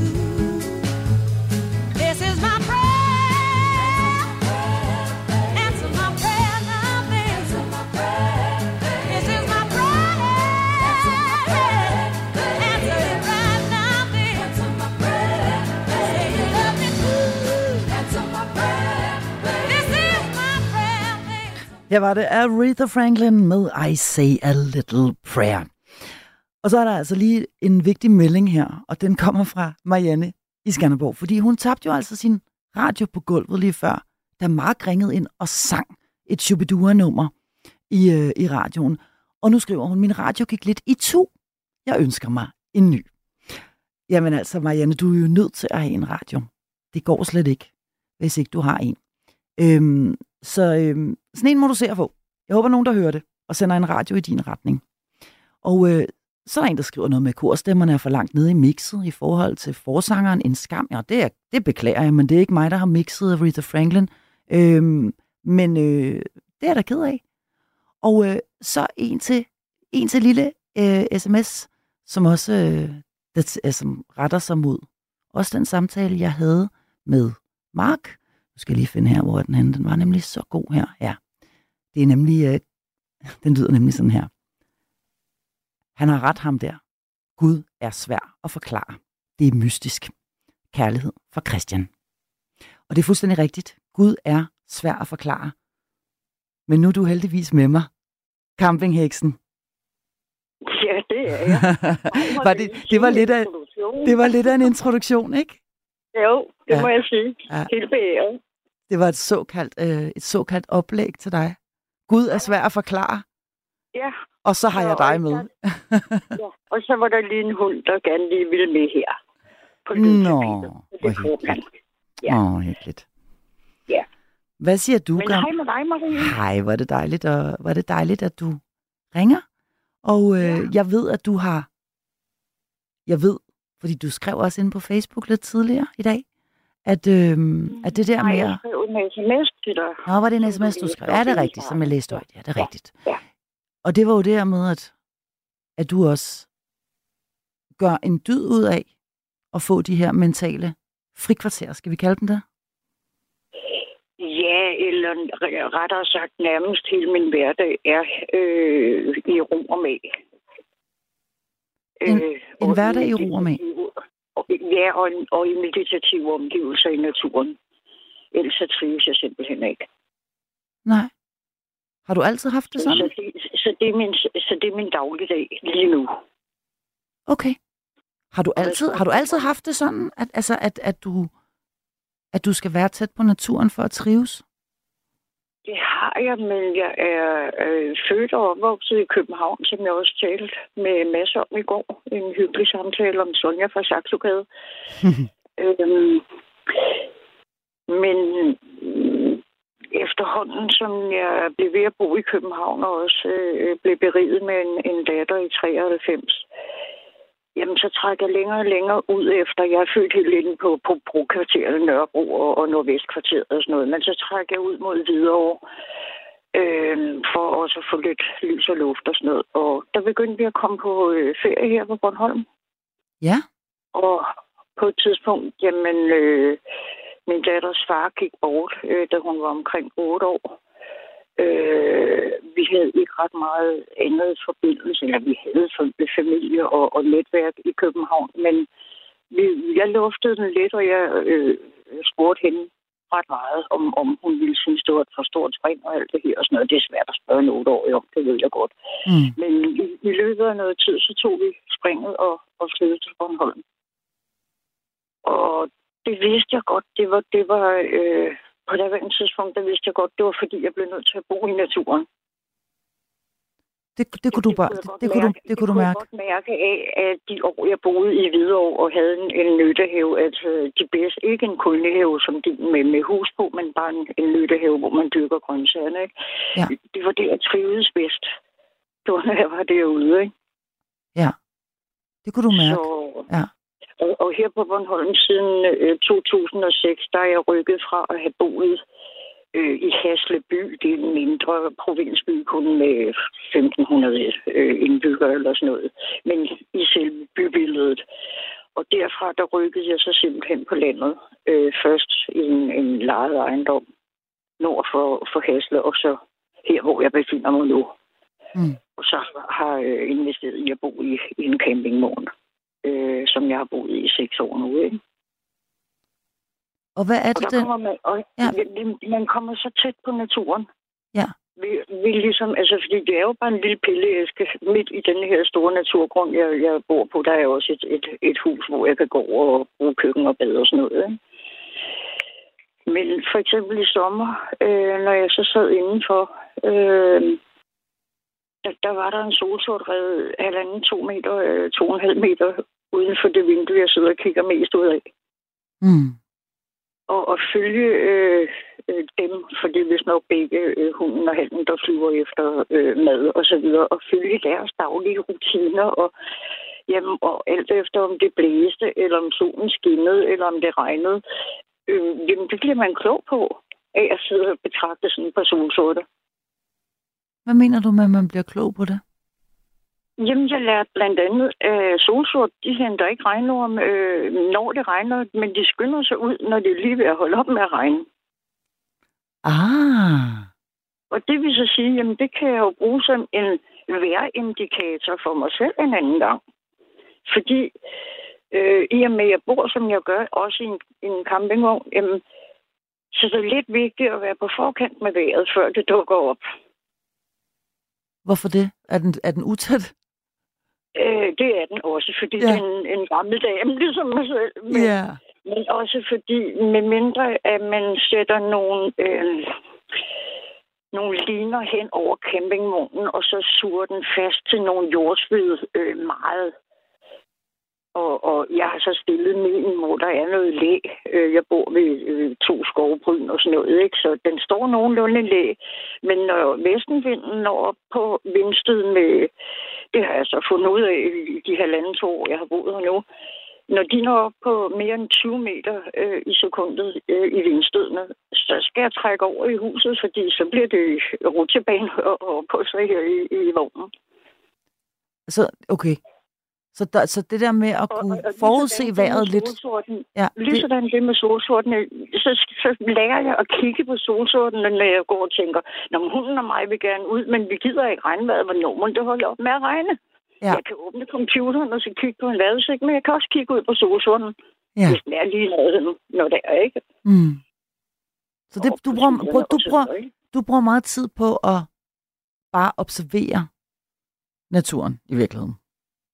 This is my prayer. Answer my prayer now, babe. This is my prayer. Answer it right now, babe. Say you love me too. Answer my prayer. This is my prayer, babe. Her var det Aretha Franklin med I Say a Little Prayer. Og så er der altså lige en vigtig melding her, og den kommer fra Marianne i Skanderborg, fordi hun tabte jo altså sin radio på gulvet lige før, da Mark ringede ind og sang et Shubidua-nummer i radioen. Og nu skriver hun, min radio gik lidt itu. Jeg ønsker mig en ny. Jamen altså, Marianne, du er jo nødt til at have en radio. Det går slet ikke, hvis ikke du har en. Sådan en må du se at få. Jeg håber, nogen der hører det og sender en radio i din retning. Og så er der en, der skriver noget med, at korstemmerne er for langt nede i mixet i forhold til forsangeren. En skam. Ja, det beklager jeg, men det er ikke mig, der har mixet Aretha Franklin. Men det er jeg da ked af. Og så en til lille sms, som også som retter sig mod også den samtale, jeg havde med Mark. Nu skal jeg lige finde her, hvor den henne. Den var nemlig så god her. Ja. Det er nemlig, den lyder nemlig sådan her. Han har ret, ham der. Gud er svær at forklare. Det er mystisk. Kærlighed for Christian. Og det er fuldstændig rigtigt. Gud er svær at forklare. Men nu er du heldigvis med mig. Campingheksen. Ja, det er jeg. Det var lidt af en introduktion, ikke? Jo, det må jeg sige. Ja. Helt beæret. Det var et såkaldt oplæg til dig. Gud er svær at forklare. Ja. Og så har jeg dig med. Ja. Og så var der lige en hund, der gerne lige ville med her. Nå, hvor hyggeligt. Ja. Hyggeligt. Ja. Hvad siger du? Men hej med dig, Marie. Hej, hvor er det dejligt, at du ringer. Og jeg ved, at du har... fordi du skrev også inde på Facebook lidt tidligere i dag, at det der med... jeg skrev en sms til dig. Nå, var det en sms, du skrev? Ja, det er rigtigt, som jeg læste højt. Ja, det er rigtigt. Ja. Og det var jo det her med, at du også gør en dyd ud af at få de her mentale frikvarterer. Skal vi kalde dem det? Ja, eller rettere sagt nærmest hele min hverdag er i ro og mag. En hverdag i ro og mag? Ja, og i meditative omgivelser i naturen. Ellers så trives jeg simpelthen ikke. Nej. Har du altid haft det sådan? Så det er min dagligdag lige nu. Okay. Har du altid haft det sådan, at du skal være tæt på naturen for at trives? Det har jeg, men jeg er født og opvokset i København, som jeg også talte med masser om i går. En hyggelig samtale om Sonja fra Saxogade. Men efterhånden, som jeg blev ved at bo i København og også blev beriget med en datter i 93, jamen så trækker jeg længere og længere ud efter. Jeg er født helt inde på brokvarteret, Nørrebro og Nordvestkvarteret og sådan noget. Men så trækker jeg ud mod Hvidovre for også at få lidt lys og luft og sådan noget. Og der begyndte vi at komme på ferie her på Bornholm. Ja. Og på et tidspunkt, jamen, min datters far gik bort, da hun var omkring 8 år. Vi havde ikke ret meget andet forbindelse, eller vi havde familie og netværk i København, men jeg luftede den lidt, og jeg spurgte hende ret meget, om hun ville synes, det var et for stort spring og alt det her og sådan noget. Det er svært at spørge en 8-årig om, det ved jeg godt. Men i løbet af noget tid, så tog vi springet og flyttede til Bornholm. Og det vidste jeg godt, det var på daværende tidspunkt, der vidste jeg godt, det var fordi, jeg blev nødt til at bo i naturen. Det kunne du mærke. Jeg kunne godt mærke af, at de år, jeg boede i Hvidovre og havde en nyttehave, altså de bedste, ikke en kolonihave som din med hus på, men bare en nyttehave, hvor man dyrker grøntsagerne, ikke? Ja. Det var det, jeg trivedes bedst. Det var, når jeg var derude, ikke? Ja, det kunne du mærke. Ja. Og her på Bornholm siden 2006, der er jeg rykket fra at have boet i Hasleby. Det er en mindre provinsby, kun med 1.500 indbyggere eller sådan noget. Men i selve bybilledet. Og derfra, der rykkede jeg så simpelthen på landet. Først i en lejet ejendom nord for Hasle, og så her, hvor jeg befinder mig nu. Og så har jeg investeret i at bo i en campingvogn, som jeg har boet i 6 år nu, ikke? Og hvad er det, man kommer så tæt på naturen. Ja. Vi ligesom, altså, fordi det er jo bare en lille pilleæske midt i den her store naturgrund, jeg bor på. Der er jo også et hus, hvor jeg kan gå og bruge køkken og bad og sådan noget, ikke? Men for eksempel i sommer, når jeg så sad indenfor, der var der en solsortred 1,5-2 meter, 2,5 meter uden for det vindue, jeg sidder og kigger mest ud af. Og følge dem, for det er vist nok begge hunden og handen, der flyver efter mad og så videre, og følge deres daglige rutiner, og alt efter om det blæste, eller om solen skinnede, eller om det regnede. Det bliver man klog på af at sidde og betragte sådan på solsorte. Hvad mener du med, at man bliver klog på det? Jamen, jeg lærte blandt andet, at solsort, de henter ikke regnorm, når det regner, men de skynder sig ud, når det er lige ved at holde op med at regne. Og det vil så sige, jamen, det kan jeg jo bruge som en vejrindikator for mig selv en anden gang. Fordi i og med, at jeg bor, som jeg gør, også i en campingvogn, jamen, så det er lidt vigtigt at være på forkant med vejret, før det dukker op. Hvorfor det? Er den utæt? Det er den også, fordi det er en gammel dame, ligesom mig selv. Men også fordi, med mindre at man sætter nogle liner hen over campingvognen, og så suger den fast til nogle jordspyd meget. Og jeg har så stillet min, hvor der er noget læ. Jeg bor ved 2 skovbryn og sådan noget, ikke? Så den står nogenlunde læ. Men når vestenvinden når op på vindstøden med, det har jeg så fundet ud af i de 1,5-2 år, jeg har boet her nu. Når de når op på mere end 20 meter i sekundet i vindstødene, så skal jeg trække over i huset, fordi så bliver det rutsjebane og på sig her i vognen. Så, okay. Så det der med at kunne forudse vejret lidt... Ligesådan det med solsortene, så lærer jeg at kigge på solsortene, når jeg går og tænker, når hunden og mig vil gerne ud, men vi gider ikke regnvejret, hvornår må det holde op med at regne. Ja. Jeg kan åbne computeren og så kigge på en vejrudsigt, men jeg kan også kigge ud på solsorten, hvis den er lige noget, når det er, ikke? Så det, du bruger meget tid på at bare observere naturen i virkeligheden? Ja,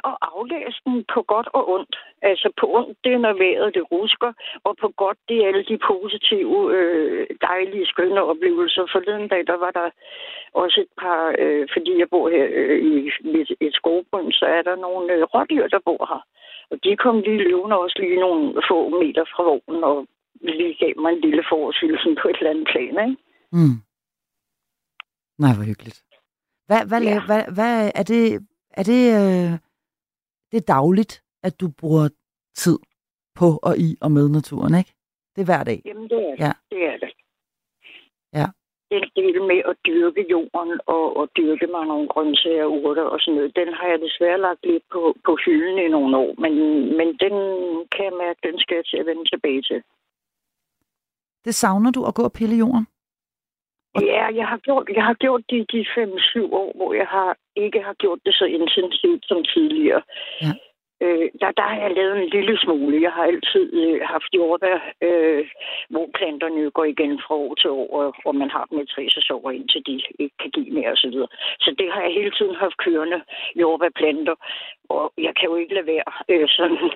at aflæse den på godt og ondt. Altså på ondt, det er når vejret det rusker, og på godt, det er alle de positive, dejlige, skønne oplevelser. Forleden dag, der var der også et par, fordi jeg bor her i et skovbryn, så er der nogle rådyr, der bor her. Og de kom lige løvende også lige nogle få meter fra vognen, og lige gav mig en lille forårshilsen på et eller andet plan, ikke? Mm. Nej, hvor hyggeligt. Hvad er det? Det er dagligt, at du bruger tid på og i og med naturen, ikke? Det er hver dag. Jamen, det er det. Ja. Det er det. Ja. Den del med at dyrke jorden og dyrke mig nogle grøntsager, urter og sådan noget, den har jeg desværre lagt lidt på hylden i nogle år, men den kan jeg mærke, den skal jeg til at vende tilbage til. Det savner du at gå og pille jorden? Ja, jeg har gjort det de 5-7 år, hvor jeg ikke har gjort det så intensivt som tidligere. Ja. Der har jeg lavet en lille smule. Jeg har altid haft jordbær, hvor planterne går igen fra år til år, og man har dem i 3 sæsoner, indtil de ikke kan give mere osv. Så det har jeg hele tiden haft kørende jordbærplanter, og jeg kan jo ikke lade være sådan...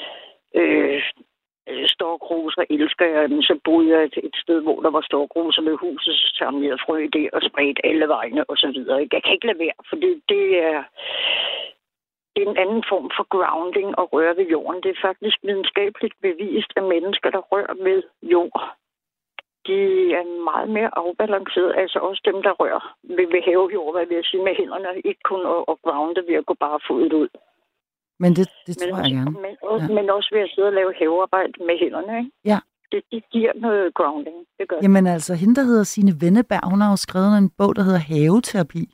Storkroser elsker jeg, men så boede jeg et sted, hvor der var storkroser med huset, så samlede jeg frø i det og spredte alle vegne og så videre. Jeg kan ikke lade være, for det er en anden form for grounding at røre ved jorden. Det er faktisk videnskabeligt bevist, at mennesker, der rører ved jord, de er meget mere afbalanceret. Altså også dem, der rører ved havejord, hvad vil jeg sige, med hænderne, ikke kun at grounde ved at gå bare fodet ud. Men det tror jeg gerne. Men også ved at sidde og lave havearbejde med hænderne, ikke? Ja. Det giver noget grounding. Det gør det. Jamen altså, hende, der hedder Signe Wenneberg, hun har jo skrevet en bog, der hedder Haveterapi.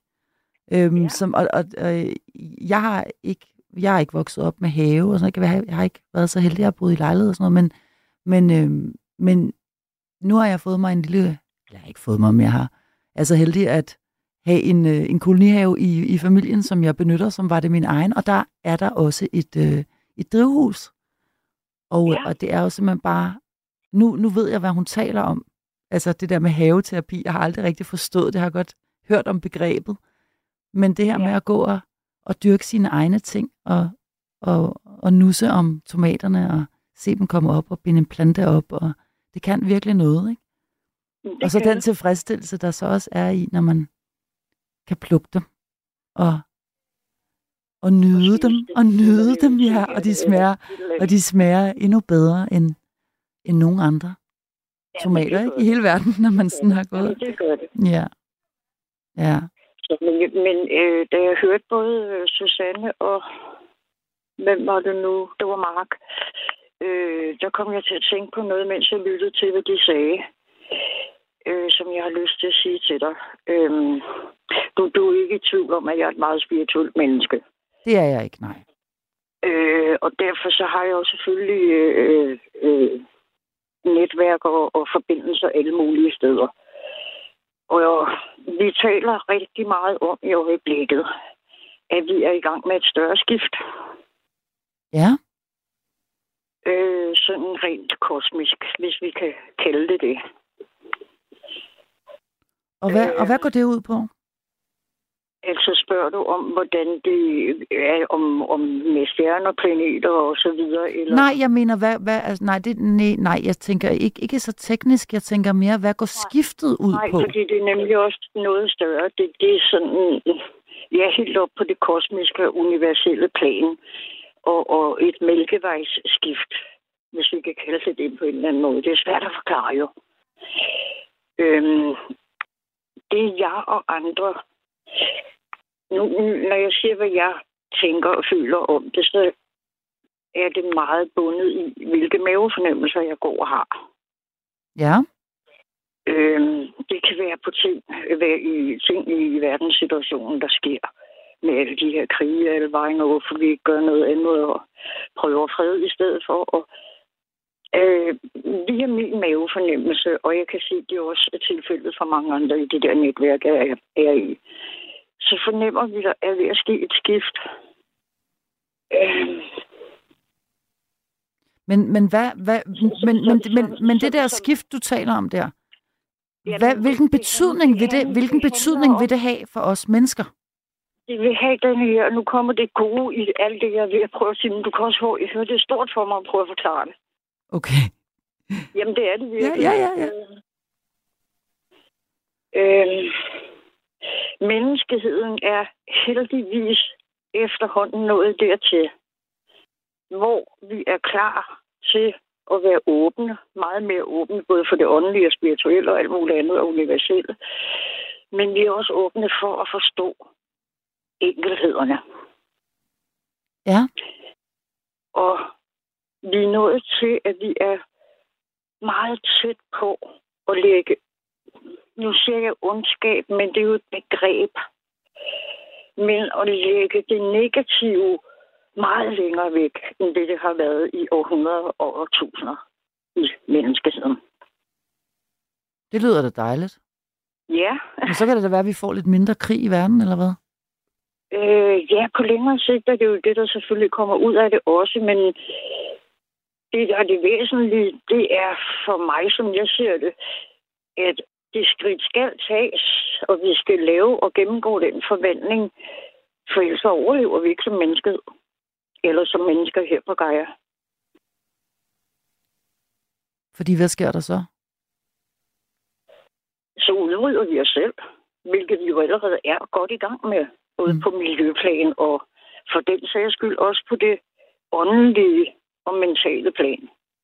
Jeg har ikke vokset op med have, og sådan, jeg har ikke været så heldig, at jeg har boet i lejlighed og sådan noget, men nu har jeg fået mig en lille... Jeg har ikke fået mig, men jeg har altså heldig at have en kolonihave i familien, som jeg benytter, som var det min egen, og der er der også et drivhus. Og det er jo simpelthen bare... Nu ved jeg, hvad hun taler om. Altså det der med haveterapi, jeg har aldrig rigtig forstået det, jeg har godt hørt om begrebet. Men det her med at gå og dyrke sine egne ting, og nusse om tomaterne, og se dem komme op, og binde en plante op, og det kan virkelig noget, ikke? Og så den tilfredsstillelse, der så også er i, når man kan plukke dem, og nyde dem, ja, og de smager endnu bedre end nogen andre tomater, ikke? I hele verden, når man sådan har gået. Det gør det. Ja. Men da jeg hørte både Susanne og hvem var det nu? Det var Mark. Der kom jeg til at tænke på noget, mens jeg lyttede til, hvad de sagde, som jeg har lyst til at sige til dig. Du er ikke i tvivl om, at jeg er et meget spirituelt menneske. Det er jeg ikke, nej. Og derfor så har jeg jo selvfølgelig netværk og forbindelser alle mulige steder. Og vi taler rigtig meget om i øjeblikket, at vi er i gang med et større skift. Ja. Sådan rent kosmisk, hvis vi kan kalde det det. Og hvad går det ud på? Altså spørger du om, hvordan det er, om med stjerner, planeter og så videre? Eller? Nej, jeg mener, nej, jeg tænker ikke så teknisk. Jeg tænker mere, hvad går skiftet ud på? Nej, fordi det er nemlig også noget større. Det er sådan, helt op på det kosmiske, universelle plan. Og et mælkevejsskift, hvis vi kan kalde det på en eller anden måde. Det er svært at forklare jo. Det jeg og andre... Nu, når jeg siger, hvad jeg tænker og føler om det, så er det meget bundet i, hvilke mavefornemmelser jeg går og har. Ja. Det kan være på ting i verdenssituationen, der sker med alle de her krige alle vejen, og hvorfor vi ikke gør noget andet og prøver fred i stedet for. Og via min mavefornemmelse, og jeg kan sige, at det er også tilfældet for mange andre i det der netværk, jeg er i, så fornemmer vi, at der er ved at ske et skift. Men det der skift, du taler om der, hvilken betydning vil det have for os mennesker? de vil have den her, og nu kommer det gode i alt det, jeg vil prøve at sige, men du kan også høre, det er stort for mig at prøve at forklare det. Okay. Jamen, det er det virkelig. Ja. Menneskeheden er heldigvis efterhånden nået dertil, hvor vi er klar til at være åbne, meget mere åbne, både for det åndelige og spirituelle og alt muligt andet og universelle. Men vi er også åbne for at forstå enkelhederne. Ja. Og vi er nået til, at vi er meget tæt på at lægge, nu siger jeg ondskab, men det er jo et begreb, men at lægge det negative meget længere væk, end det har været i århundreder og årtusinder i menneskeheden. Det lyder da dejligt. Ja. Men så kan det da være, at vi får lidt mindre krig i verden, eller hvad? Ja, på længere sigt er det jo det, der selvfølgelig kommer ud af det også, men det, der er det væsentlige, det er for mig, som jeg ser det, at det skridt skal tages, og vi skal lave og gennemgå den forvandling, for ellers overlever vi ikke som mennesker, eller som mennesker her på Gaia. Fordi hvad sker der så? Så udrydder vi os selv, hvilket vi jo allerede er godt i gang med, både på miljøplan og for den sags skyld også på det åndelige og mentale plan.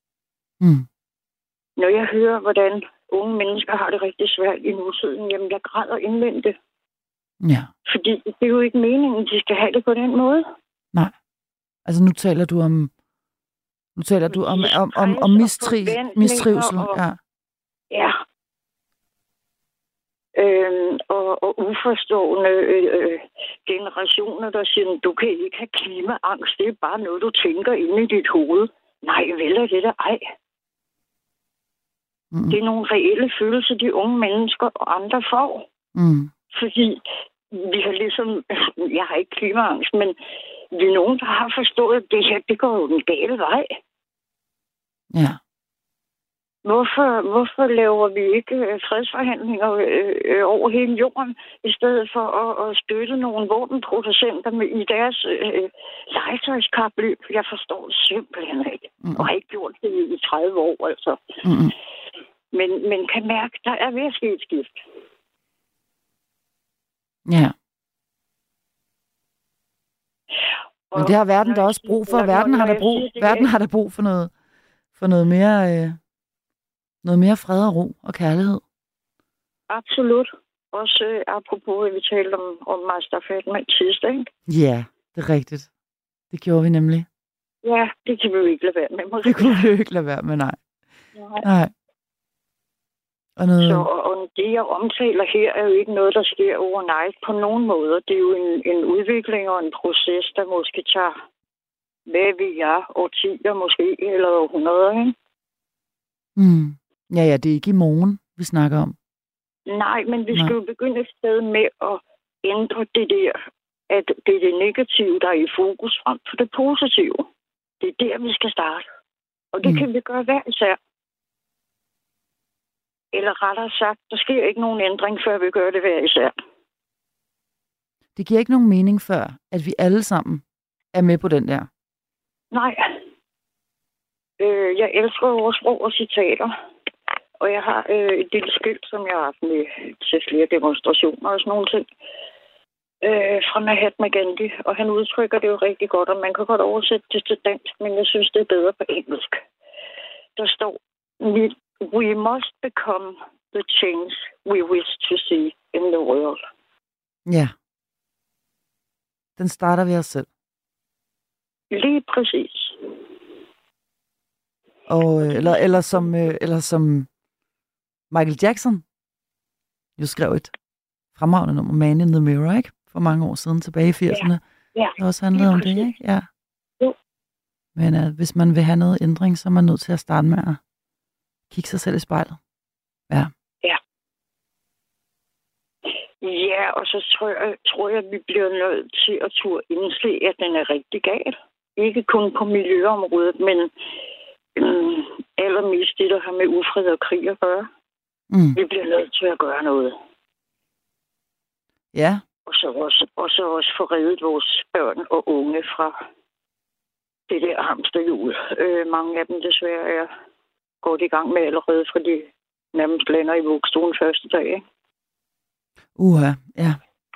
Når jeg hører, hvordan unge mennesker har det rigtig svært i nutiden, jamen jeg græder indvendigt. Ja. Fordi det er jo ikke meningen, de skal have det på den måde. Nej. Altså nu taler du om mistrivsel. Ja. Ja. Og uforstående generationer, der siger, du kan ikke have klimaangst, det er bare noget, du tænker inde i dit hoved. Nej, vel er det der ej. Det er nogle reelle følelser, de unge mennesker og andre får. Fordi vi har ligesom, jeg har ikke klimaangst, men vi er nogen, der har forstået, at det her, det går jo den gale vej. Ja. Hvorfor laver vi ikke fredsforhandlinger over hele jorden, i stedet for at støtte nogle våbenproducenter i deres legetøjskapløb? Jeg forstår det simpelthen ikke, og har ikke gjort det i 30 år, altså. Men kan mærke, der er ved at ske et skift. Ja. Men det har verden da også brug for. Verden har da brug for noget mere fred og ro og kærlighed. Absolut. Også apropos, at vi talte om Master Fatman sidste, ikke? Ja, det er rigtigt. Det gjorde vi nemlig. Ja, det kan vi jo ikke lade være med. Måske. Det kunne vi jo ikke lade være med, nej. Og noget... Så det, jeg omtaler her, er jo ikke noget, der sker overnight på nogen måde. Det er jo en udvikling og en proces, der måske tager, hvad ved jeg, årtier måske, eller århundreder, ikke? Ja, det er ikke i morgen, vi snakker om. Nej, men vi skal jo begynde et sted med at ændre det der, at det er det negative, der er i fokus frem for det positive. Det er der, vi skal starte. Og det kan vi gøre hver især. Eller rettere sagt, der sker ikke nogen ændring, før vi gør det hver især. Det giver ikke nogen mening før, at vi alle sammen er med på den der. Nej. Jeg elsker vores sprog og citater. Og jeg har et lille skilt, som jeg har haft med til flere demonstrationer og sådan nogle ting. Fra Mahatma Gandhi. Og han udtrykker det jo rigtig godt, og man kan godt oversætte det til dansk, men jeg synes, det er bedre på engelsk. Der står, we must become the change we wish to see in the world. Ja. Den starter ved os selv. Lige præcis. Og, eller som Michael Jackson jo skrev et fremragende nummer, Man in the Mirror, ikke? For mange år siden, tilbage i 80'erne. Ja. Det også handlede om det, ikke? Ja. Jo. Men hvis man vil have noget ændring, så er man nødt til at starte med at kigge sig selv i spejlet. Ja. Ja. Ja, og så tror jeg, at vi bliver nødt til at turde indse, at den er rigtig gal. Ikke kun på miljøområdet, men allermest det, der har med ufred og krig at gøre. Vi bliver nødt til at gøre noget. Ja, Og så også få reddet vores børn og unge fra det der hamsterhjul. Mange af dem desværre er gået i gang med allerede, fra de nærmest lander i vuggestuen første dag. Ikke? Ja.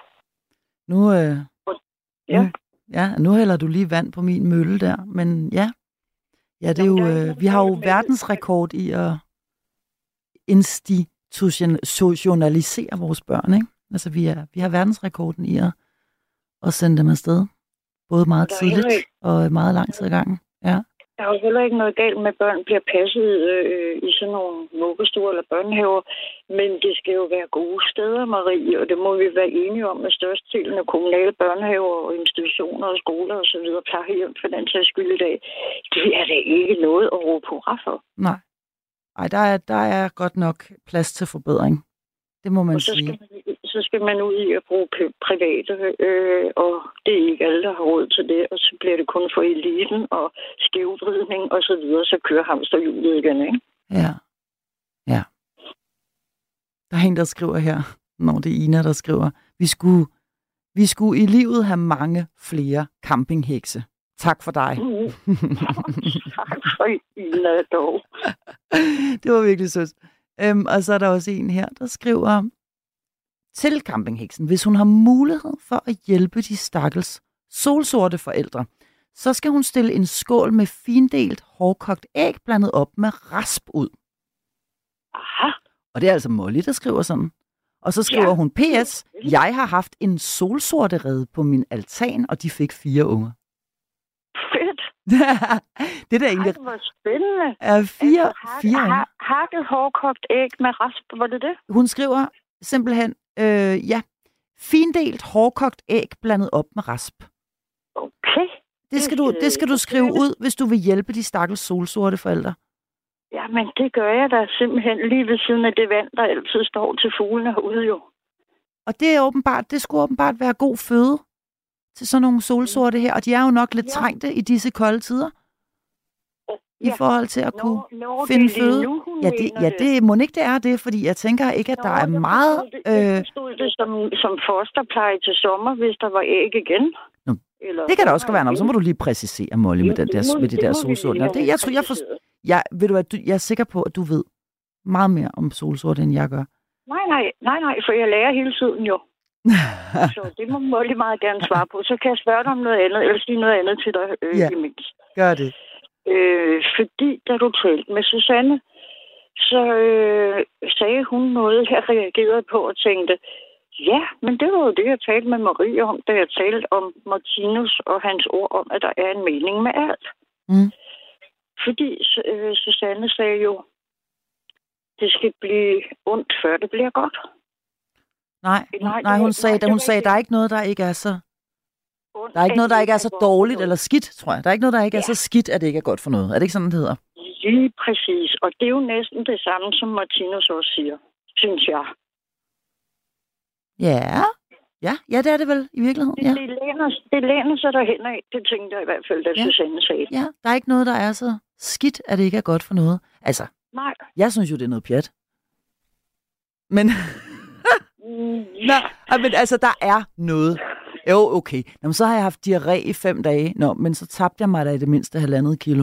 Nu hælder du lige vand på min mølle der, men ja. Ja, det er jo, vi har jo verdensrekord i at institutionalisere vores børn, ikke? Altså, vi har verdensrekorden i at sende dem afsted. Både meget tidligt og meget lang tid ad gangen. Ja. Der er jo heller ikke noget galt med, at børn bliver passet i sådan nogle vuggestuer eller børnehaver, men det skal jo være gode steder, Marie, og det må vi være enige om med størstedelen af kommunale børnehaver og institutioner og skoler og så videre, plejehjem for den sags skyld i dag. Det er da ikke noget at råbe hurra for. Nej. Ej, der er godt nok plads til forbedring. Det må man sige. Så skal man ud i at bruge private, og det er ikke alle, der har råd til det, og så bliver det kun for eliten og skævvridning og så videre, så kører hamsterhjulet igen, ikke? Ja. Der er en, der skriver her, det er Ina, der skriver, vi skulle i livet have mange flere campinghekse. Tak for dig. Tak for Ina dog. Det var virkelig sødt. Og så er der også en her, der skriver til campingheksen, hvis hun har mulighed for at hjælpe de stakkels solsorte forældre, så skal hun stille en skål med findelt hårdkogt æg blandet op med rasp ud. Aha. Og det er altså Molly, der skriver sådan. Og så skriver hun, PS, jeg har haft en solsorterede på min altan, og de fik 4 unger. Fedt. Det der egentlig... Det var spændende. Er 4 unger. Hakket hårdkogt æg med rasp, var det det? Hun skriver simpelthen, findelt hårdkogt æg blandet op med rasp. Okay. Det skal du skrive ud, hvis du vil hjælpe de stakkels solsorte forældre. Ja, men det gør jeg da simpelthen lige ved siden af det vand, der altid står til fuglene herude jo. Og det skulle åbenbart være god føde til sådan nogle solsorte her, og de er jo nok lidt trængte i disse kolde tider. I forhold til at kunne finde føde. Det må ikke det er det, fordi jeg tænker ikke, at der er meget... Det stod det som fosterpleje til sommer, hvis der var æg igen. Eller, det kan da også være nok. Så må du lige præcisere, Molly, med de der solsorte. Ved du hvad, jeg er sikker på, at du ved meget mere om solsorte, end jeg gør. Nej, for jeg lærer hele tiden jo. Så det må Molly meget gerne svare på. Så kan jeg spørge dig om noget andet, eller sige noget andet til dig imens. Gør det. Fordi da du talte med Susanne, så sagde hun noget, jeg reagerede på og tænkte, ja, men det var jo det, jeg talte med Marie om, da jeg talte om Martinus og hans ord om, at der er en mening med alt. Mm. Fordi Susanne sagde jo, det skal blive ondt, før det bliver godt. Nej, hun sagde, der er ikke noget, der ikke er så... Der er ikke noget, der ikke er så dårligt eller skidt, tror jeg. Der er ikke noget, der ikke er så skidt, at det ikke er godt for noget. Er det ikke sådan, det hedder? Lige præcis. Og det er jo næsten det samme, som Martinus også siger, synes jeg. Ja, det er det vel i virkeligheden. Ja. Det læner sig derhen af. Det tænkte jeg i hvert fald, da Susanne sagde. Ja, der er ikke noget, der er så skidt, at det ikke er godt for noget. Altså, nej. Jeg synes jo, det er noget pjat. Men... men altså, der er noget. Jo, okay. Jamen, så har jeg haft diarré i 5 dage. Men så tabte jeg mig da i det mindste 1,5 kilo.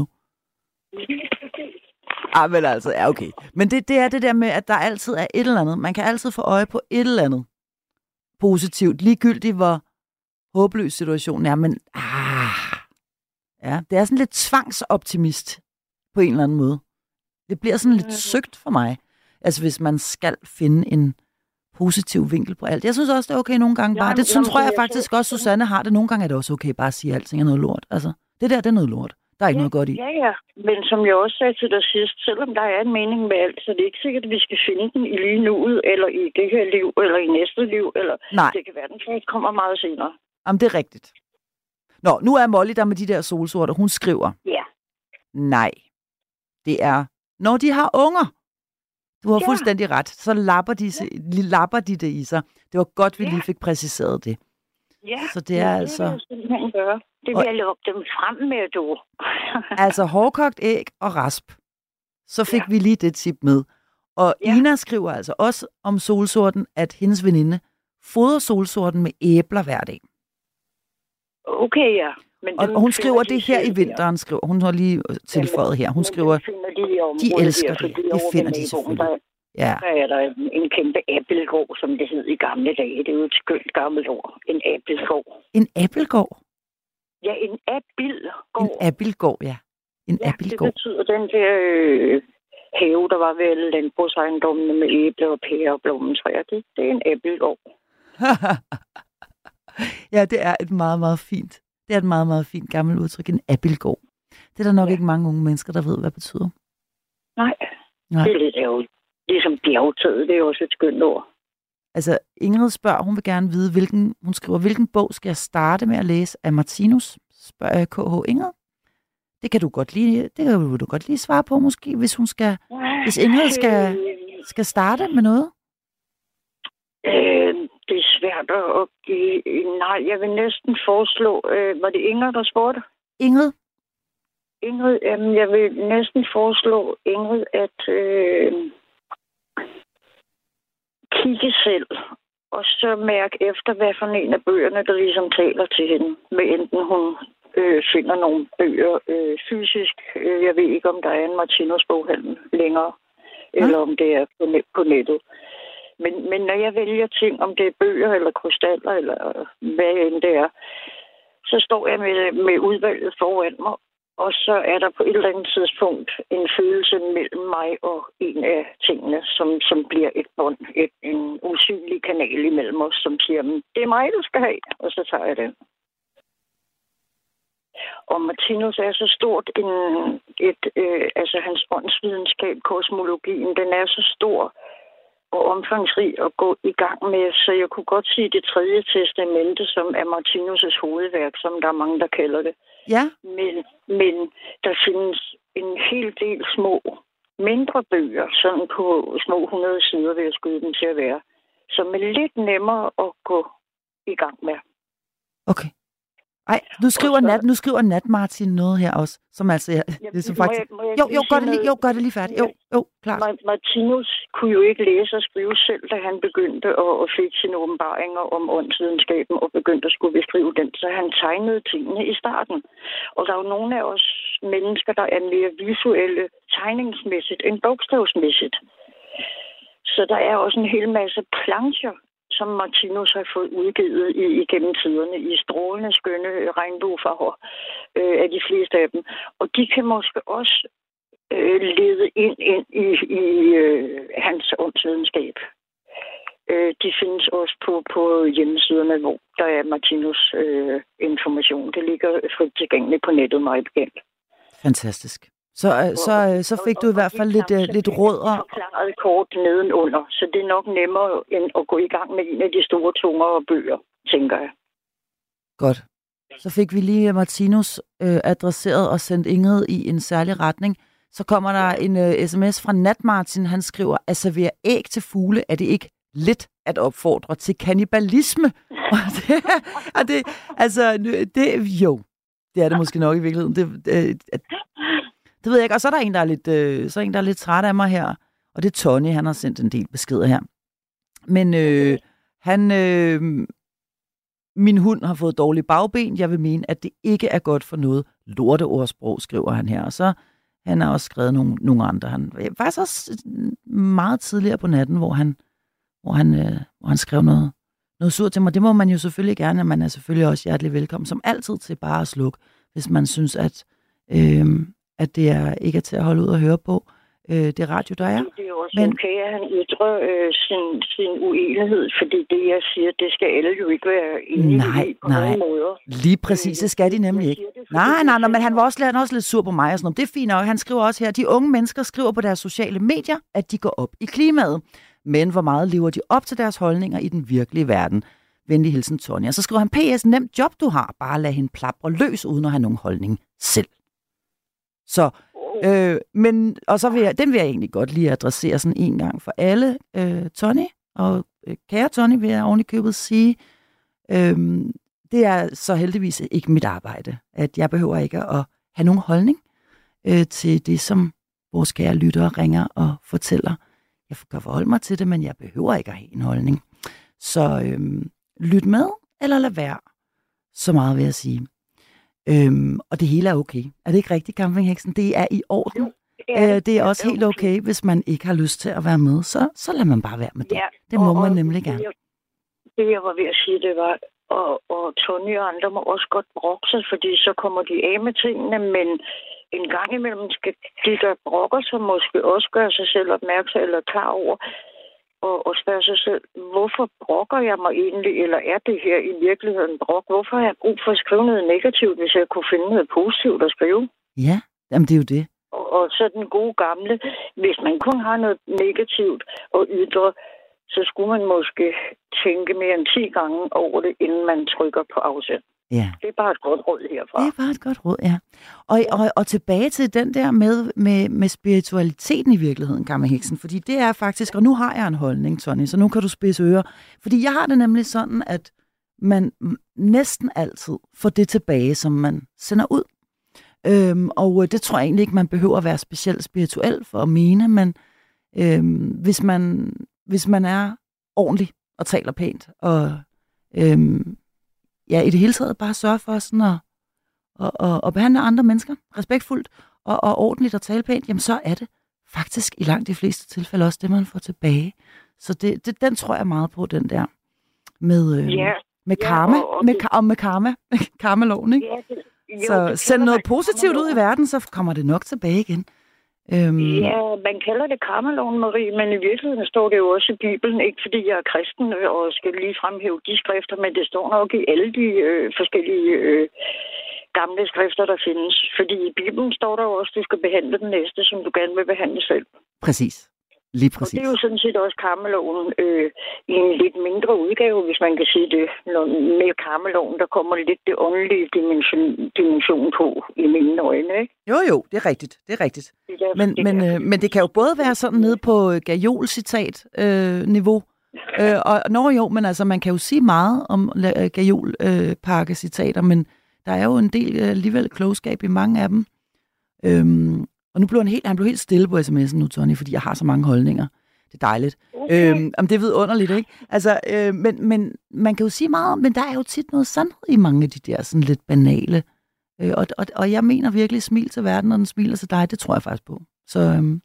Men altså, ja, okay. Men det er det der med, at der altid er et eller andet. Man kan altid få øje på et eller andet positivt. Ligegyldigt, hvor håbløs situationen er. Men, ja, det er sådan lidt tvangsoptimist på en eller anden måde. Det bliver sådan lidt søgt for mig. Altså, hvis man skal finde en positiv vinkel på alt. Jeg synes også, det er okay nogle gange bare. Det tror jeg faktisk også, Susanne har det. Nogle gange er det også okay bare at sige, at alting er noget lort. Altså, det er noget lort. Der er ikke noget godt i. Ja. Men som jeg også sagde til dig sidst, selvom der er en mening med alt, så det er ikke sikkert, at vi skal finde den i lige nuet, eller i det her liv, eller i næste liv, eller det kan være, den faktisk kommer meget senere. Jamen, det er rigtigt. Nu er Molly der med de der solsorter. Hun skriver. Ja. Nej. Det er, når de har unger. Du har fuldstændig ret. Så lapper de det i sig. Det var godt, vi lige fik præciseret det. Ja, så det er altså... Det vil jeg simpelthen gøre. Det vil jeg lukke dem frem med, du. Altså hårdkogt æg og rasp. Så fik vi lige det tip med. Og Ina skriver altså også om solsorten, at hendes veninde fodre solsorten med æbler hver dag. Okay, ja. Men Og hun skriver det her i vinteren, skriver hun har lige tilføjet her. Hun skriver, de elsker det. Det finder de selvfølgelig. Ja. Der er der en kæmpe æbelgård, som det hed i gamle dage. Det er jo et skønt gammelt ord. En æbelgård. En æbelgård? Ja, en æbelgård. En æbelgård, ja. En ja, æbelgård. Det betyder den der have, der var ved alle landbrugsejendommene med æbler og pærer og blommentræer. Det er en æbelgård. Ja, det er et meget, meget fint. Det er et meget, meget fint gammelt udtryk. En æbelgård. Det er der nok ikke mange unge mennesker, der ved, hvad det betyder. Nej. Det er lidt ærgerligt. Ligesom bjergtaget, det er også et skønt ord. Altså, Ingrid spørger, hun vil gerne vide, hvilken bog skal jeg starte med at læse af Martinus? Spørger KH Ingrid. Det kan du godt lige svare på, måske, hvis Ingrid skal starte med noget. Det er svært at give. Nej, jeg vil næsten foreslå, var det Ingrid, der spurgte? Ingrid, jeg vil næsten foreslå Ingrid, at kigge selv, og så mærke efter, hvad for en af bøgerne, der ligesom taler til hende. Med enten hun finder nogle bøger fysisk. Jeg ved ikke, om der er en Martinus boghandel længere, eller om det er på nettet. Men når jeg vælger ting, om det er bøger eller krystaller, eller hvad end det er, så står jeg med udvalget foran mig, og så er der på et eller andet tidspunkt en følelse mellem mig og en af tingene, som bliver et bånd, en usynlig kanal imellem os, som siger, det er mig, du skal have, og så tager jeg den. Og Martinus er så stort altså hans åndsvidenskab, kosmologien, den er så stor og omfangsrig at gå i gang med, så jeg kunne godt sige det 3. testamente, som er Martinus' hovedværk, som der er mange, der kalder det. Ja. Men der findes en hel del mindre bøger, sådan på små 100 sider, vil jeg skyde dem til at være, som er lidt nemmere at gå i gang med. Okay. Ej, nu skriver Nat Martin noget her også, som altså gør det lige færdigt. Jo, klart. Martinus kunne jo ikke læse og skrive selv, da han begyndte at fik sine åbenbaringer om åndsvidenskaben og begyndte at skulle beskrive den, så han tegnede tingene i starten. Og der er jo nogle af os mennesker, der er mere visuelle tegningsmæssigt end bogstavsmæssigt. Så der er også en hel masse plancher, som Martinus har fået udgivet igennem tiderne i strålende, skønne regnbuefarver af de fleste af dem. Og de kan måske også lede ind i hans åndsvidenskab. De findes også på hjemmesiderne, hvor der er Martinus information. Det ligger frit tilgængeligt på nettet, meget bekendt. Fantastisk. Så fik du i hvert fald lidt råd og forklaret kort nedenunder, så det er nok nemmere end at gå i gang med en af de store tungere bøger, tænker jeg. Godt. Så fik vi lige Martinus adresseret og sendt Ingrid i en særlig retning. Så kommer der en sms fra Nat Martin. Han skriver, at servere æg til fugle, er det ikke lidt at opfordre til kannibalisme? Det er det måske nok i virkeligheden. Det ved jeg ikke. Og så er der en, der er lidt træt af mig her. Og det er Tony, han har sendt en del beskeder her. Men min hund har fået dårlige bagben. Jeg vil mene, at det ikke er godt for noget lorteordsprog, skriver han her. Og så han har også skrevet nogle andre. Han faktisk også meget tidligere på natten, hvor han skrev noget surt til mig. Det må man jo selvfølgelig gerne, og man er selvfølgelig også hjertelig velkommen, som altid, til bare at slukke, hvis man synes, at det ikke er til at holde ud og høre på. Det radio, der er. Det er jo også okay, at han ytrer sin uenighed, fordi det, jeg siger, det skal alle jo ikke være enige i på nogen måder. Lige præcis, det skal de nemlig ikke. Nej, men han var også lidt sur på mig og sådan noget. Det er fint nok. Han skriver også her, de unge mennesker skriver på deres sociale medier, at de går op i klimaet. Men hvor meget lever de op til deres holdninger i den virkelige verden? Venlig hilsen, Tony. Og så skriver han, PS, nemt job du har. Bare lad hende plapre løs, uden at have nogen holdning selv. Så og så den vil jeg egentlig godt lige adressere sådan en gang for alle. Tony, og kære Tony, vil jeg oven i købet sige, det er så heldigvis ikke mit arbejde, at jeg behøver ikke at have nogen holdning til det, som vores kære lyttere ringer og fortæller. Jeg kan forholde mig til det, men jeg behøver ikke at have en holdning. Så lyt med, eller lad være. Så meget vil jeg sige. Og det hele er okay. Er det ikke rigtigt, campingheksen? Det er i orden. Det er også helt okay, hvis man ikke har lyst til at være med. Så lader man bare være med det. Ja, Det må man nemlig gerne. Det, jeg var ved at sige, det var, og Tony og andre må også godt brokke sig, fordi så kommer de af med tingene, men en gang imellem skal de, der brokker sig, måske også gøre sig selv opmærksom eller klar over, og spørge sig selv, hvorfor brokker jeg mig egentlig, eller er det her i virkeligheden brok? Hvorfor har jeg brug for at skrive noget negativt, hvis jeg kunne finde noget positivt at skrive? Ja, jamen det er jo det. Og så den gode gamle, hvis man kun har noget negativt at ytre, så skulle man måske tænke mere end 10 gange over det, inden man trykker på afsend. Ja. Det er bare et godt råd herfra. Det er bare et godt råd, ja. Og tilbage til den der med spiritualiteten i virkeligheden, campingheksen, fordi det er faktisk, og nu har jeg en holdning, Tony, så nu kan du spidse ører, fordi jeg har det nemlig sådan, at man næsten altid får det tilbage, som man sender ud. Og det tror jeg egentlig ikke, man behøver at være specielt spirituel for at mene, men hvis man er ordentlig og taler pænt, og i det hele taget bare sørge for sådan at behandle andre mennesker respektfuldt og ordentligt og tale pænt, jamen så er det faktisk i langt de fleste tilfælde også det, man får tilbage. Så den tror jeg meget på, den der med karma, med karma, karmaloven, ikke? Så send noget positivt ud i verden, så kommer det nok tilbage igen. Ja, man kalder det karmaloven, Marie, men i virkeligheden står det jo også i Bibelen, ikke fordi jeg er kristen og skal lige fremhæve de skrifter, men det står nok i alle de forskellige gamle skrifter, der findes. Fordi i Bibelen står der jo også, at du skal behandle den næste, som du gerne vil behandle selv. Præcis. Lige præcis. Og det er jo sådan set også karmeloven i en lidt mindre udgave, hvis man kan sige det. Med karmeloven, der kommer lidt det åndelige dimension på i mine øjne, ikke? Jo, det er rigtigt. Det er rigtigt. Men det kan jo både være sådan nede på Gajol-citat-niveau. Men altså, man kan jo sige meget om Gajol-pakke-citater, men der er jo en del alligevel klogskab i mange af dem. Og nu blev han blev helt stille på sms'en nu, Tony, fordi jeg har så mange holdninger. Det er dejligt. Okay. Det er vidunderligt, ikke? Altså, men man kan jo sige meget, men der er jo tit noget sandhed i mange af de der sådan lidt banale. Og jeg mener virkelig, smil til verden, og den smiler til dig. Det tror jeg faktisk på. Så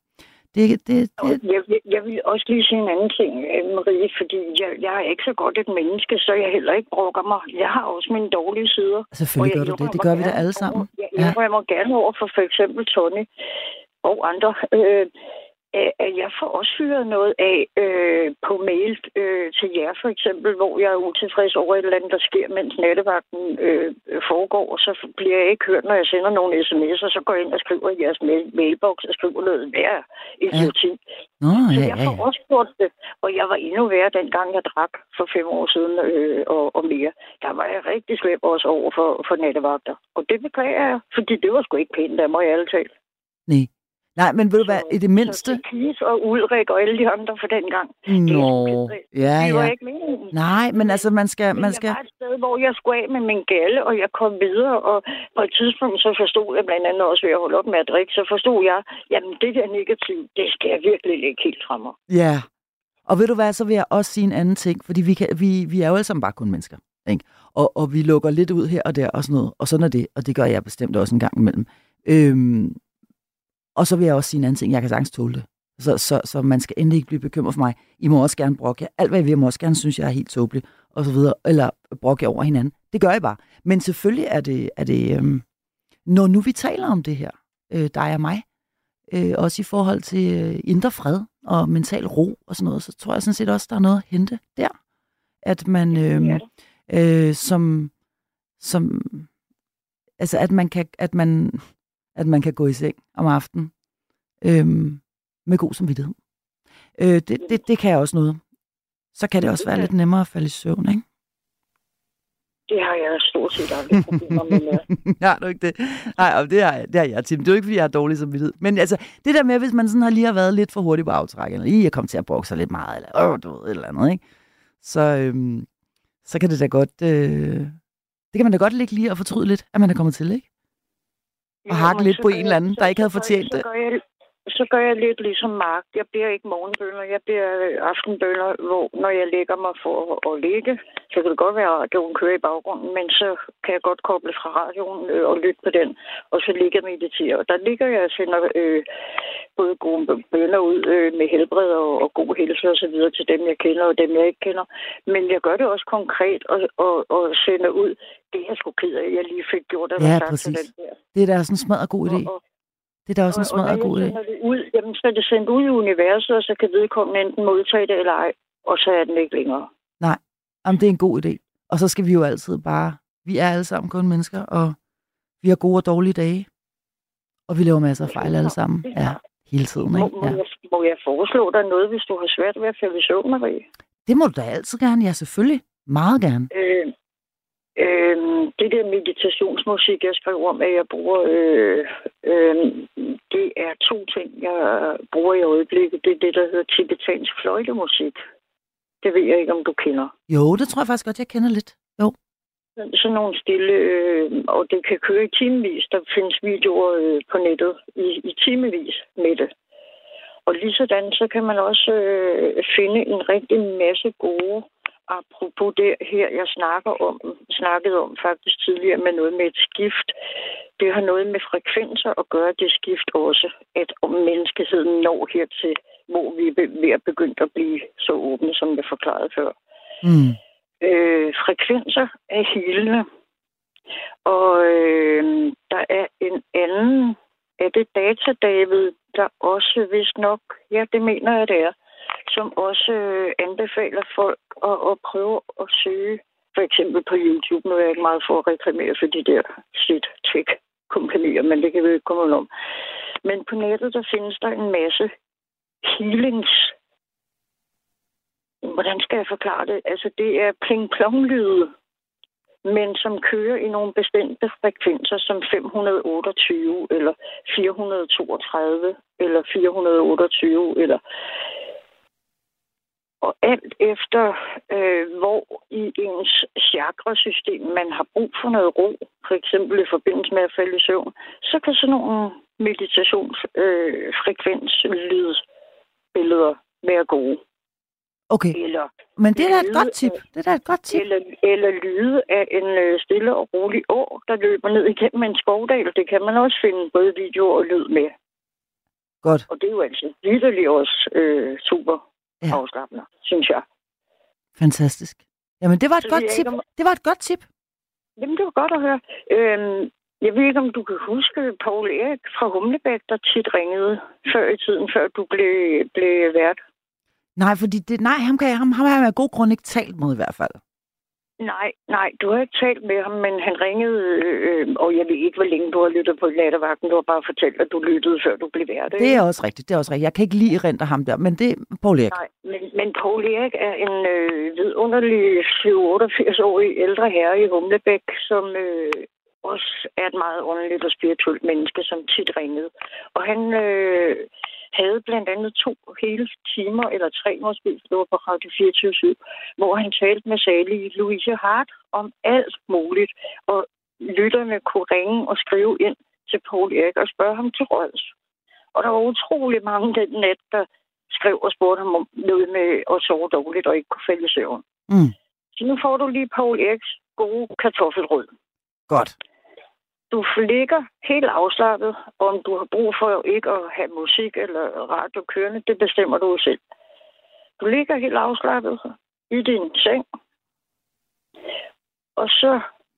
Jeg vil også lige sige en anden ting, Marie, fordi jeg er ikke så godt et menneske, så jeg heller ikke brokker mig. Jeg har også mine dårlige sider. Selvfølgelig gør du det. Det gør vi da alle sammen. Jeg må gerne over for eksempel Tony og andre, at jeg får også fyret noget af på mail til jer, for eksempel, hvor jeg er utilfreds over et eller andet, der sker, mens nattevagten foregår, og så bliver jeg ikke hørt, når jeg sender nogle sms'er, så går jeg ind og skriver i jeres mailbox og skriver noget værre idioti. Så jeg får også gjort det, og jeg var endnu værre dengang, jeg drak for 5 år siden og mere. Der var jeg rigtig slem også over for nattevagter. Og det beklager jeg, fordi det var sgu ikke pænt af mig i alle tal. Nej, men ved du hvad, i det mindste... Kis og Ulrik og alle de andre for den gang. Det var ikke meningen. Nej, men altså, man skal... Jeg var et sted, hvor jeg skulle af med min galle, og jeg kom videre, og på et tidspunkt så forstod jeg blandt andet også ved at holde op med at drikke, så forstod jeg, jamen det der negativt, det skal jeg virkelig lægge helt fra mig. Ja, og ved du hvad, så vil jeg også sige en anden ting, fordi vi er jo alle sammen bare kun mennesker, ikke? Og vi lukker lidt ud her og der og sådan noget, og sådan er det, og det gør jeg bestemt også en gang imellem. Og så vil jeg også sige en anden ting. Jeg kan sagtens tåle det. Så man skal endelig ikke blive bekymret for mig. I må også gerne brokke jer. Alt hvad I vil, jeg må også gerne synes, jeg er helt tåbelig. Og så videre. Eller brokke jer over hinanden. Det gør jeg bare. Men selvfølgelig er det når nu vi taler om det her, dig og mig, også i forhold til indre fred og mental ro og sådan noget, så tror jeg sådan set også, der er noget at hente der. At man at man kan gå i seng om aftenen med god samvittighed. Det kan jeg også noget. Så kan det også være lidt nemmere at falde i søvn, ikke? Det har jeg stort set aldrig problemer med. Har du ikke det? Nej, det har jeg, Tim. Det er jo ikke, fordi jeg har dårlig samvittighed. Men altså, det der med, hvis man sådan lige har været lidt for hurtigt på aftræk, eller lige er kommet til at brokke sig lidt meget, eller du ved, et eller andet, ikke? Så kan det da godt... det kan man da godt ligge lige og fortryde lidt, at man er kommet til, ikke? Og hakke lidt på en eller anden, der ikke havde fortjent det. så gør jeg lidt ligesom Mark. Jeg bliver ikke morgenbønner, jeg bliver aftenbønner, hvor når jeg lægger mig for at ligge, så kan det godt være, at radioen kører i baggrunden, men så kan jeg godt koble fra radioen og lytte på den, og så ligger jeg og mediterer. Og der ligger jeg og sender både gode bønner ud med helbred og god helse og så videre til dem, jeg kender og dem, jeg ikke kender. Men jeg gør det også konkret og sender ud. Det er jeg sgu ked af, jeg lige fik gjort. Ja, præcis. Det er da sådan en smadret god idé. Det er da også en smadret god idé. Og når jeg sender det ud, jamen, så er det sendt ud i universet, og så kan vedkommende enten modtage det eller ej, og så er den ikke længere. Nej, jamen, det er en god idé. Og så skal vi jo altid bare... Vi er alle sammen kun mennesker, og vi har gode og dårlige dage. Og vi laver masser af fejl alle sammen. Ja, hele tiden, ikke? Ja. Må jeg foreslå dig noget, hvis du har svært ved at falde i søvn, Marie? Det må du da altid gerne. Ja, selvfølgelig. Meget gerne. Det der meditationsmusik, jeg skrev om, at jeg bruger, det er 2 ting, jeg bruger i øjeblikket. Det er det, der hedder tibetansk fløjtemusik. Det ved jeg ikke, om du kender. Jo, det tror jeg faktisk godt, jeg kender lidt. Jo. Sådan nogle stille, og det kan køre i timevis. Der findes videoer på nettet i timevis med det. Og ligesådan, så kan man også finde en rigtig masse gode, apropos det her, jeg snakkede om faktisk tidligere med noget med et skift. Det har noget med frekvenser at gøre, det skift også, at om menneskeheden når hertil, hvor vi er ved at begynde at blive så åbne, som jeg forklarede før. Mm. Frekvenser er helende, og der er en anden, er det Data David, der også vist nok, ja, det mener jeg, det er, som også anbefaler folk at prøve at søge, for eksempel på YouTube. Nu er jeg ikke meget for at reklamere for de der tech-kompanier, men det kan vi ikke komme om. Men på nettet, der findes der en masse healings. Hvordan skal jeg forklare det? Altså, det er pling-plong-lyde, men som kører i nogle bestemte frekvenser, som 528, eller 432, eller 428, eller... Og alt efter, hvor i ens chakrasystem man har brug for noget ro, for eksempel i forbindelse med at falde i søvn, så kan sådan nogle meditationsfrekvenslydbilleder være gode. Okay, men det er da et godt tip. Eller lyde af en stille og rolig å, der løber ned igennem en skovdal. Det kan man også finde både video og lyd med. Godt. Og det er jo altså virkelig også super afslappende, synes jeg. Fantastisk. Jamen, det var et godt tip. Det var et godt tip. Jamen, det var godt at høre. Jeg ved ikke, om du kan huske Poul Erik fra Humlebæk, der tit ringede før i tiden, før du blev vært. Nej, fordi ham har jeg af god grund ikke talt mod i hvert fald. Nej, du har ikke talt med ham, men han ringede, og jeg ved ikke, hvor længe du har lyttet på Nattevagten. Du har bare fortalt, at du lyttede, før du blev vært. Det er også rigtigt, Jeg kan ikke lige erindre ham der, men det er Poul Erik. Nej, men Poul Erik er en vidunderlig 87-årig ældre herre i Humlebæk, som også er et meget åndeligt og spirituelt menneske, som tit ringede. Og han havde blandt andet 2 hele timer, eller 3 måske, det var på Radio 24/7, hvor han talte med salige Louise Hart om alt muligt. Og lytterne kunne ringe og skrive ind til Poul Erik og spørge ham til råds. Og der var utrolig mange den nat, der skrev og spurgte ham om noget med at sove dårligt og ikke kunne falde i søvn. Mm. Så nu får du lige Poul Eriks gode kartoffelrød. Godt. Du ligger helt afslappet, og om du har brug for ikke at have musik eller radio kørende, det bestemmer du selv. Du ligger helt afslappet i din seng, og så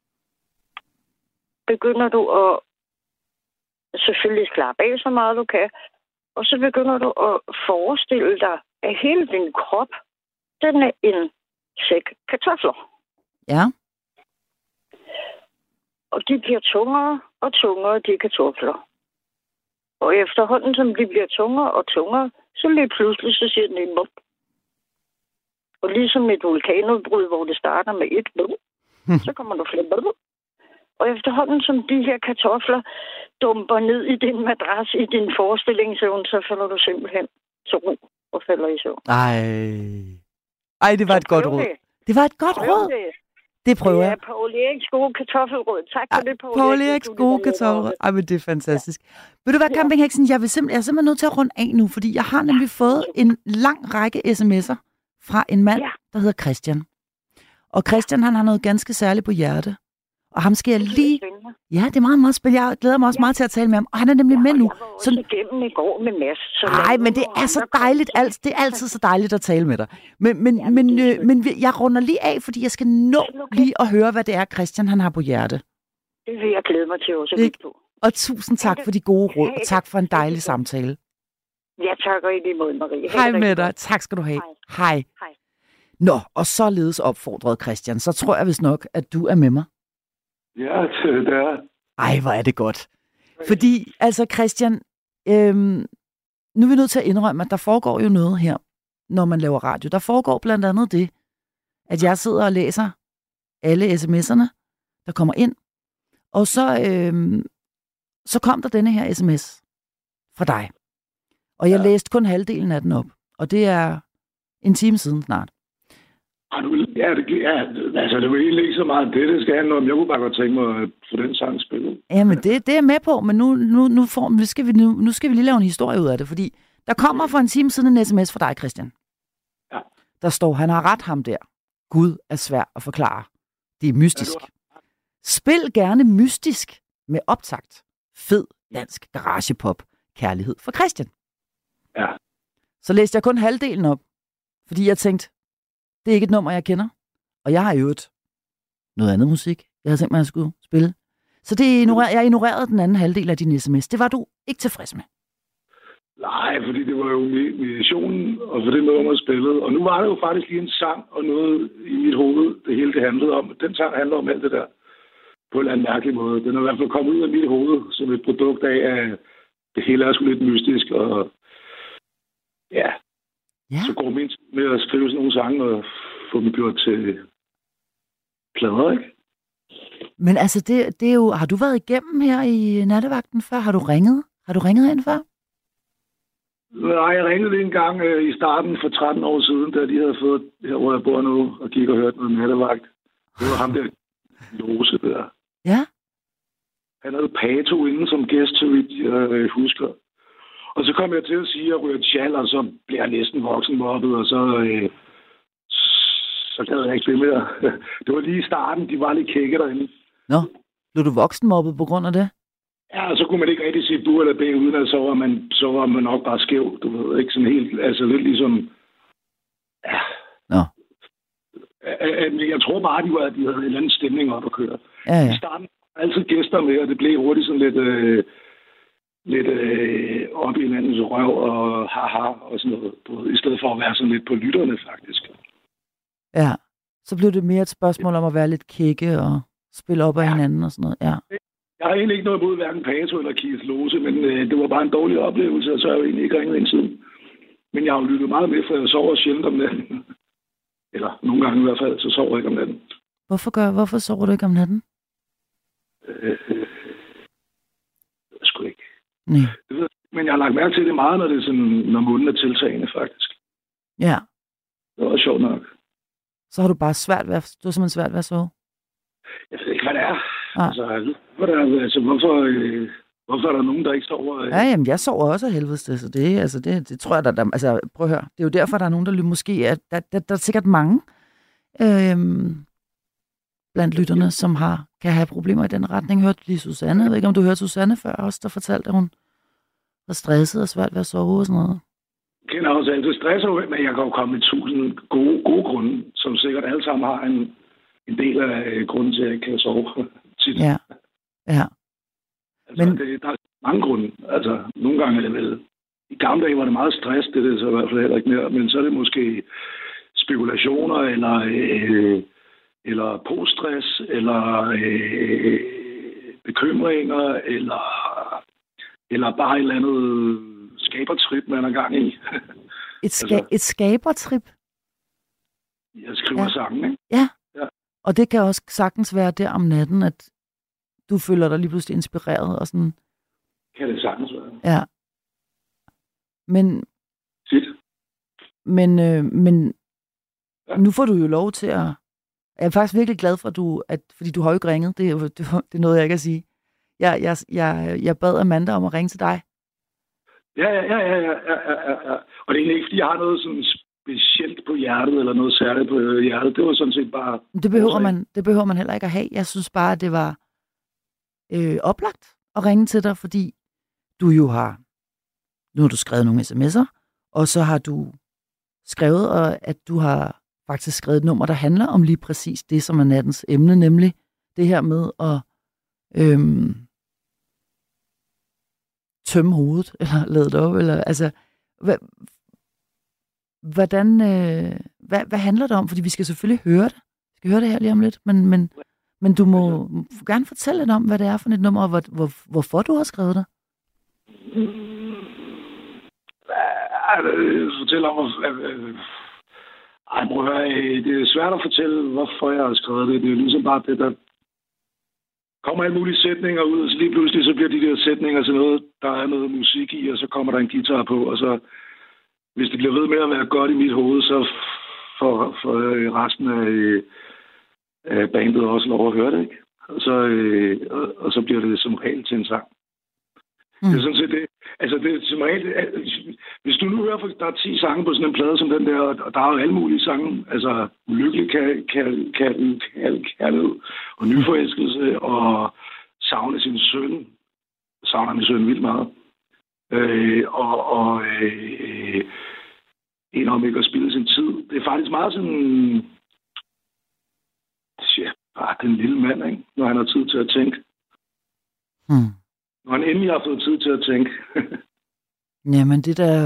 begynder du at selvfølgelig slappe af så meget du kan, og så begynder du at forestille dig, at hele din krop, den er en sæk kartofler. Ja. Og de bliver tungere og tungere, de kartofler. Og efterhånden, som de bliver tungere og tungere, så lige pludselig, så siger den en mup. Og ligesom et vulkanudbrud, hvor det starter med et blod, så kommer der flere blod. Og efterhånden, som de her kartofler dumper ned i din madras, i din forestillingsevne, så falder du simpelthen til ro og falder i søvn. Ej, det var et godt råd. Det var et godt råd. Det prøver Det jeg. er Paul Eriks gode kartoffelrød. Tak for det, Paul Eriks gode kartofler. Ej, men det er fantastisk. Ved du hvad, campingheksen, jeg er simpelthen nødt til at runde af nu, fordi jeg har nemlig fået en lang række sms'er fra en mand, der hedder Christian. Og Christian, han har noget ganske særligt på hjerte. Og ham skal jeg lige... Ja, det er meget, meget spændende. Jeg glæder mig også meget til at tale med ham. Og han er nemlig med nu. Jeg var også igennem i går med Mads. Nej, men det er så dejligt. Det er altid så dejligt at tale med dig. Men jeg runder lige af, fordi jeg skal nå lige at høre, hvad det er, Christian han har på hjerte. Det vil jeg glæde mig til også at lytte på. Og tusind tak for de gode råd, og tak for en dejlig samtale. Jeg takker i lige måde, Marie. Hej med dig. Tak skal du have. Hej. Nå, og således opfordrede Christian. Så tror jeg vist nok, at du er med mig. Ja, det er. Ej, hvor er det godt. Fordi, altså Christian, nu er vi nødt til at indrømme, at der foregår jo noget her, når man laver radio. Der foregår blandt andet det, at jeg sidder og læser alle sms'erne, der kommer ind. Og så kom der denne her sms fra dig. Og jeg læste kun halvdelen af den op. Og det er en time siden snart. Det var egentlig ikke så meget det skal handle om. Jeg kunne bare godt tænke mig at få den sang spillet. Jamen, det er jeg med på, men nu skal vi lige lave en historie ud af det, fordi der kommer for en time siden en sms fra dig, Christian. Ja. Der står, han har ret ham der. Gud er svær at forklare. Det er mystisk. Spil gerne mystisk med optakt. Fed dansk garagepop. Kærlighed for Christian. Ja. Så læste jeg kun halvdelen op, fordi jeg tænkte, det er ikke et nummer, jeg kender. Og jeg har jo noget andet musik, jeg havde tænkt mig, at jeg skulle spille. Så jeg ignorerede den anden halvdel af din sms. Det var du ikke tilfreds med. Nej, fordi det var jo missionen, og for det nummer spillet. Og nu var det jo faktisk lige en sang og noget i mit hoved, det hele det handlede om. Den sang handler om alt det der på en eller anden mærkelig måde. Den er i hvert fald kommet ud af mit hoved som et produkt af, at det hele er sgu lidt mystisk. Og ja. Så går min med at skrive sådan nogle sange og få dem gjort til plader, ikke? Men altså, det er jo... Har du været igennem her i nattevagten før? Har du ringet ind før? Nej, jeg ringede lige en gang i starten for 13 år siden, da de havde fået her, hvor jeg bor nu, og gik og hørte noget nattevagt. Det var ham der, Lose der. Ja? Han havde Pato inde som gæst, så vidt jeg husker. Og så kom jeg til at sige, at jeg ryger tjal, og så blev jeg næsten voksenmobbet, og så gad jeg ikke det mere. Det var lige i starten, de var lidt kække derinde. Nå, blev du voksenmobbet på grund af det? Ja, og så kunne man ikke rigtig sige bu eller bæ, uden at så var man nok bare skæv, du ved, ikke sådan helt, altså lidt ligesom, ja. Nå. Jeg tror bare, de havde en eller anden stemning op at køre. Ja. I starten var altid gæster med, og det blev hurtigt sådan lidt op i hinandens røv og haha og sådan noget, i stedet for at være sådan lidt på lytterne, faktisk. Ja, så blev det mere et spørgsmål om at være lidt kække og spille op af hinanden og sådan noget, ja. Jeg har egentlig ikke noget imod hverken Pato eller Keith Lose, men det var bare en dårlig oplevelse, og så har jeg jo egentlig ikke ringet ind siden. Men jeg har jo lyttet meget med, for jeg sover sjældent om natten. Eller nogle gange i hvert fald, så sover jeg ikke om natten. Hvorfor sover du ikke om natten? Sgu ikke. Nej. Men jeg har lagt mærke til det meget, når månen er tiltagende, faktisk. Ja. Det var sjovt nok. Så har du bare simpelthen svært ved at sove? Jeg ved ikke, hvad det er. Ah. Hvorfor er der nogen, der ikke sover? Ja, jamen, jeg sover også af helvedes til, så det tror jeg, der altså, prøv at høre. Det er jo derfor, der er nogen, der måske er, der er sikkert mange blandt lytterne, som kan have problemer i den retning. Hørte lige Susanne? Jeg ved ikke, om du hørte Susanne før også, der fortalte, at hun var stresset og svært ved at sove og sådan noget. Jeg kender også altid stress, men jeg kan jo komme med 1000 gode grunde, som sikkert alle sammen har en del af grunden til, at jeg ikke kan sove tit. Ja. Altså, der er mange grunde. Altså, nogle gange er det vel... I gamle dage var det meget stress, det er så i hvert fald heller ikke mere, men så er det måske spekulationer, eller poststress, eller bekymringer, eller bare et eller andet skabertrip, man er gang i. Et skabertrip? Jeg skriver sangen, ikke? Ja. Og det kan også sagtens være der om natten, at du føler dig lige pludselig inspireret og sådan. Kan det sagtens være. Ja. Men Fedt. Men nu får du jo lov til at Jeg er faktisk virkelig glad for, fordi du har jo ikke ringet. Det er noget, jeg ikke kan sige. Jeg bad Amanda om at ringe til dig. Ja. Og det er egentlig ikke, fordi jeg har noget sådan specielt på hjertet, eller noget særligt på hjertet. Det var sådan set bare... Det behøver man heller ikke at have. Jeg synes bare, at det var oplagt at ringe til dig, fordi du jo har... Nu har du skrevet nogle sms'er, og så har du skrevet, at du har faktisk skrevet et nummer, der handler om lige præcis det, som er nattens emne, nemlig det her med at tømme hovedet, eller lade det op, eller altså... Hvad handler det om? Fordi vi skal selvfølgelig høre det. Vi skal høre det her lige om lidt, men du må gerne fortælle lidt om, hvad det er for et nummer, og hvorfor du har skrevet det. Fortæl om... prøv at høre, det er svært at fortælle, hvorfor jeg har skrevet det. Det er ligesom bare det, der kommer alle mulige sætninger ud, og så lige pludselig så bliver de der sætninger til noget, der er noget musik i, og så kommer der en guitar på, og så hvis det bliver ved med at være godt i mit hoved, så får resten af bandet også lov at høre det, ikke? Og så bliver det som regel til en sang. Det er sådan set det. Altså, det er som regel... Hvis du nu hører, for der er 10 sange på sådan en plade som den der, og der er jo alle mulige sange, altså ulykkelig kærlighed, og nyforelskelse, og savner min søn vildt meget. En om ikke at spille sin tid. Det er faktisk meget sådan... Ja, bare den lille mand, ikke? Når han har tid til at tænke. Når han endelig har fået tid til at tænke. Jamen, det der...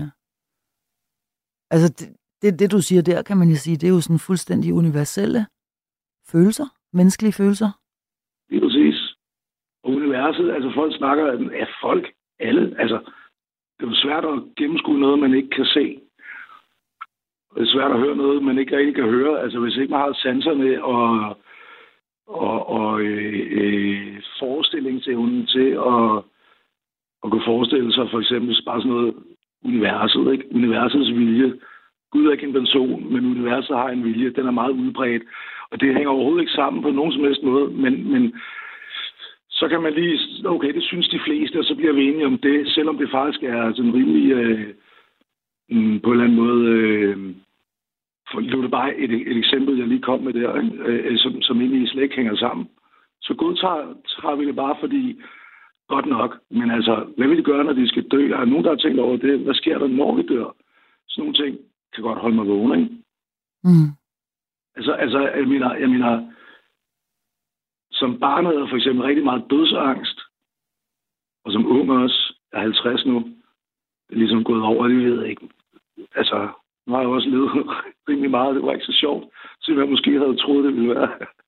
Altså, det du siger der, kan man jo sige, det er jo sådan fuldstændig universelle følelser. Menneskelige følelser. Det er præcis. Og universet, altså folk snakker af folk, alle. Altså, det er jo svært at gennemskue noget, man ikke kan se. Og det er svært at høre noget, man ikke rigtig kan høre. Altså, hvis ikke man har sanserne og forestillingsevnen til at kunne forestille sig for eksempel bare sådan noget universet, ikke? Universets vilje. Gud er ikke en person, men universet har en vilje. Den er meget udbredt. Og det hænger overhovedet ikke sammen på nogen som helst måde. Men så kan man lige... Okay, det synes de fleste, og så bliver vi enige om det, selvom det faktisk er sådan rimelig... på en eller anden måde... det var bare et eksempel, jeg lige kom med der, som egentlig slet ikke hænger sammen. Så godtager vi det bare, fordi godt nok. Men altså, hvad vil de gøre, når de skal dø? Er der nogen, der har tænkt over det? Hvad sker der, når vi dør? Sådan nogle ting kan godt holde mig vågen, ikke? Altså, jeg mener, som barn havde jeg for eksempel rigtig meget dødsangst. Og som ung også, jeg er 50 nu, det er ligesom gået over, det ved jeg ikke. Altså, nu har jeg også levet rimelig meget, det var ikke så sjovt, så jeg måske havde troet, det ville være.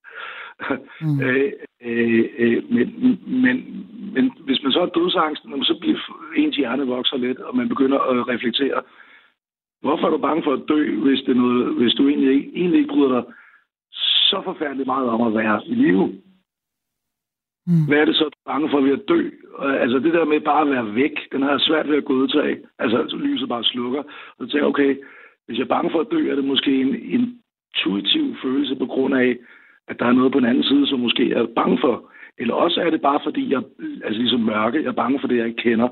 Men hvis man så har dødsangsten, så bliver ens hjerne vokser lidt, og man begynder at reflektere. Hvorfor er du bange for at dø, hvis du egentlig ikke bryder dig så forfærdeligt meget om at være i live? Hvad er det så, du er bange for ved at dø? Altså det der med bare at være væk, den har jeg svært ved at godtage. Altså lyset bare slukker. Og så tænker jeg, okay, hvis jeg er bange for at dø, er det måske en intuitiv følelse på grund af, at der er noget på den anden side, som måske er bange for. Eller også er det bare fordi, jeg altså ligesom mørke, jeg er bange for det, jeg ikke kender.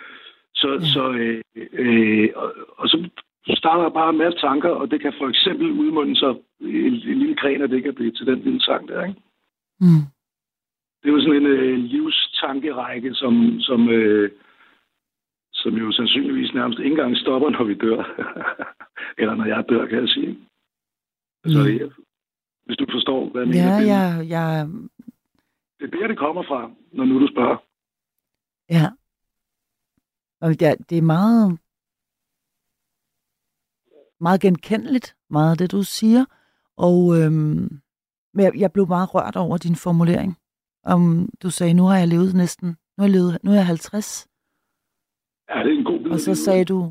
Og så starter jeg bare en masse tanker, og det kan for eksempel udmunde sig en lille gren, og det kan blive til den lille sang der, ikke? Det er jo sådan en livstankerække, som jo sandsynligvis nærmest ikke engang stopper, når vi dør. Eller når jeg dør, kan jeg sige. Så hvis du forstår, hvad jeg mener. Ja. Det er der, det kommer fra, når nu du spørger. Ja. Og det er meget, meget genkendeligt, meget af det, du siger. Og men jeg blev meget rørt over din formulering. Du sagde, nu er jeg 50. Ja, det er en god bid. Og så sagde du,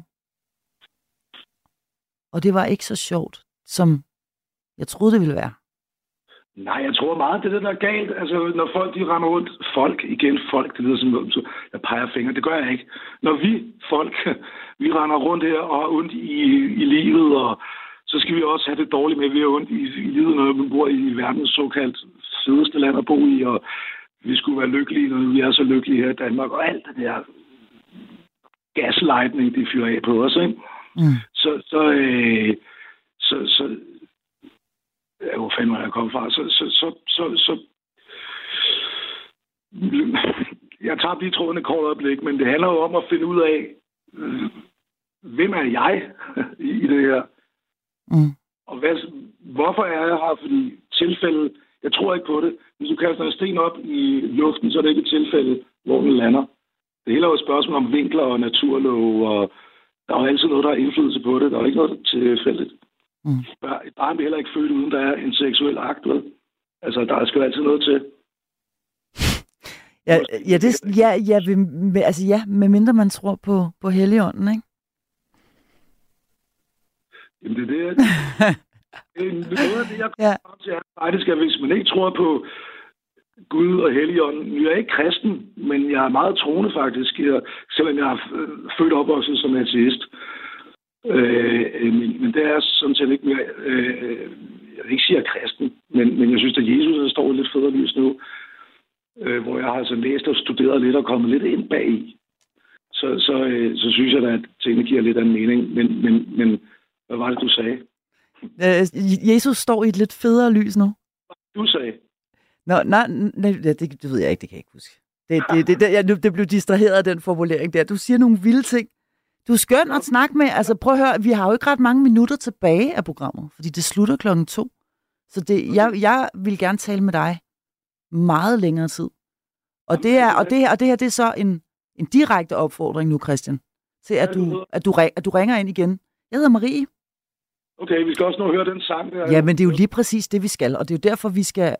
og det var ikke så sjovt, som jeg troede, det ville være. Nej, jeg tror meget, det der er galt. Altså, når folk, de render rundt. Folk, det lyder som, jeg peger fingre. Det gør jeg ikke. Når vi render rundt her og har ondt i livet, og så skal vi også have det dårligt med, at vi har ondt i livet, når vi bor i verdens såkaldt fedeste land at bo i, og vi skulle være lykkelige, når vi er så lykkelige her i Danmark, og alt det der gaslightning, de fyrer af på os, ikke? Hvor fanden var jeg kommet fra? Jeg tager lige tråden et kort øjeblik, men det handler jo om at finde ud af, hvem er jeg i det her? Og hvorfor er jeg her? Fordi tilfældet, jeg tror ikke på det. Hvis du kaster en sten op i luften, så er det ikke et tilfælde, hvor den lander. Det hele er jo et spørgsmål om vinkler og naturlov, og der er jo altid noget, der har indflydelse på det. Der er ikke noget tilfældigt. Et barn bliver heller ikke født, uden der er en seksuel akt, vel? Altså, der skal altid noget til. Medmindre man tror på Helligånden, ikke? Jamen, det er det. Noget af det, jeg kommer frem til, er faktisk, at hvis man ikke tror på Gud og Helligånden, jeg er ikke kristen, men jeg er meget troende faktisk, selvom jeg er født og opvokset som ateist. Men det er sådan set ikke mere, jeg vil ikke sige, at jeg er kristen, men jeg synes, at Jesus står lidt federe lys nu, hvor jeg har altså læst og studeret lidt og kommet lidt ind bag i. Så synes jeg da, at tingene giver lidt af en mening, men hvad var det, du sagde? Jesus står i et lidt federe lys nu. Du sagde? Nej, det ved jeg ikke, det kan jeg ikke huske. Det blev distraheret af den formulering der. Du siger nogle vilde ting. Du er skøn at snakke med. Altså prøv at høre, vi har jo ikke ret mange minutter tilbage af programmet, fordi det slutter 2:00. Så jeg vil gerne tale med dig meget længere tid. Og det her det er så en direkte opfordring nu, Christian, til at du ringer ind igen. Jeg hedder Marie. Okay, vi skal også nå høre den sang der. Ja, men det er jo lige præcis det, vi skal. Og det er jo derfor,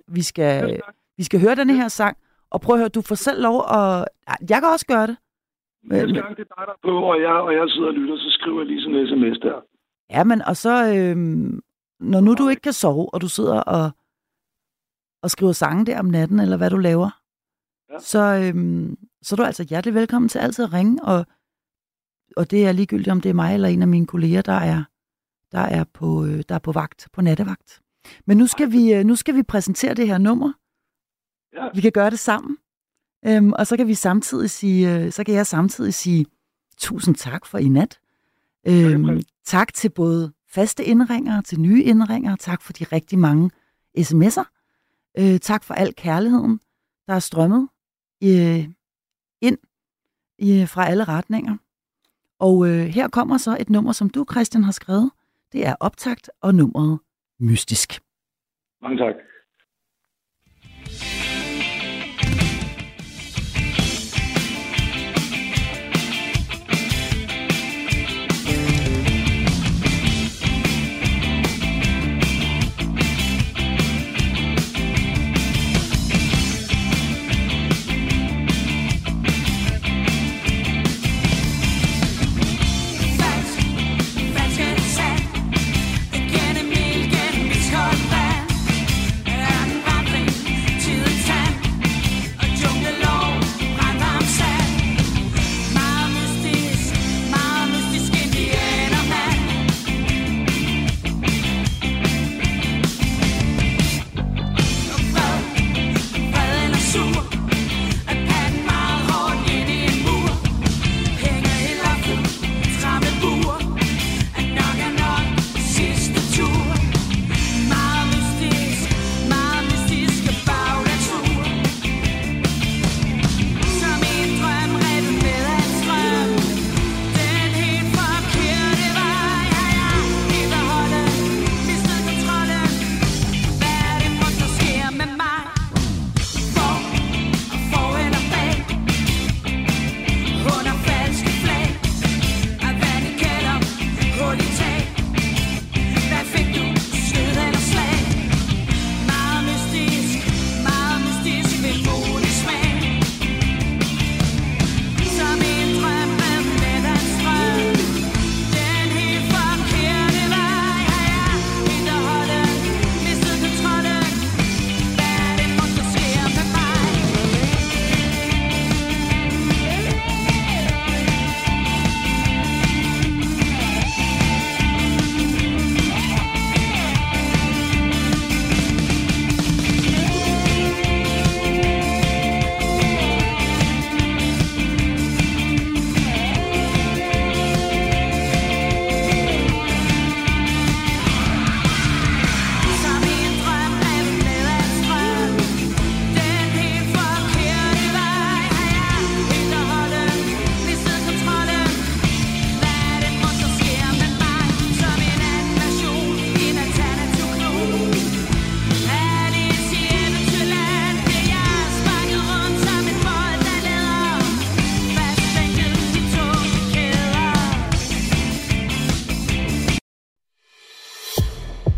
vi skal høre denne her sang. Og prøv at høre, du får selv lov at... Jeg kan også gøre det. Næste gang det er dig, der på, og jeg sidder og lytter, så skriver jeg lige sådan en sms der. Ja, men og så... når nu du ikke kan sove, og du sidder og skriver sange der om natten, eller hvad du laver, så er du altså hjertelig velkommen til altid at ringe, og det er ligegyldigt, om det er mig eller en af mine kolleger, der er på vagt, på nattevagt. Men nu skal vi præsentere det her nummer. Ja. Vi kan gøre det sammen. Og så kan jeg samtidig sige tusind tak for i nat. Tak til både faste indringere, til nye indringere. Tak for de rigtig mange sms'er. Tak for al kærligheden, der er strømmet ind fra alle retninger. Og her kommer så et nummer, som du, Christian, har skrevet. Det er optakt, og nummeret Mystisk. Mange tak. Falsk, falsk er det sandt. Det gennem ilden, mit skoldt vand.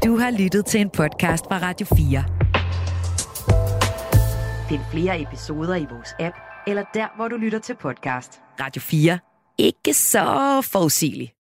Du har lyttet til en podcast fra Radio 4. Find flere episoder i vores app, eller der, hvor du lytter til podcast. Radio 4. Ikke så forudsigeligt.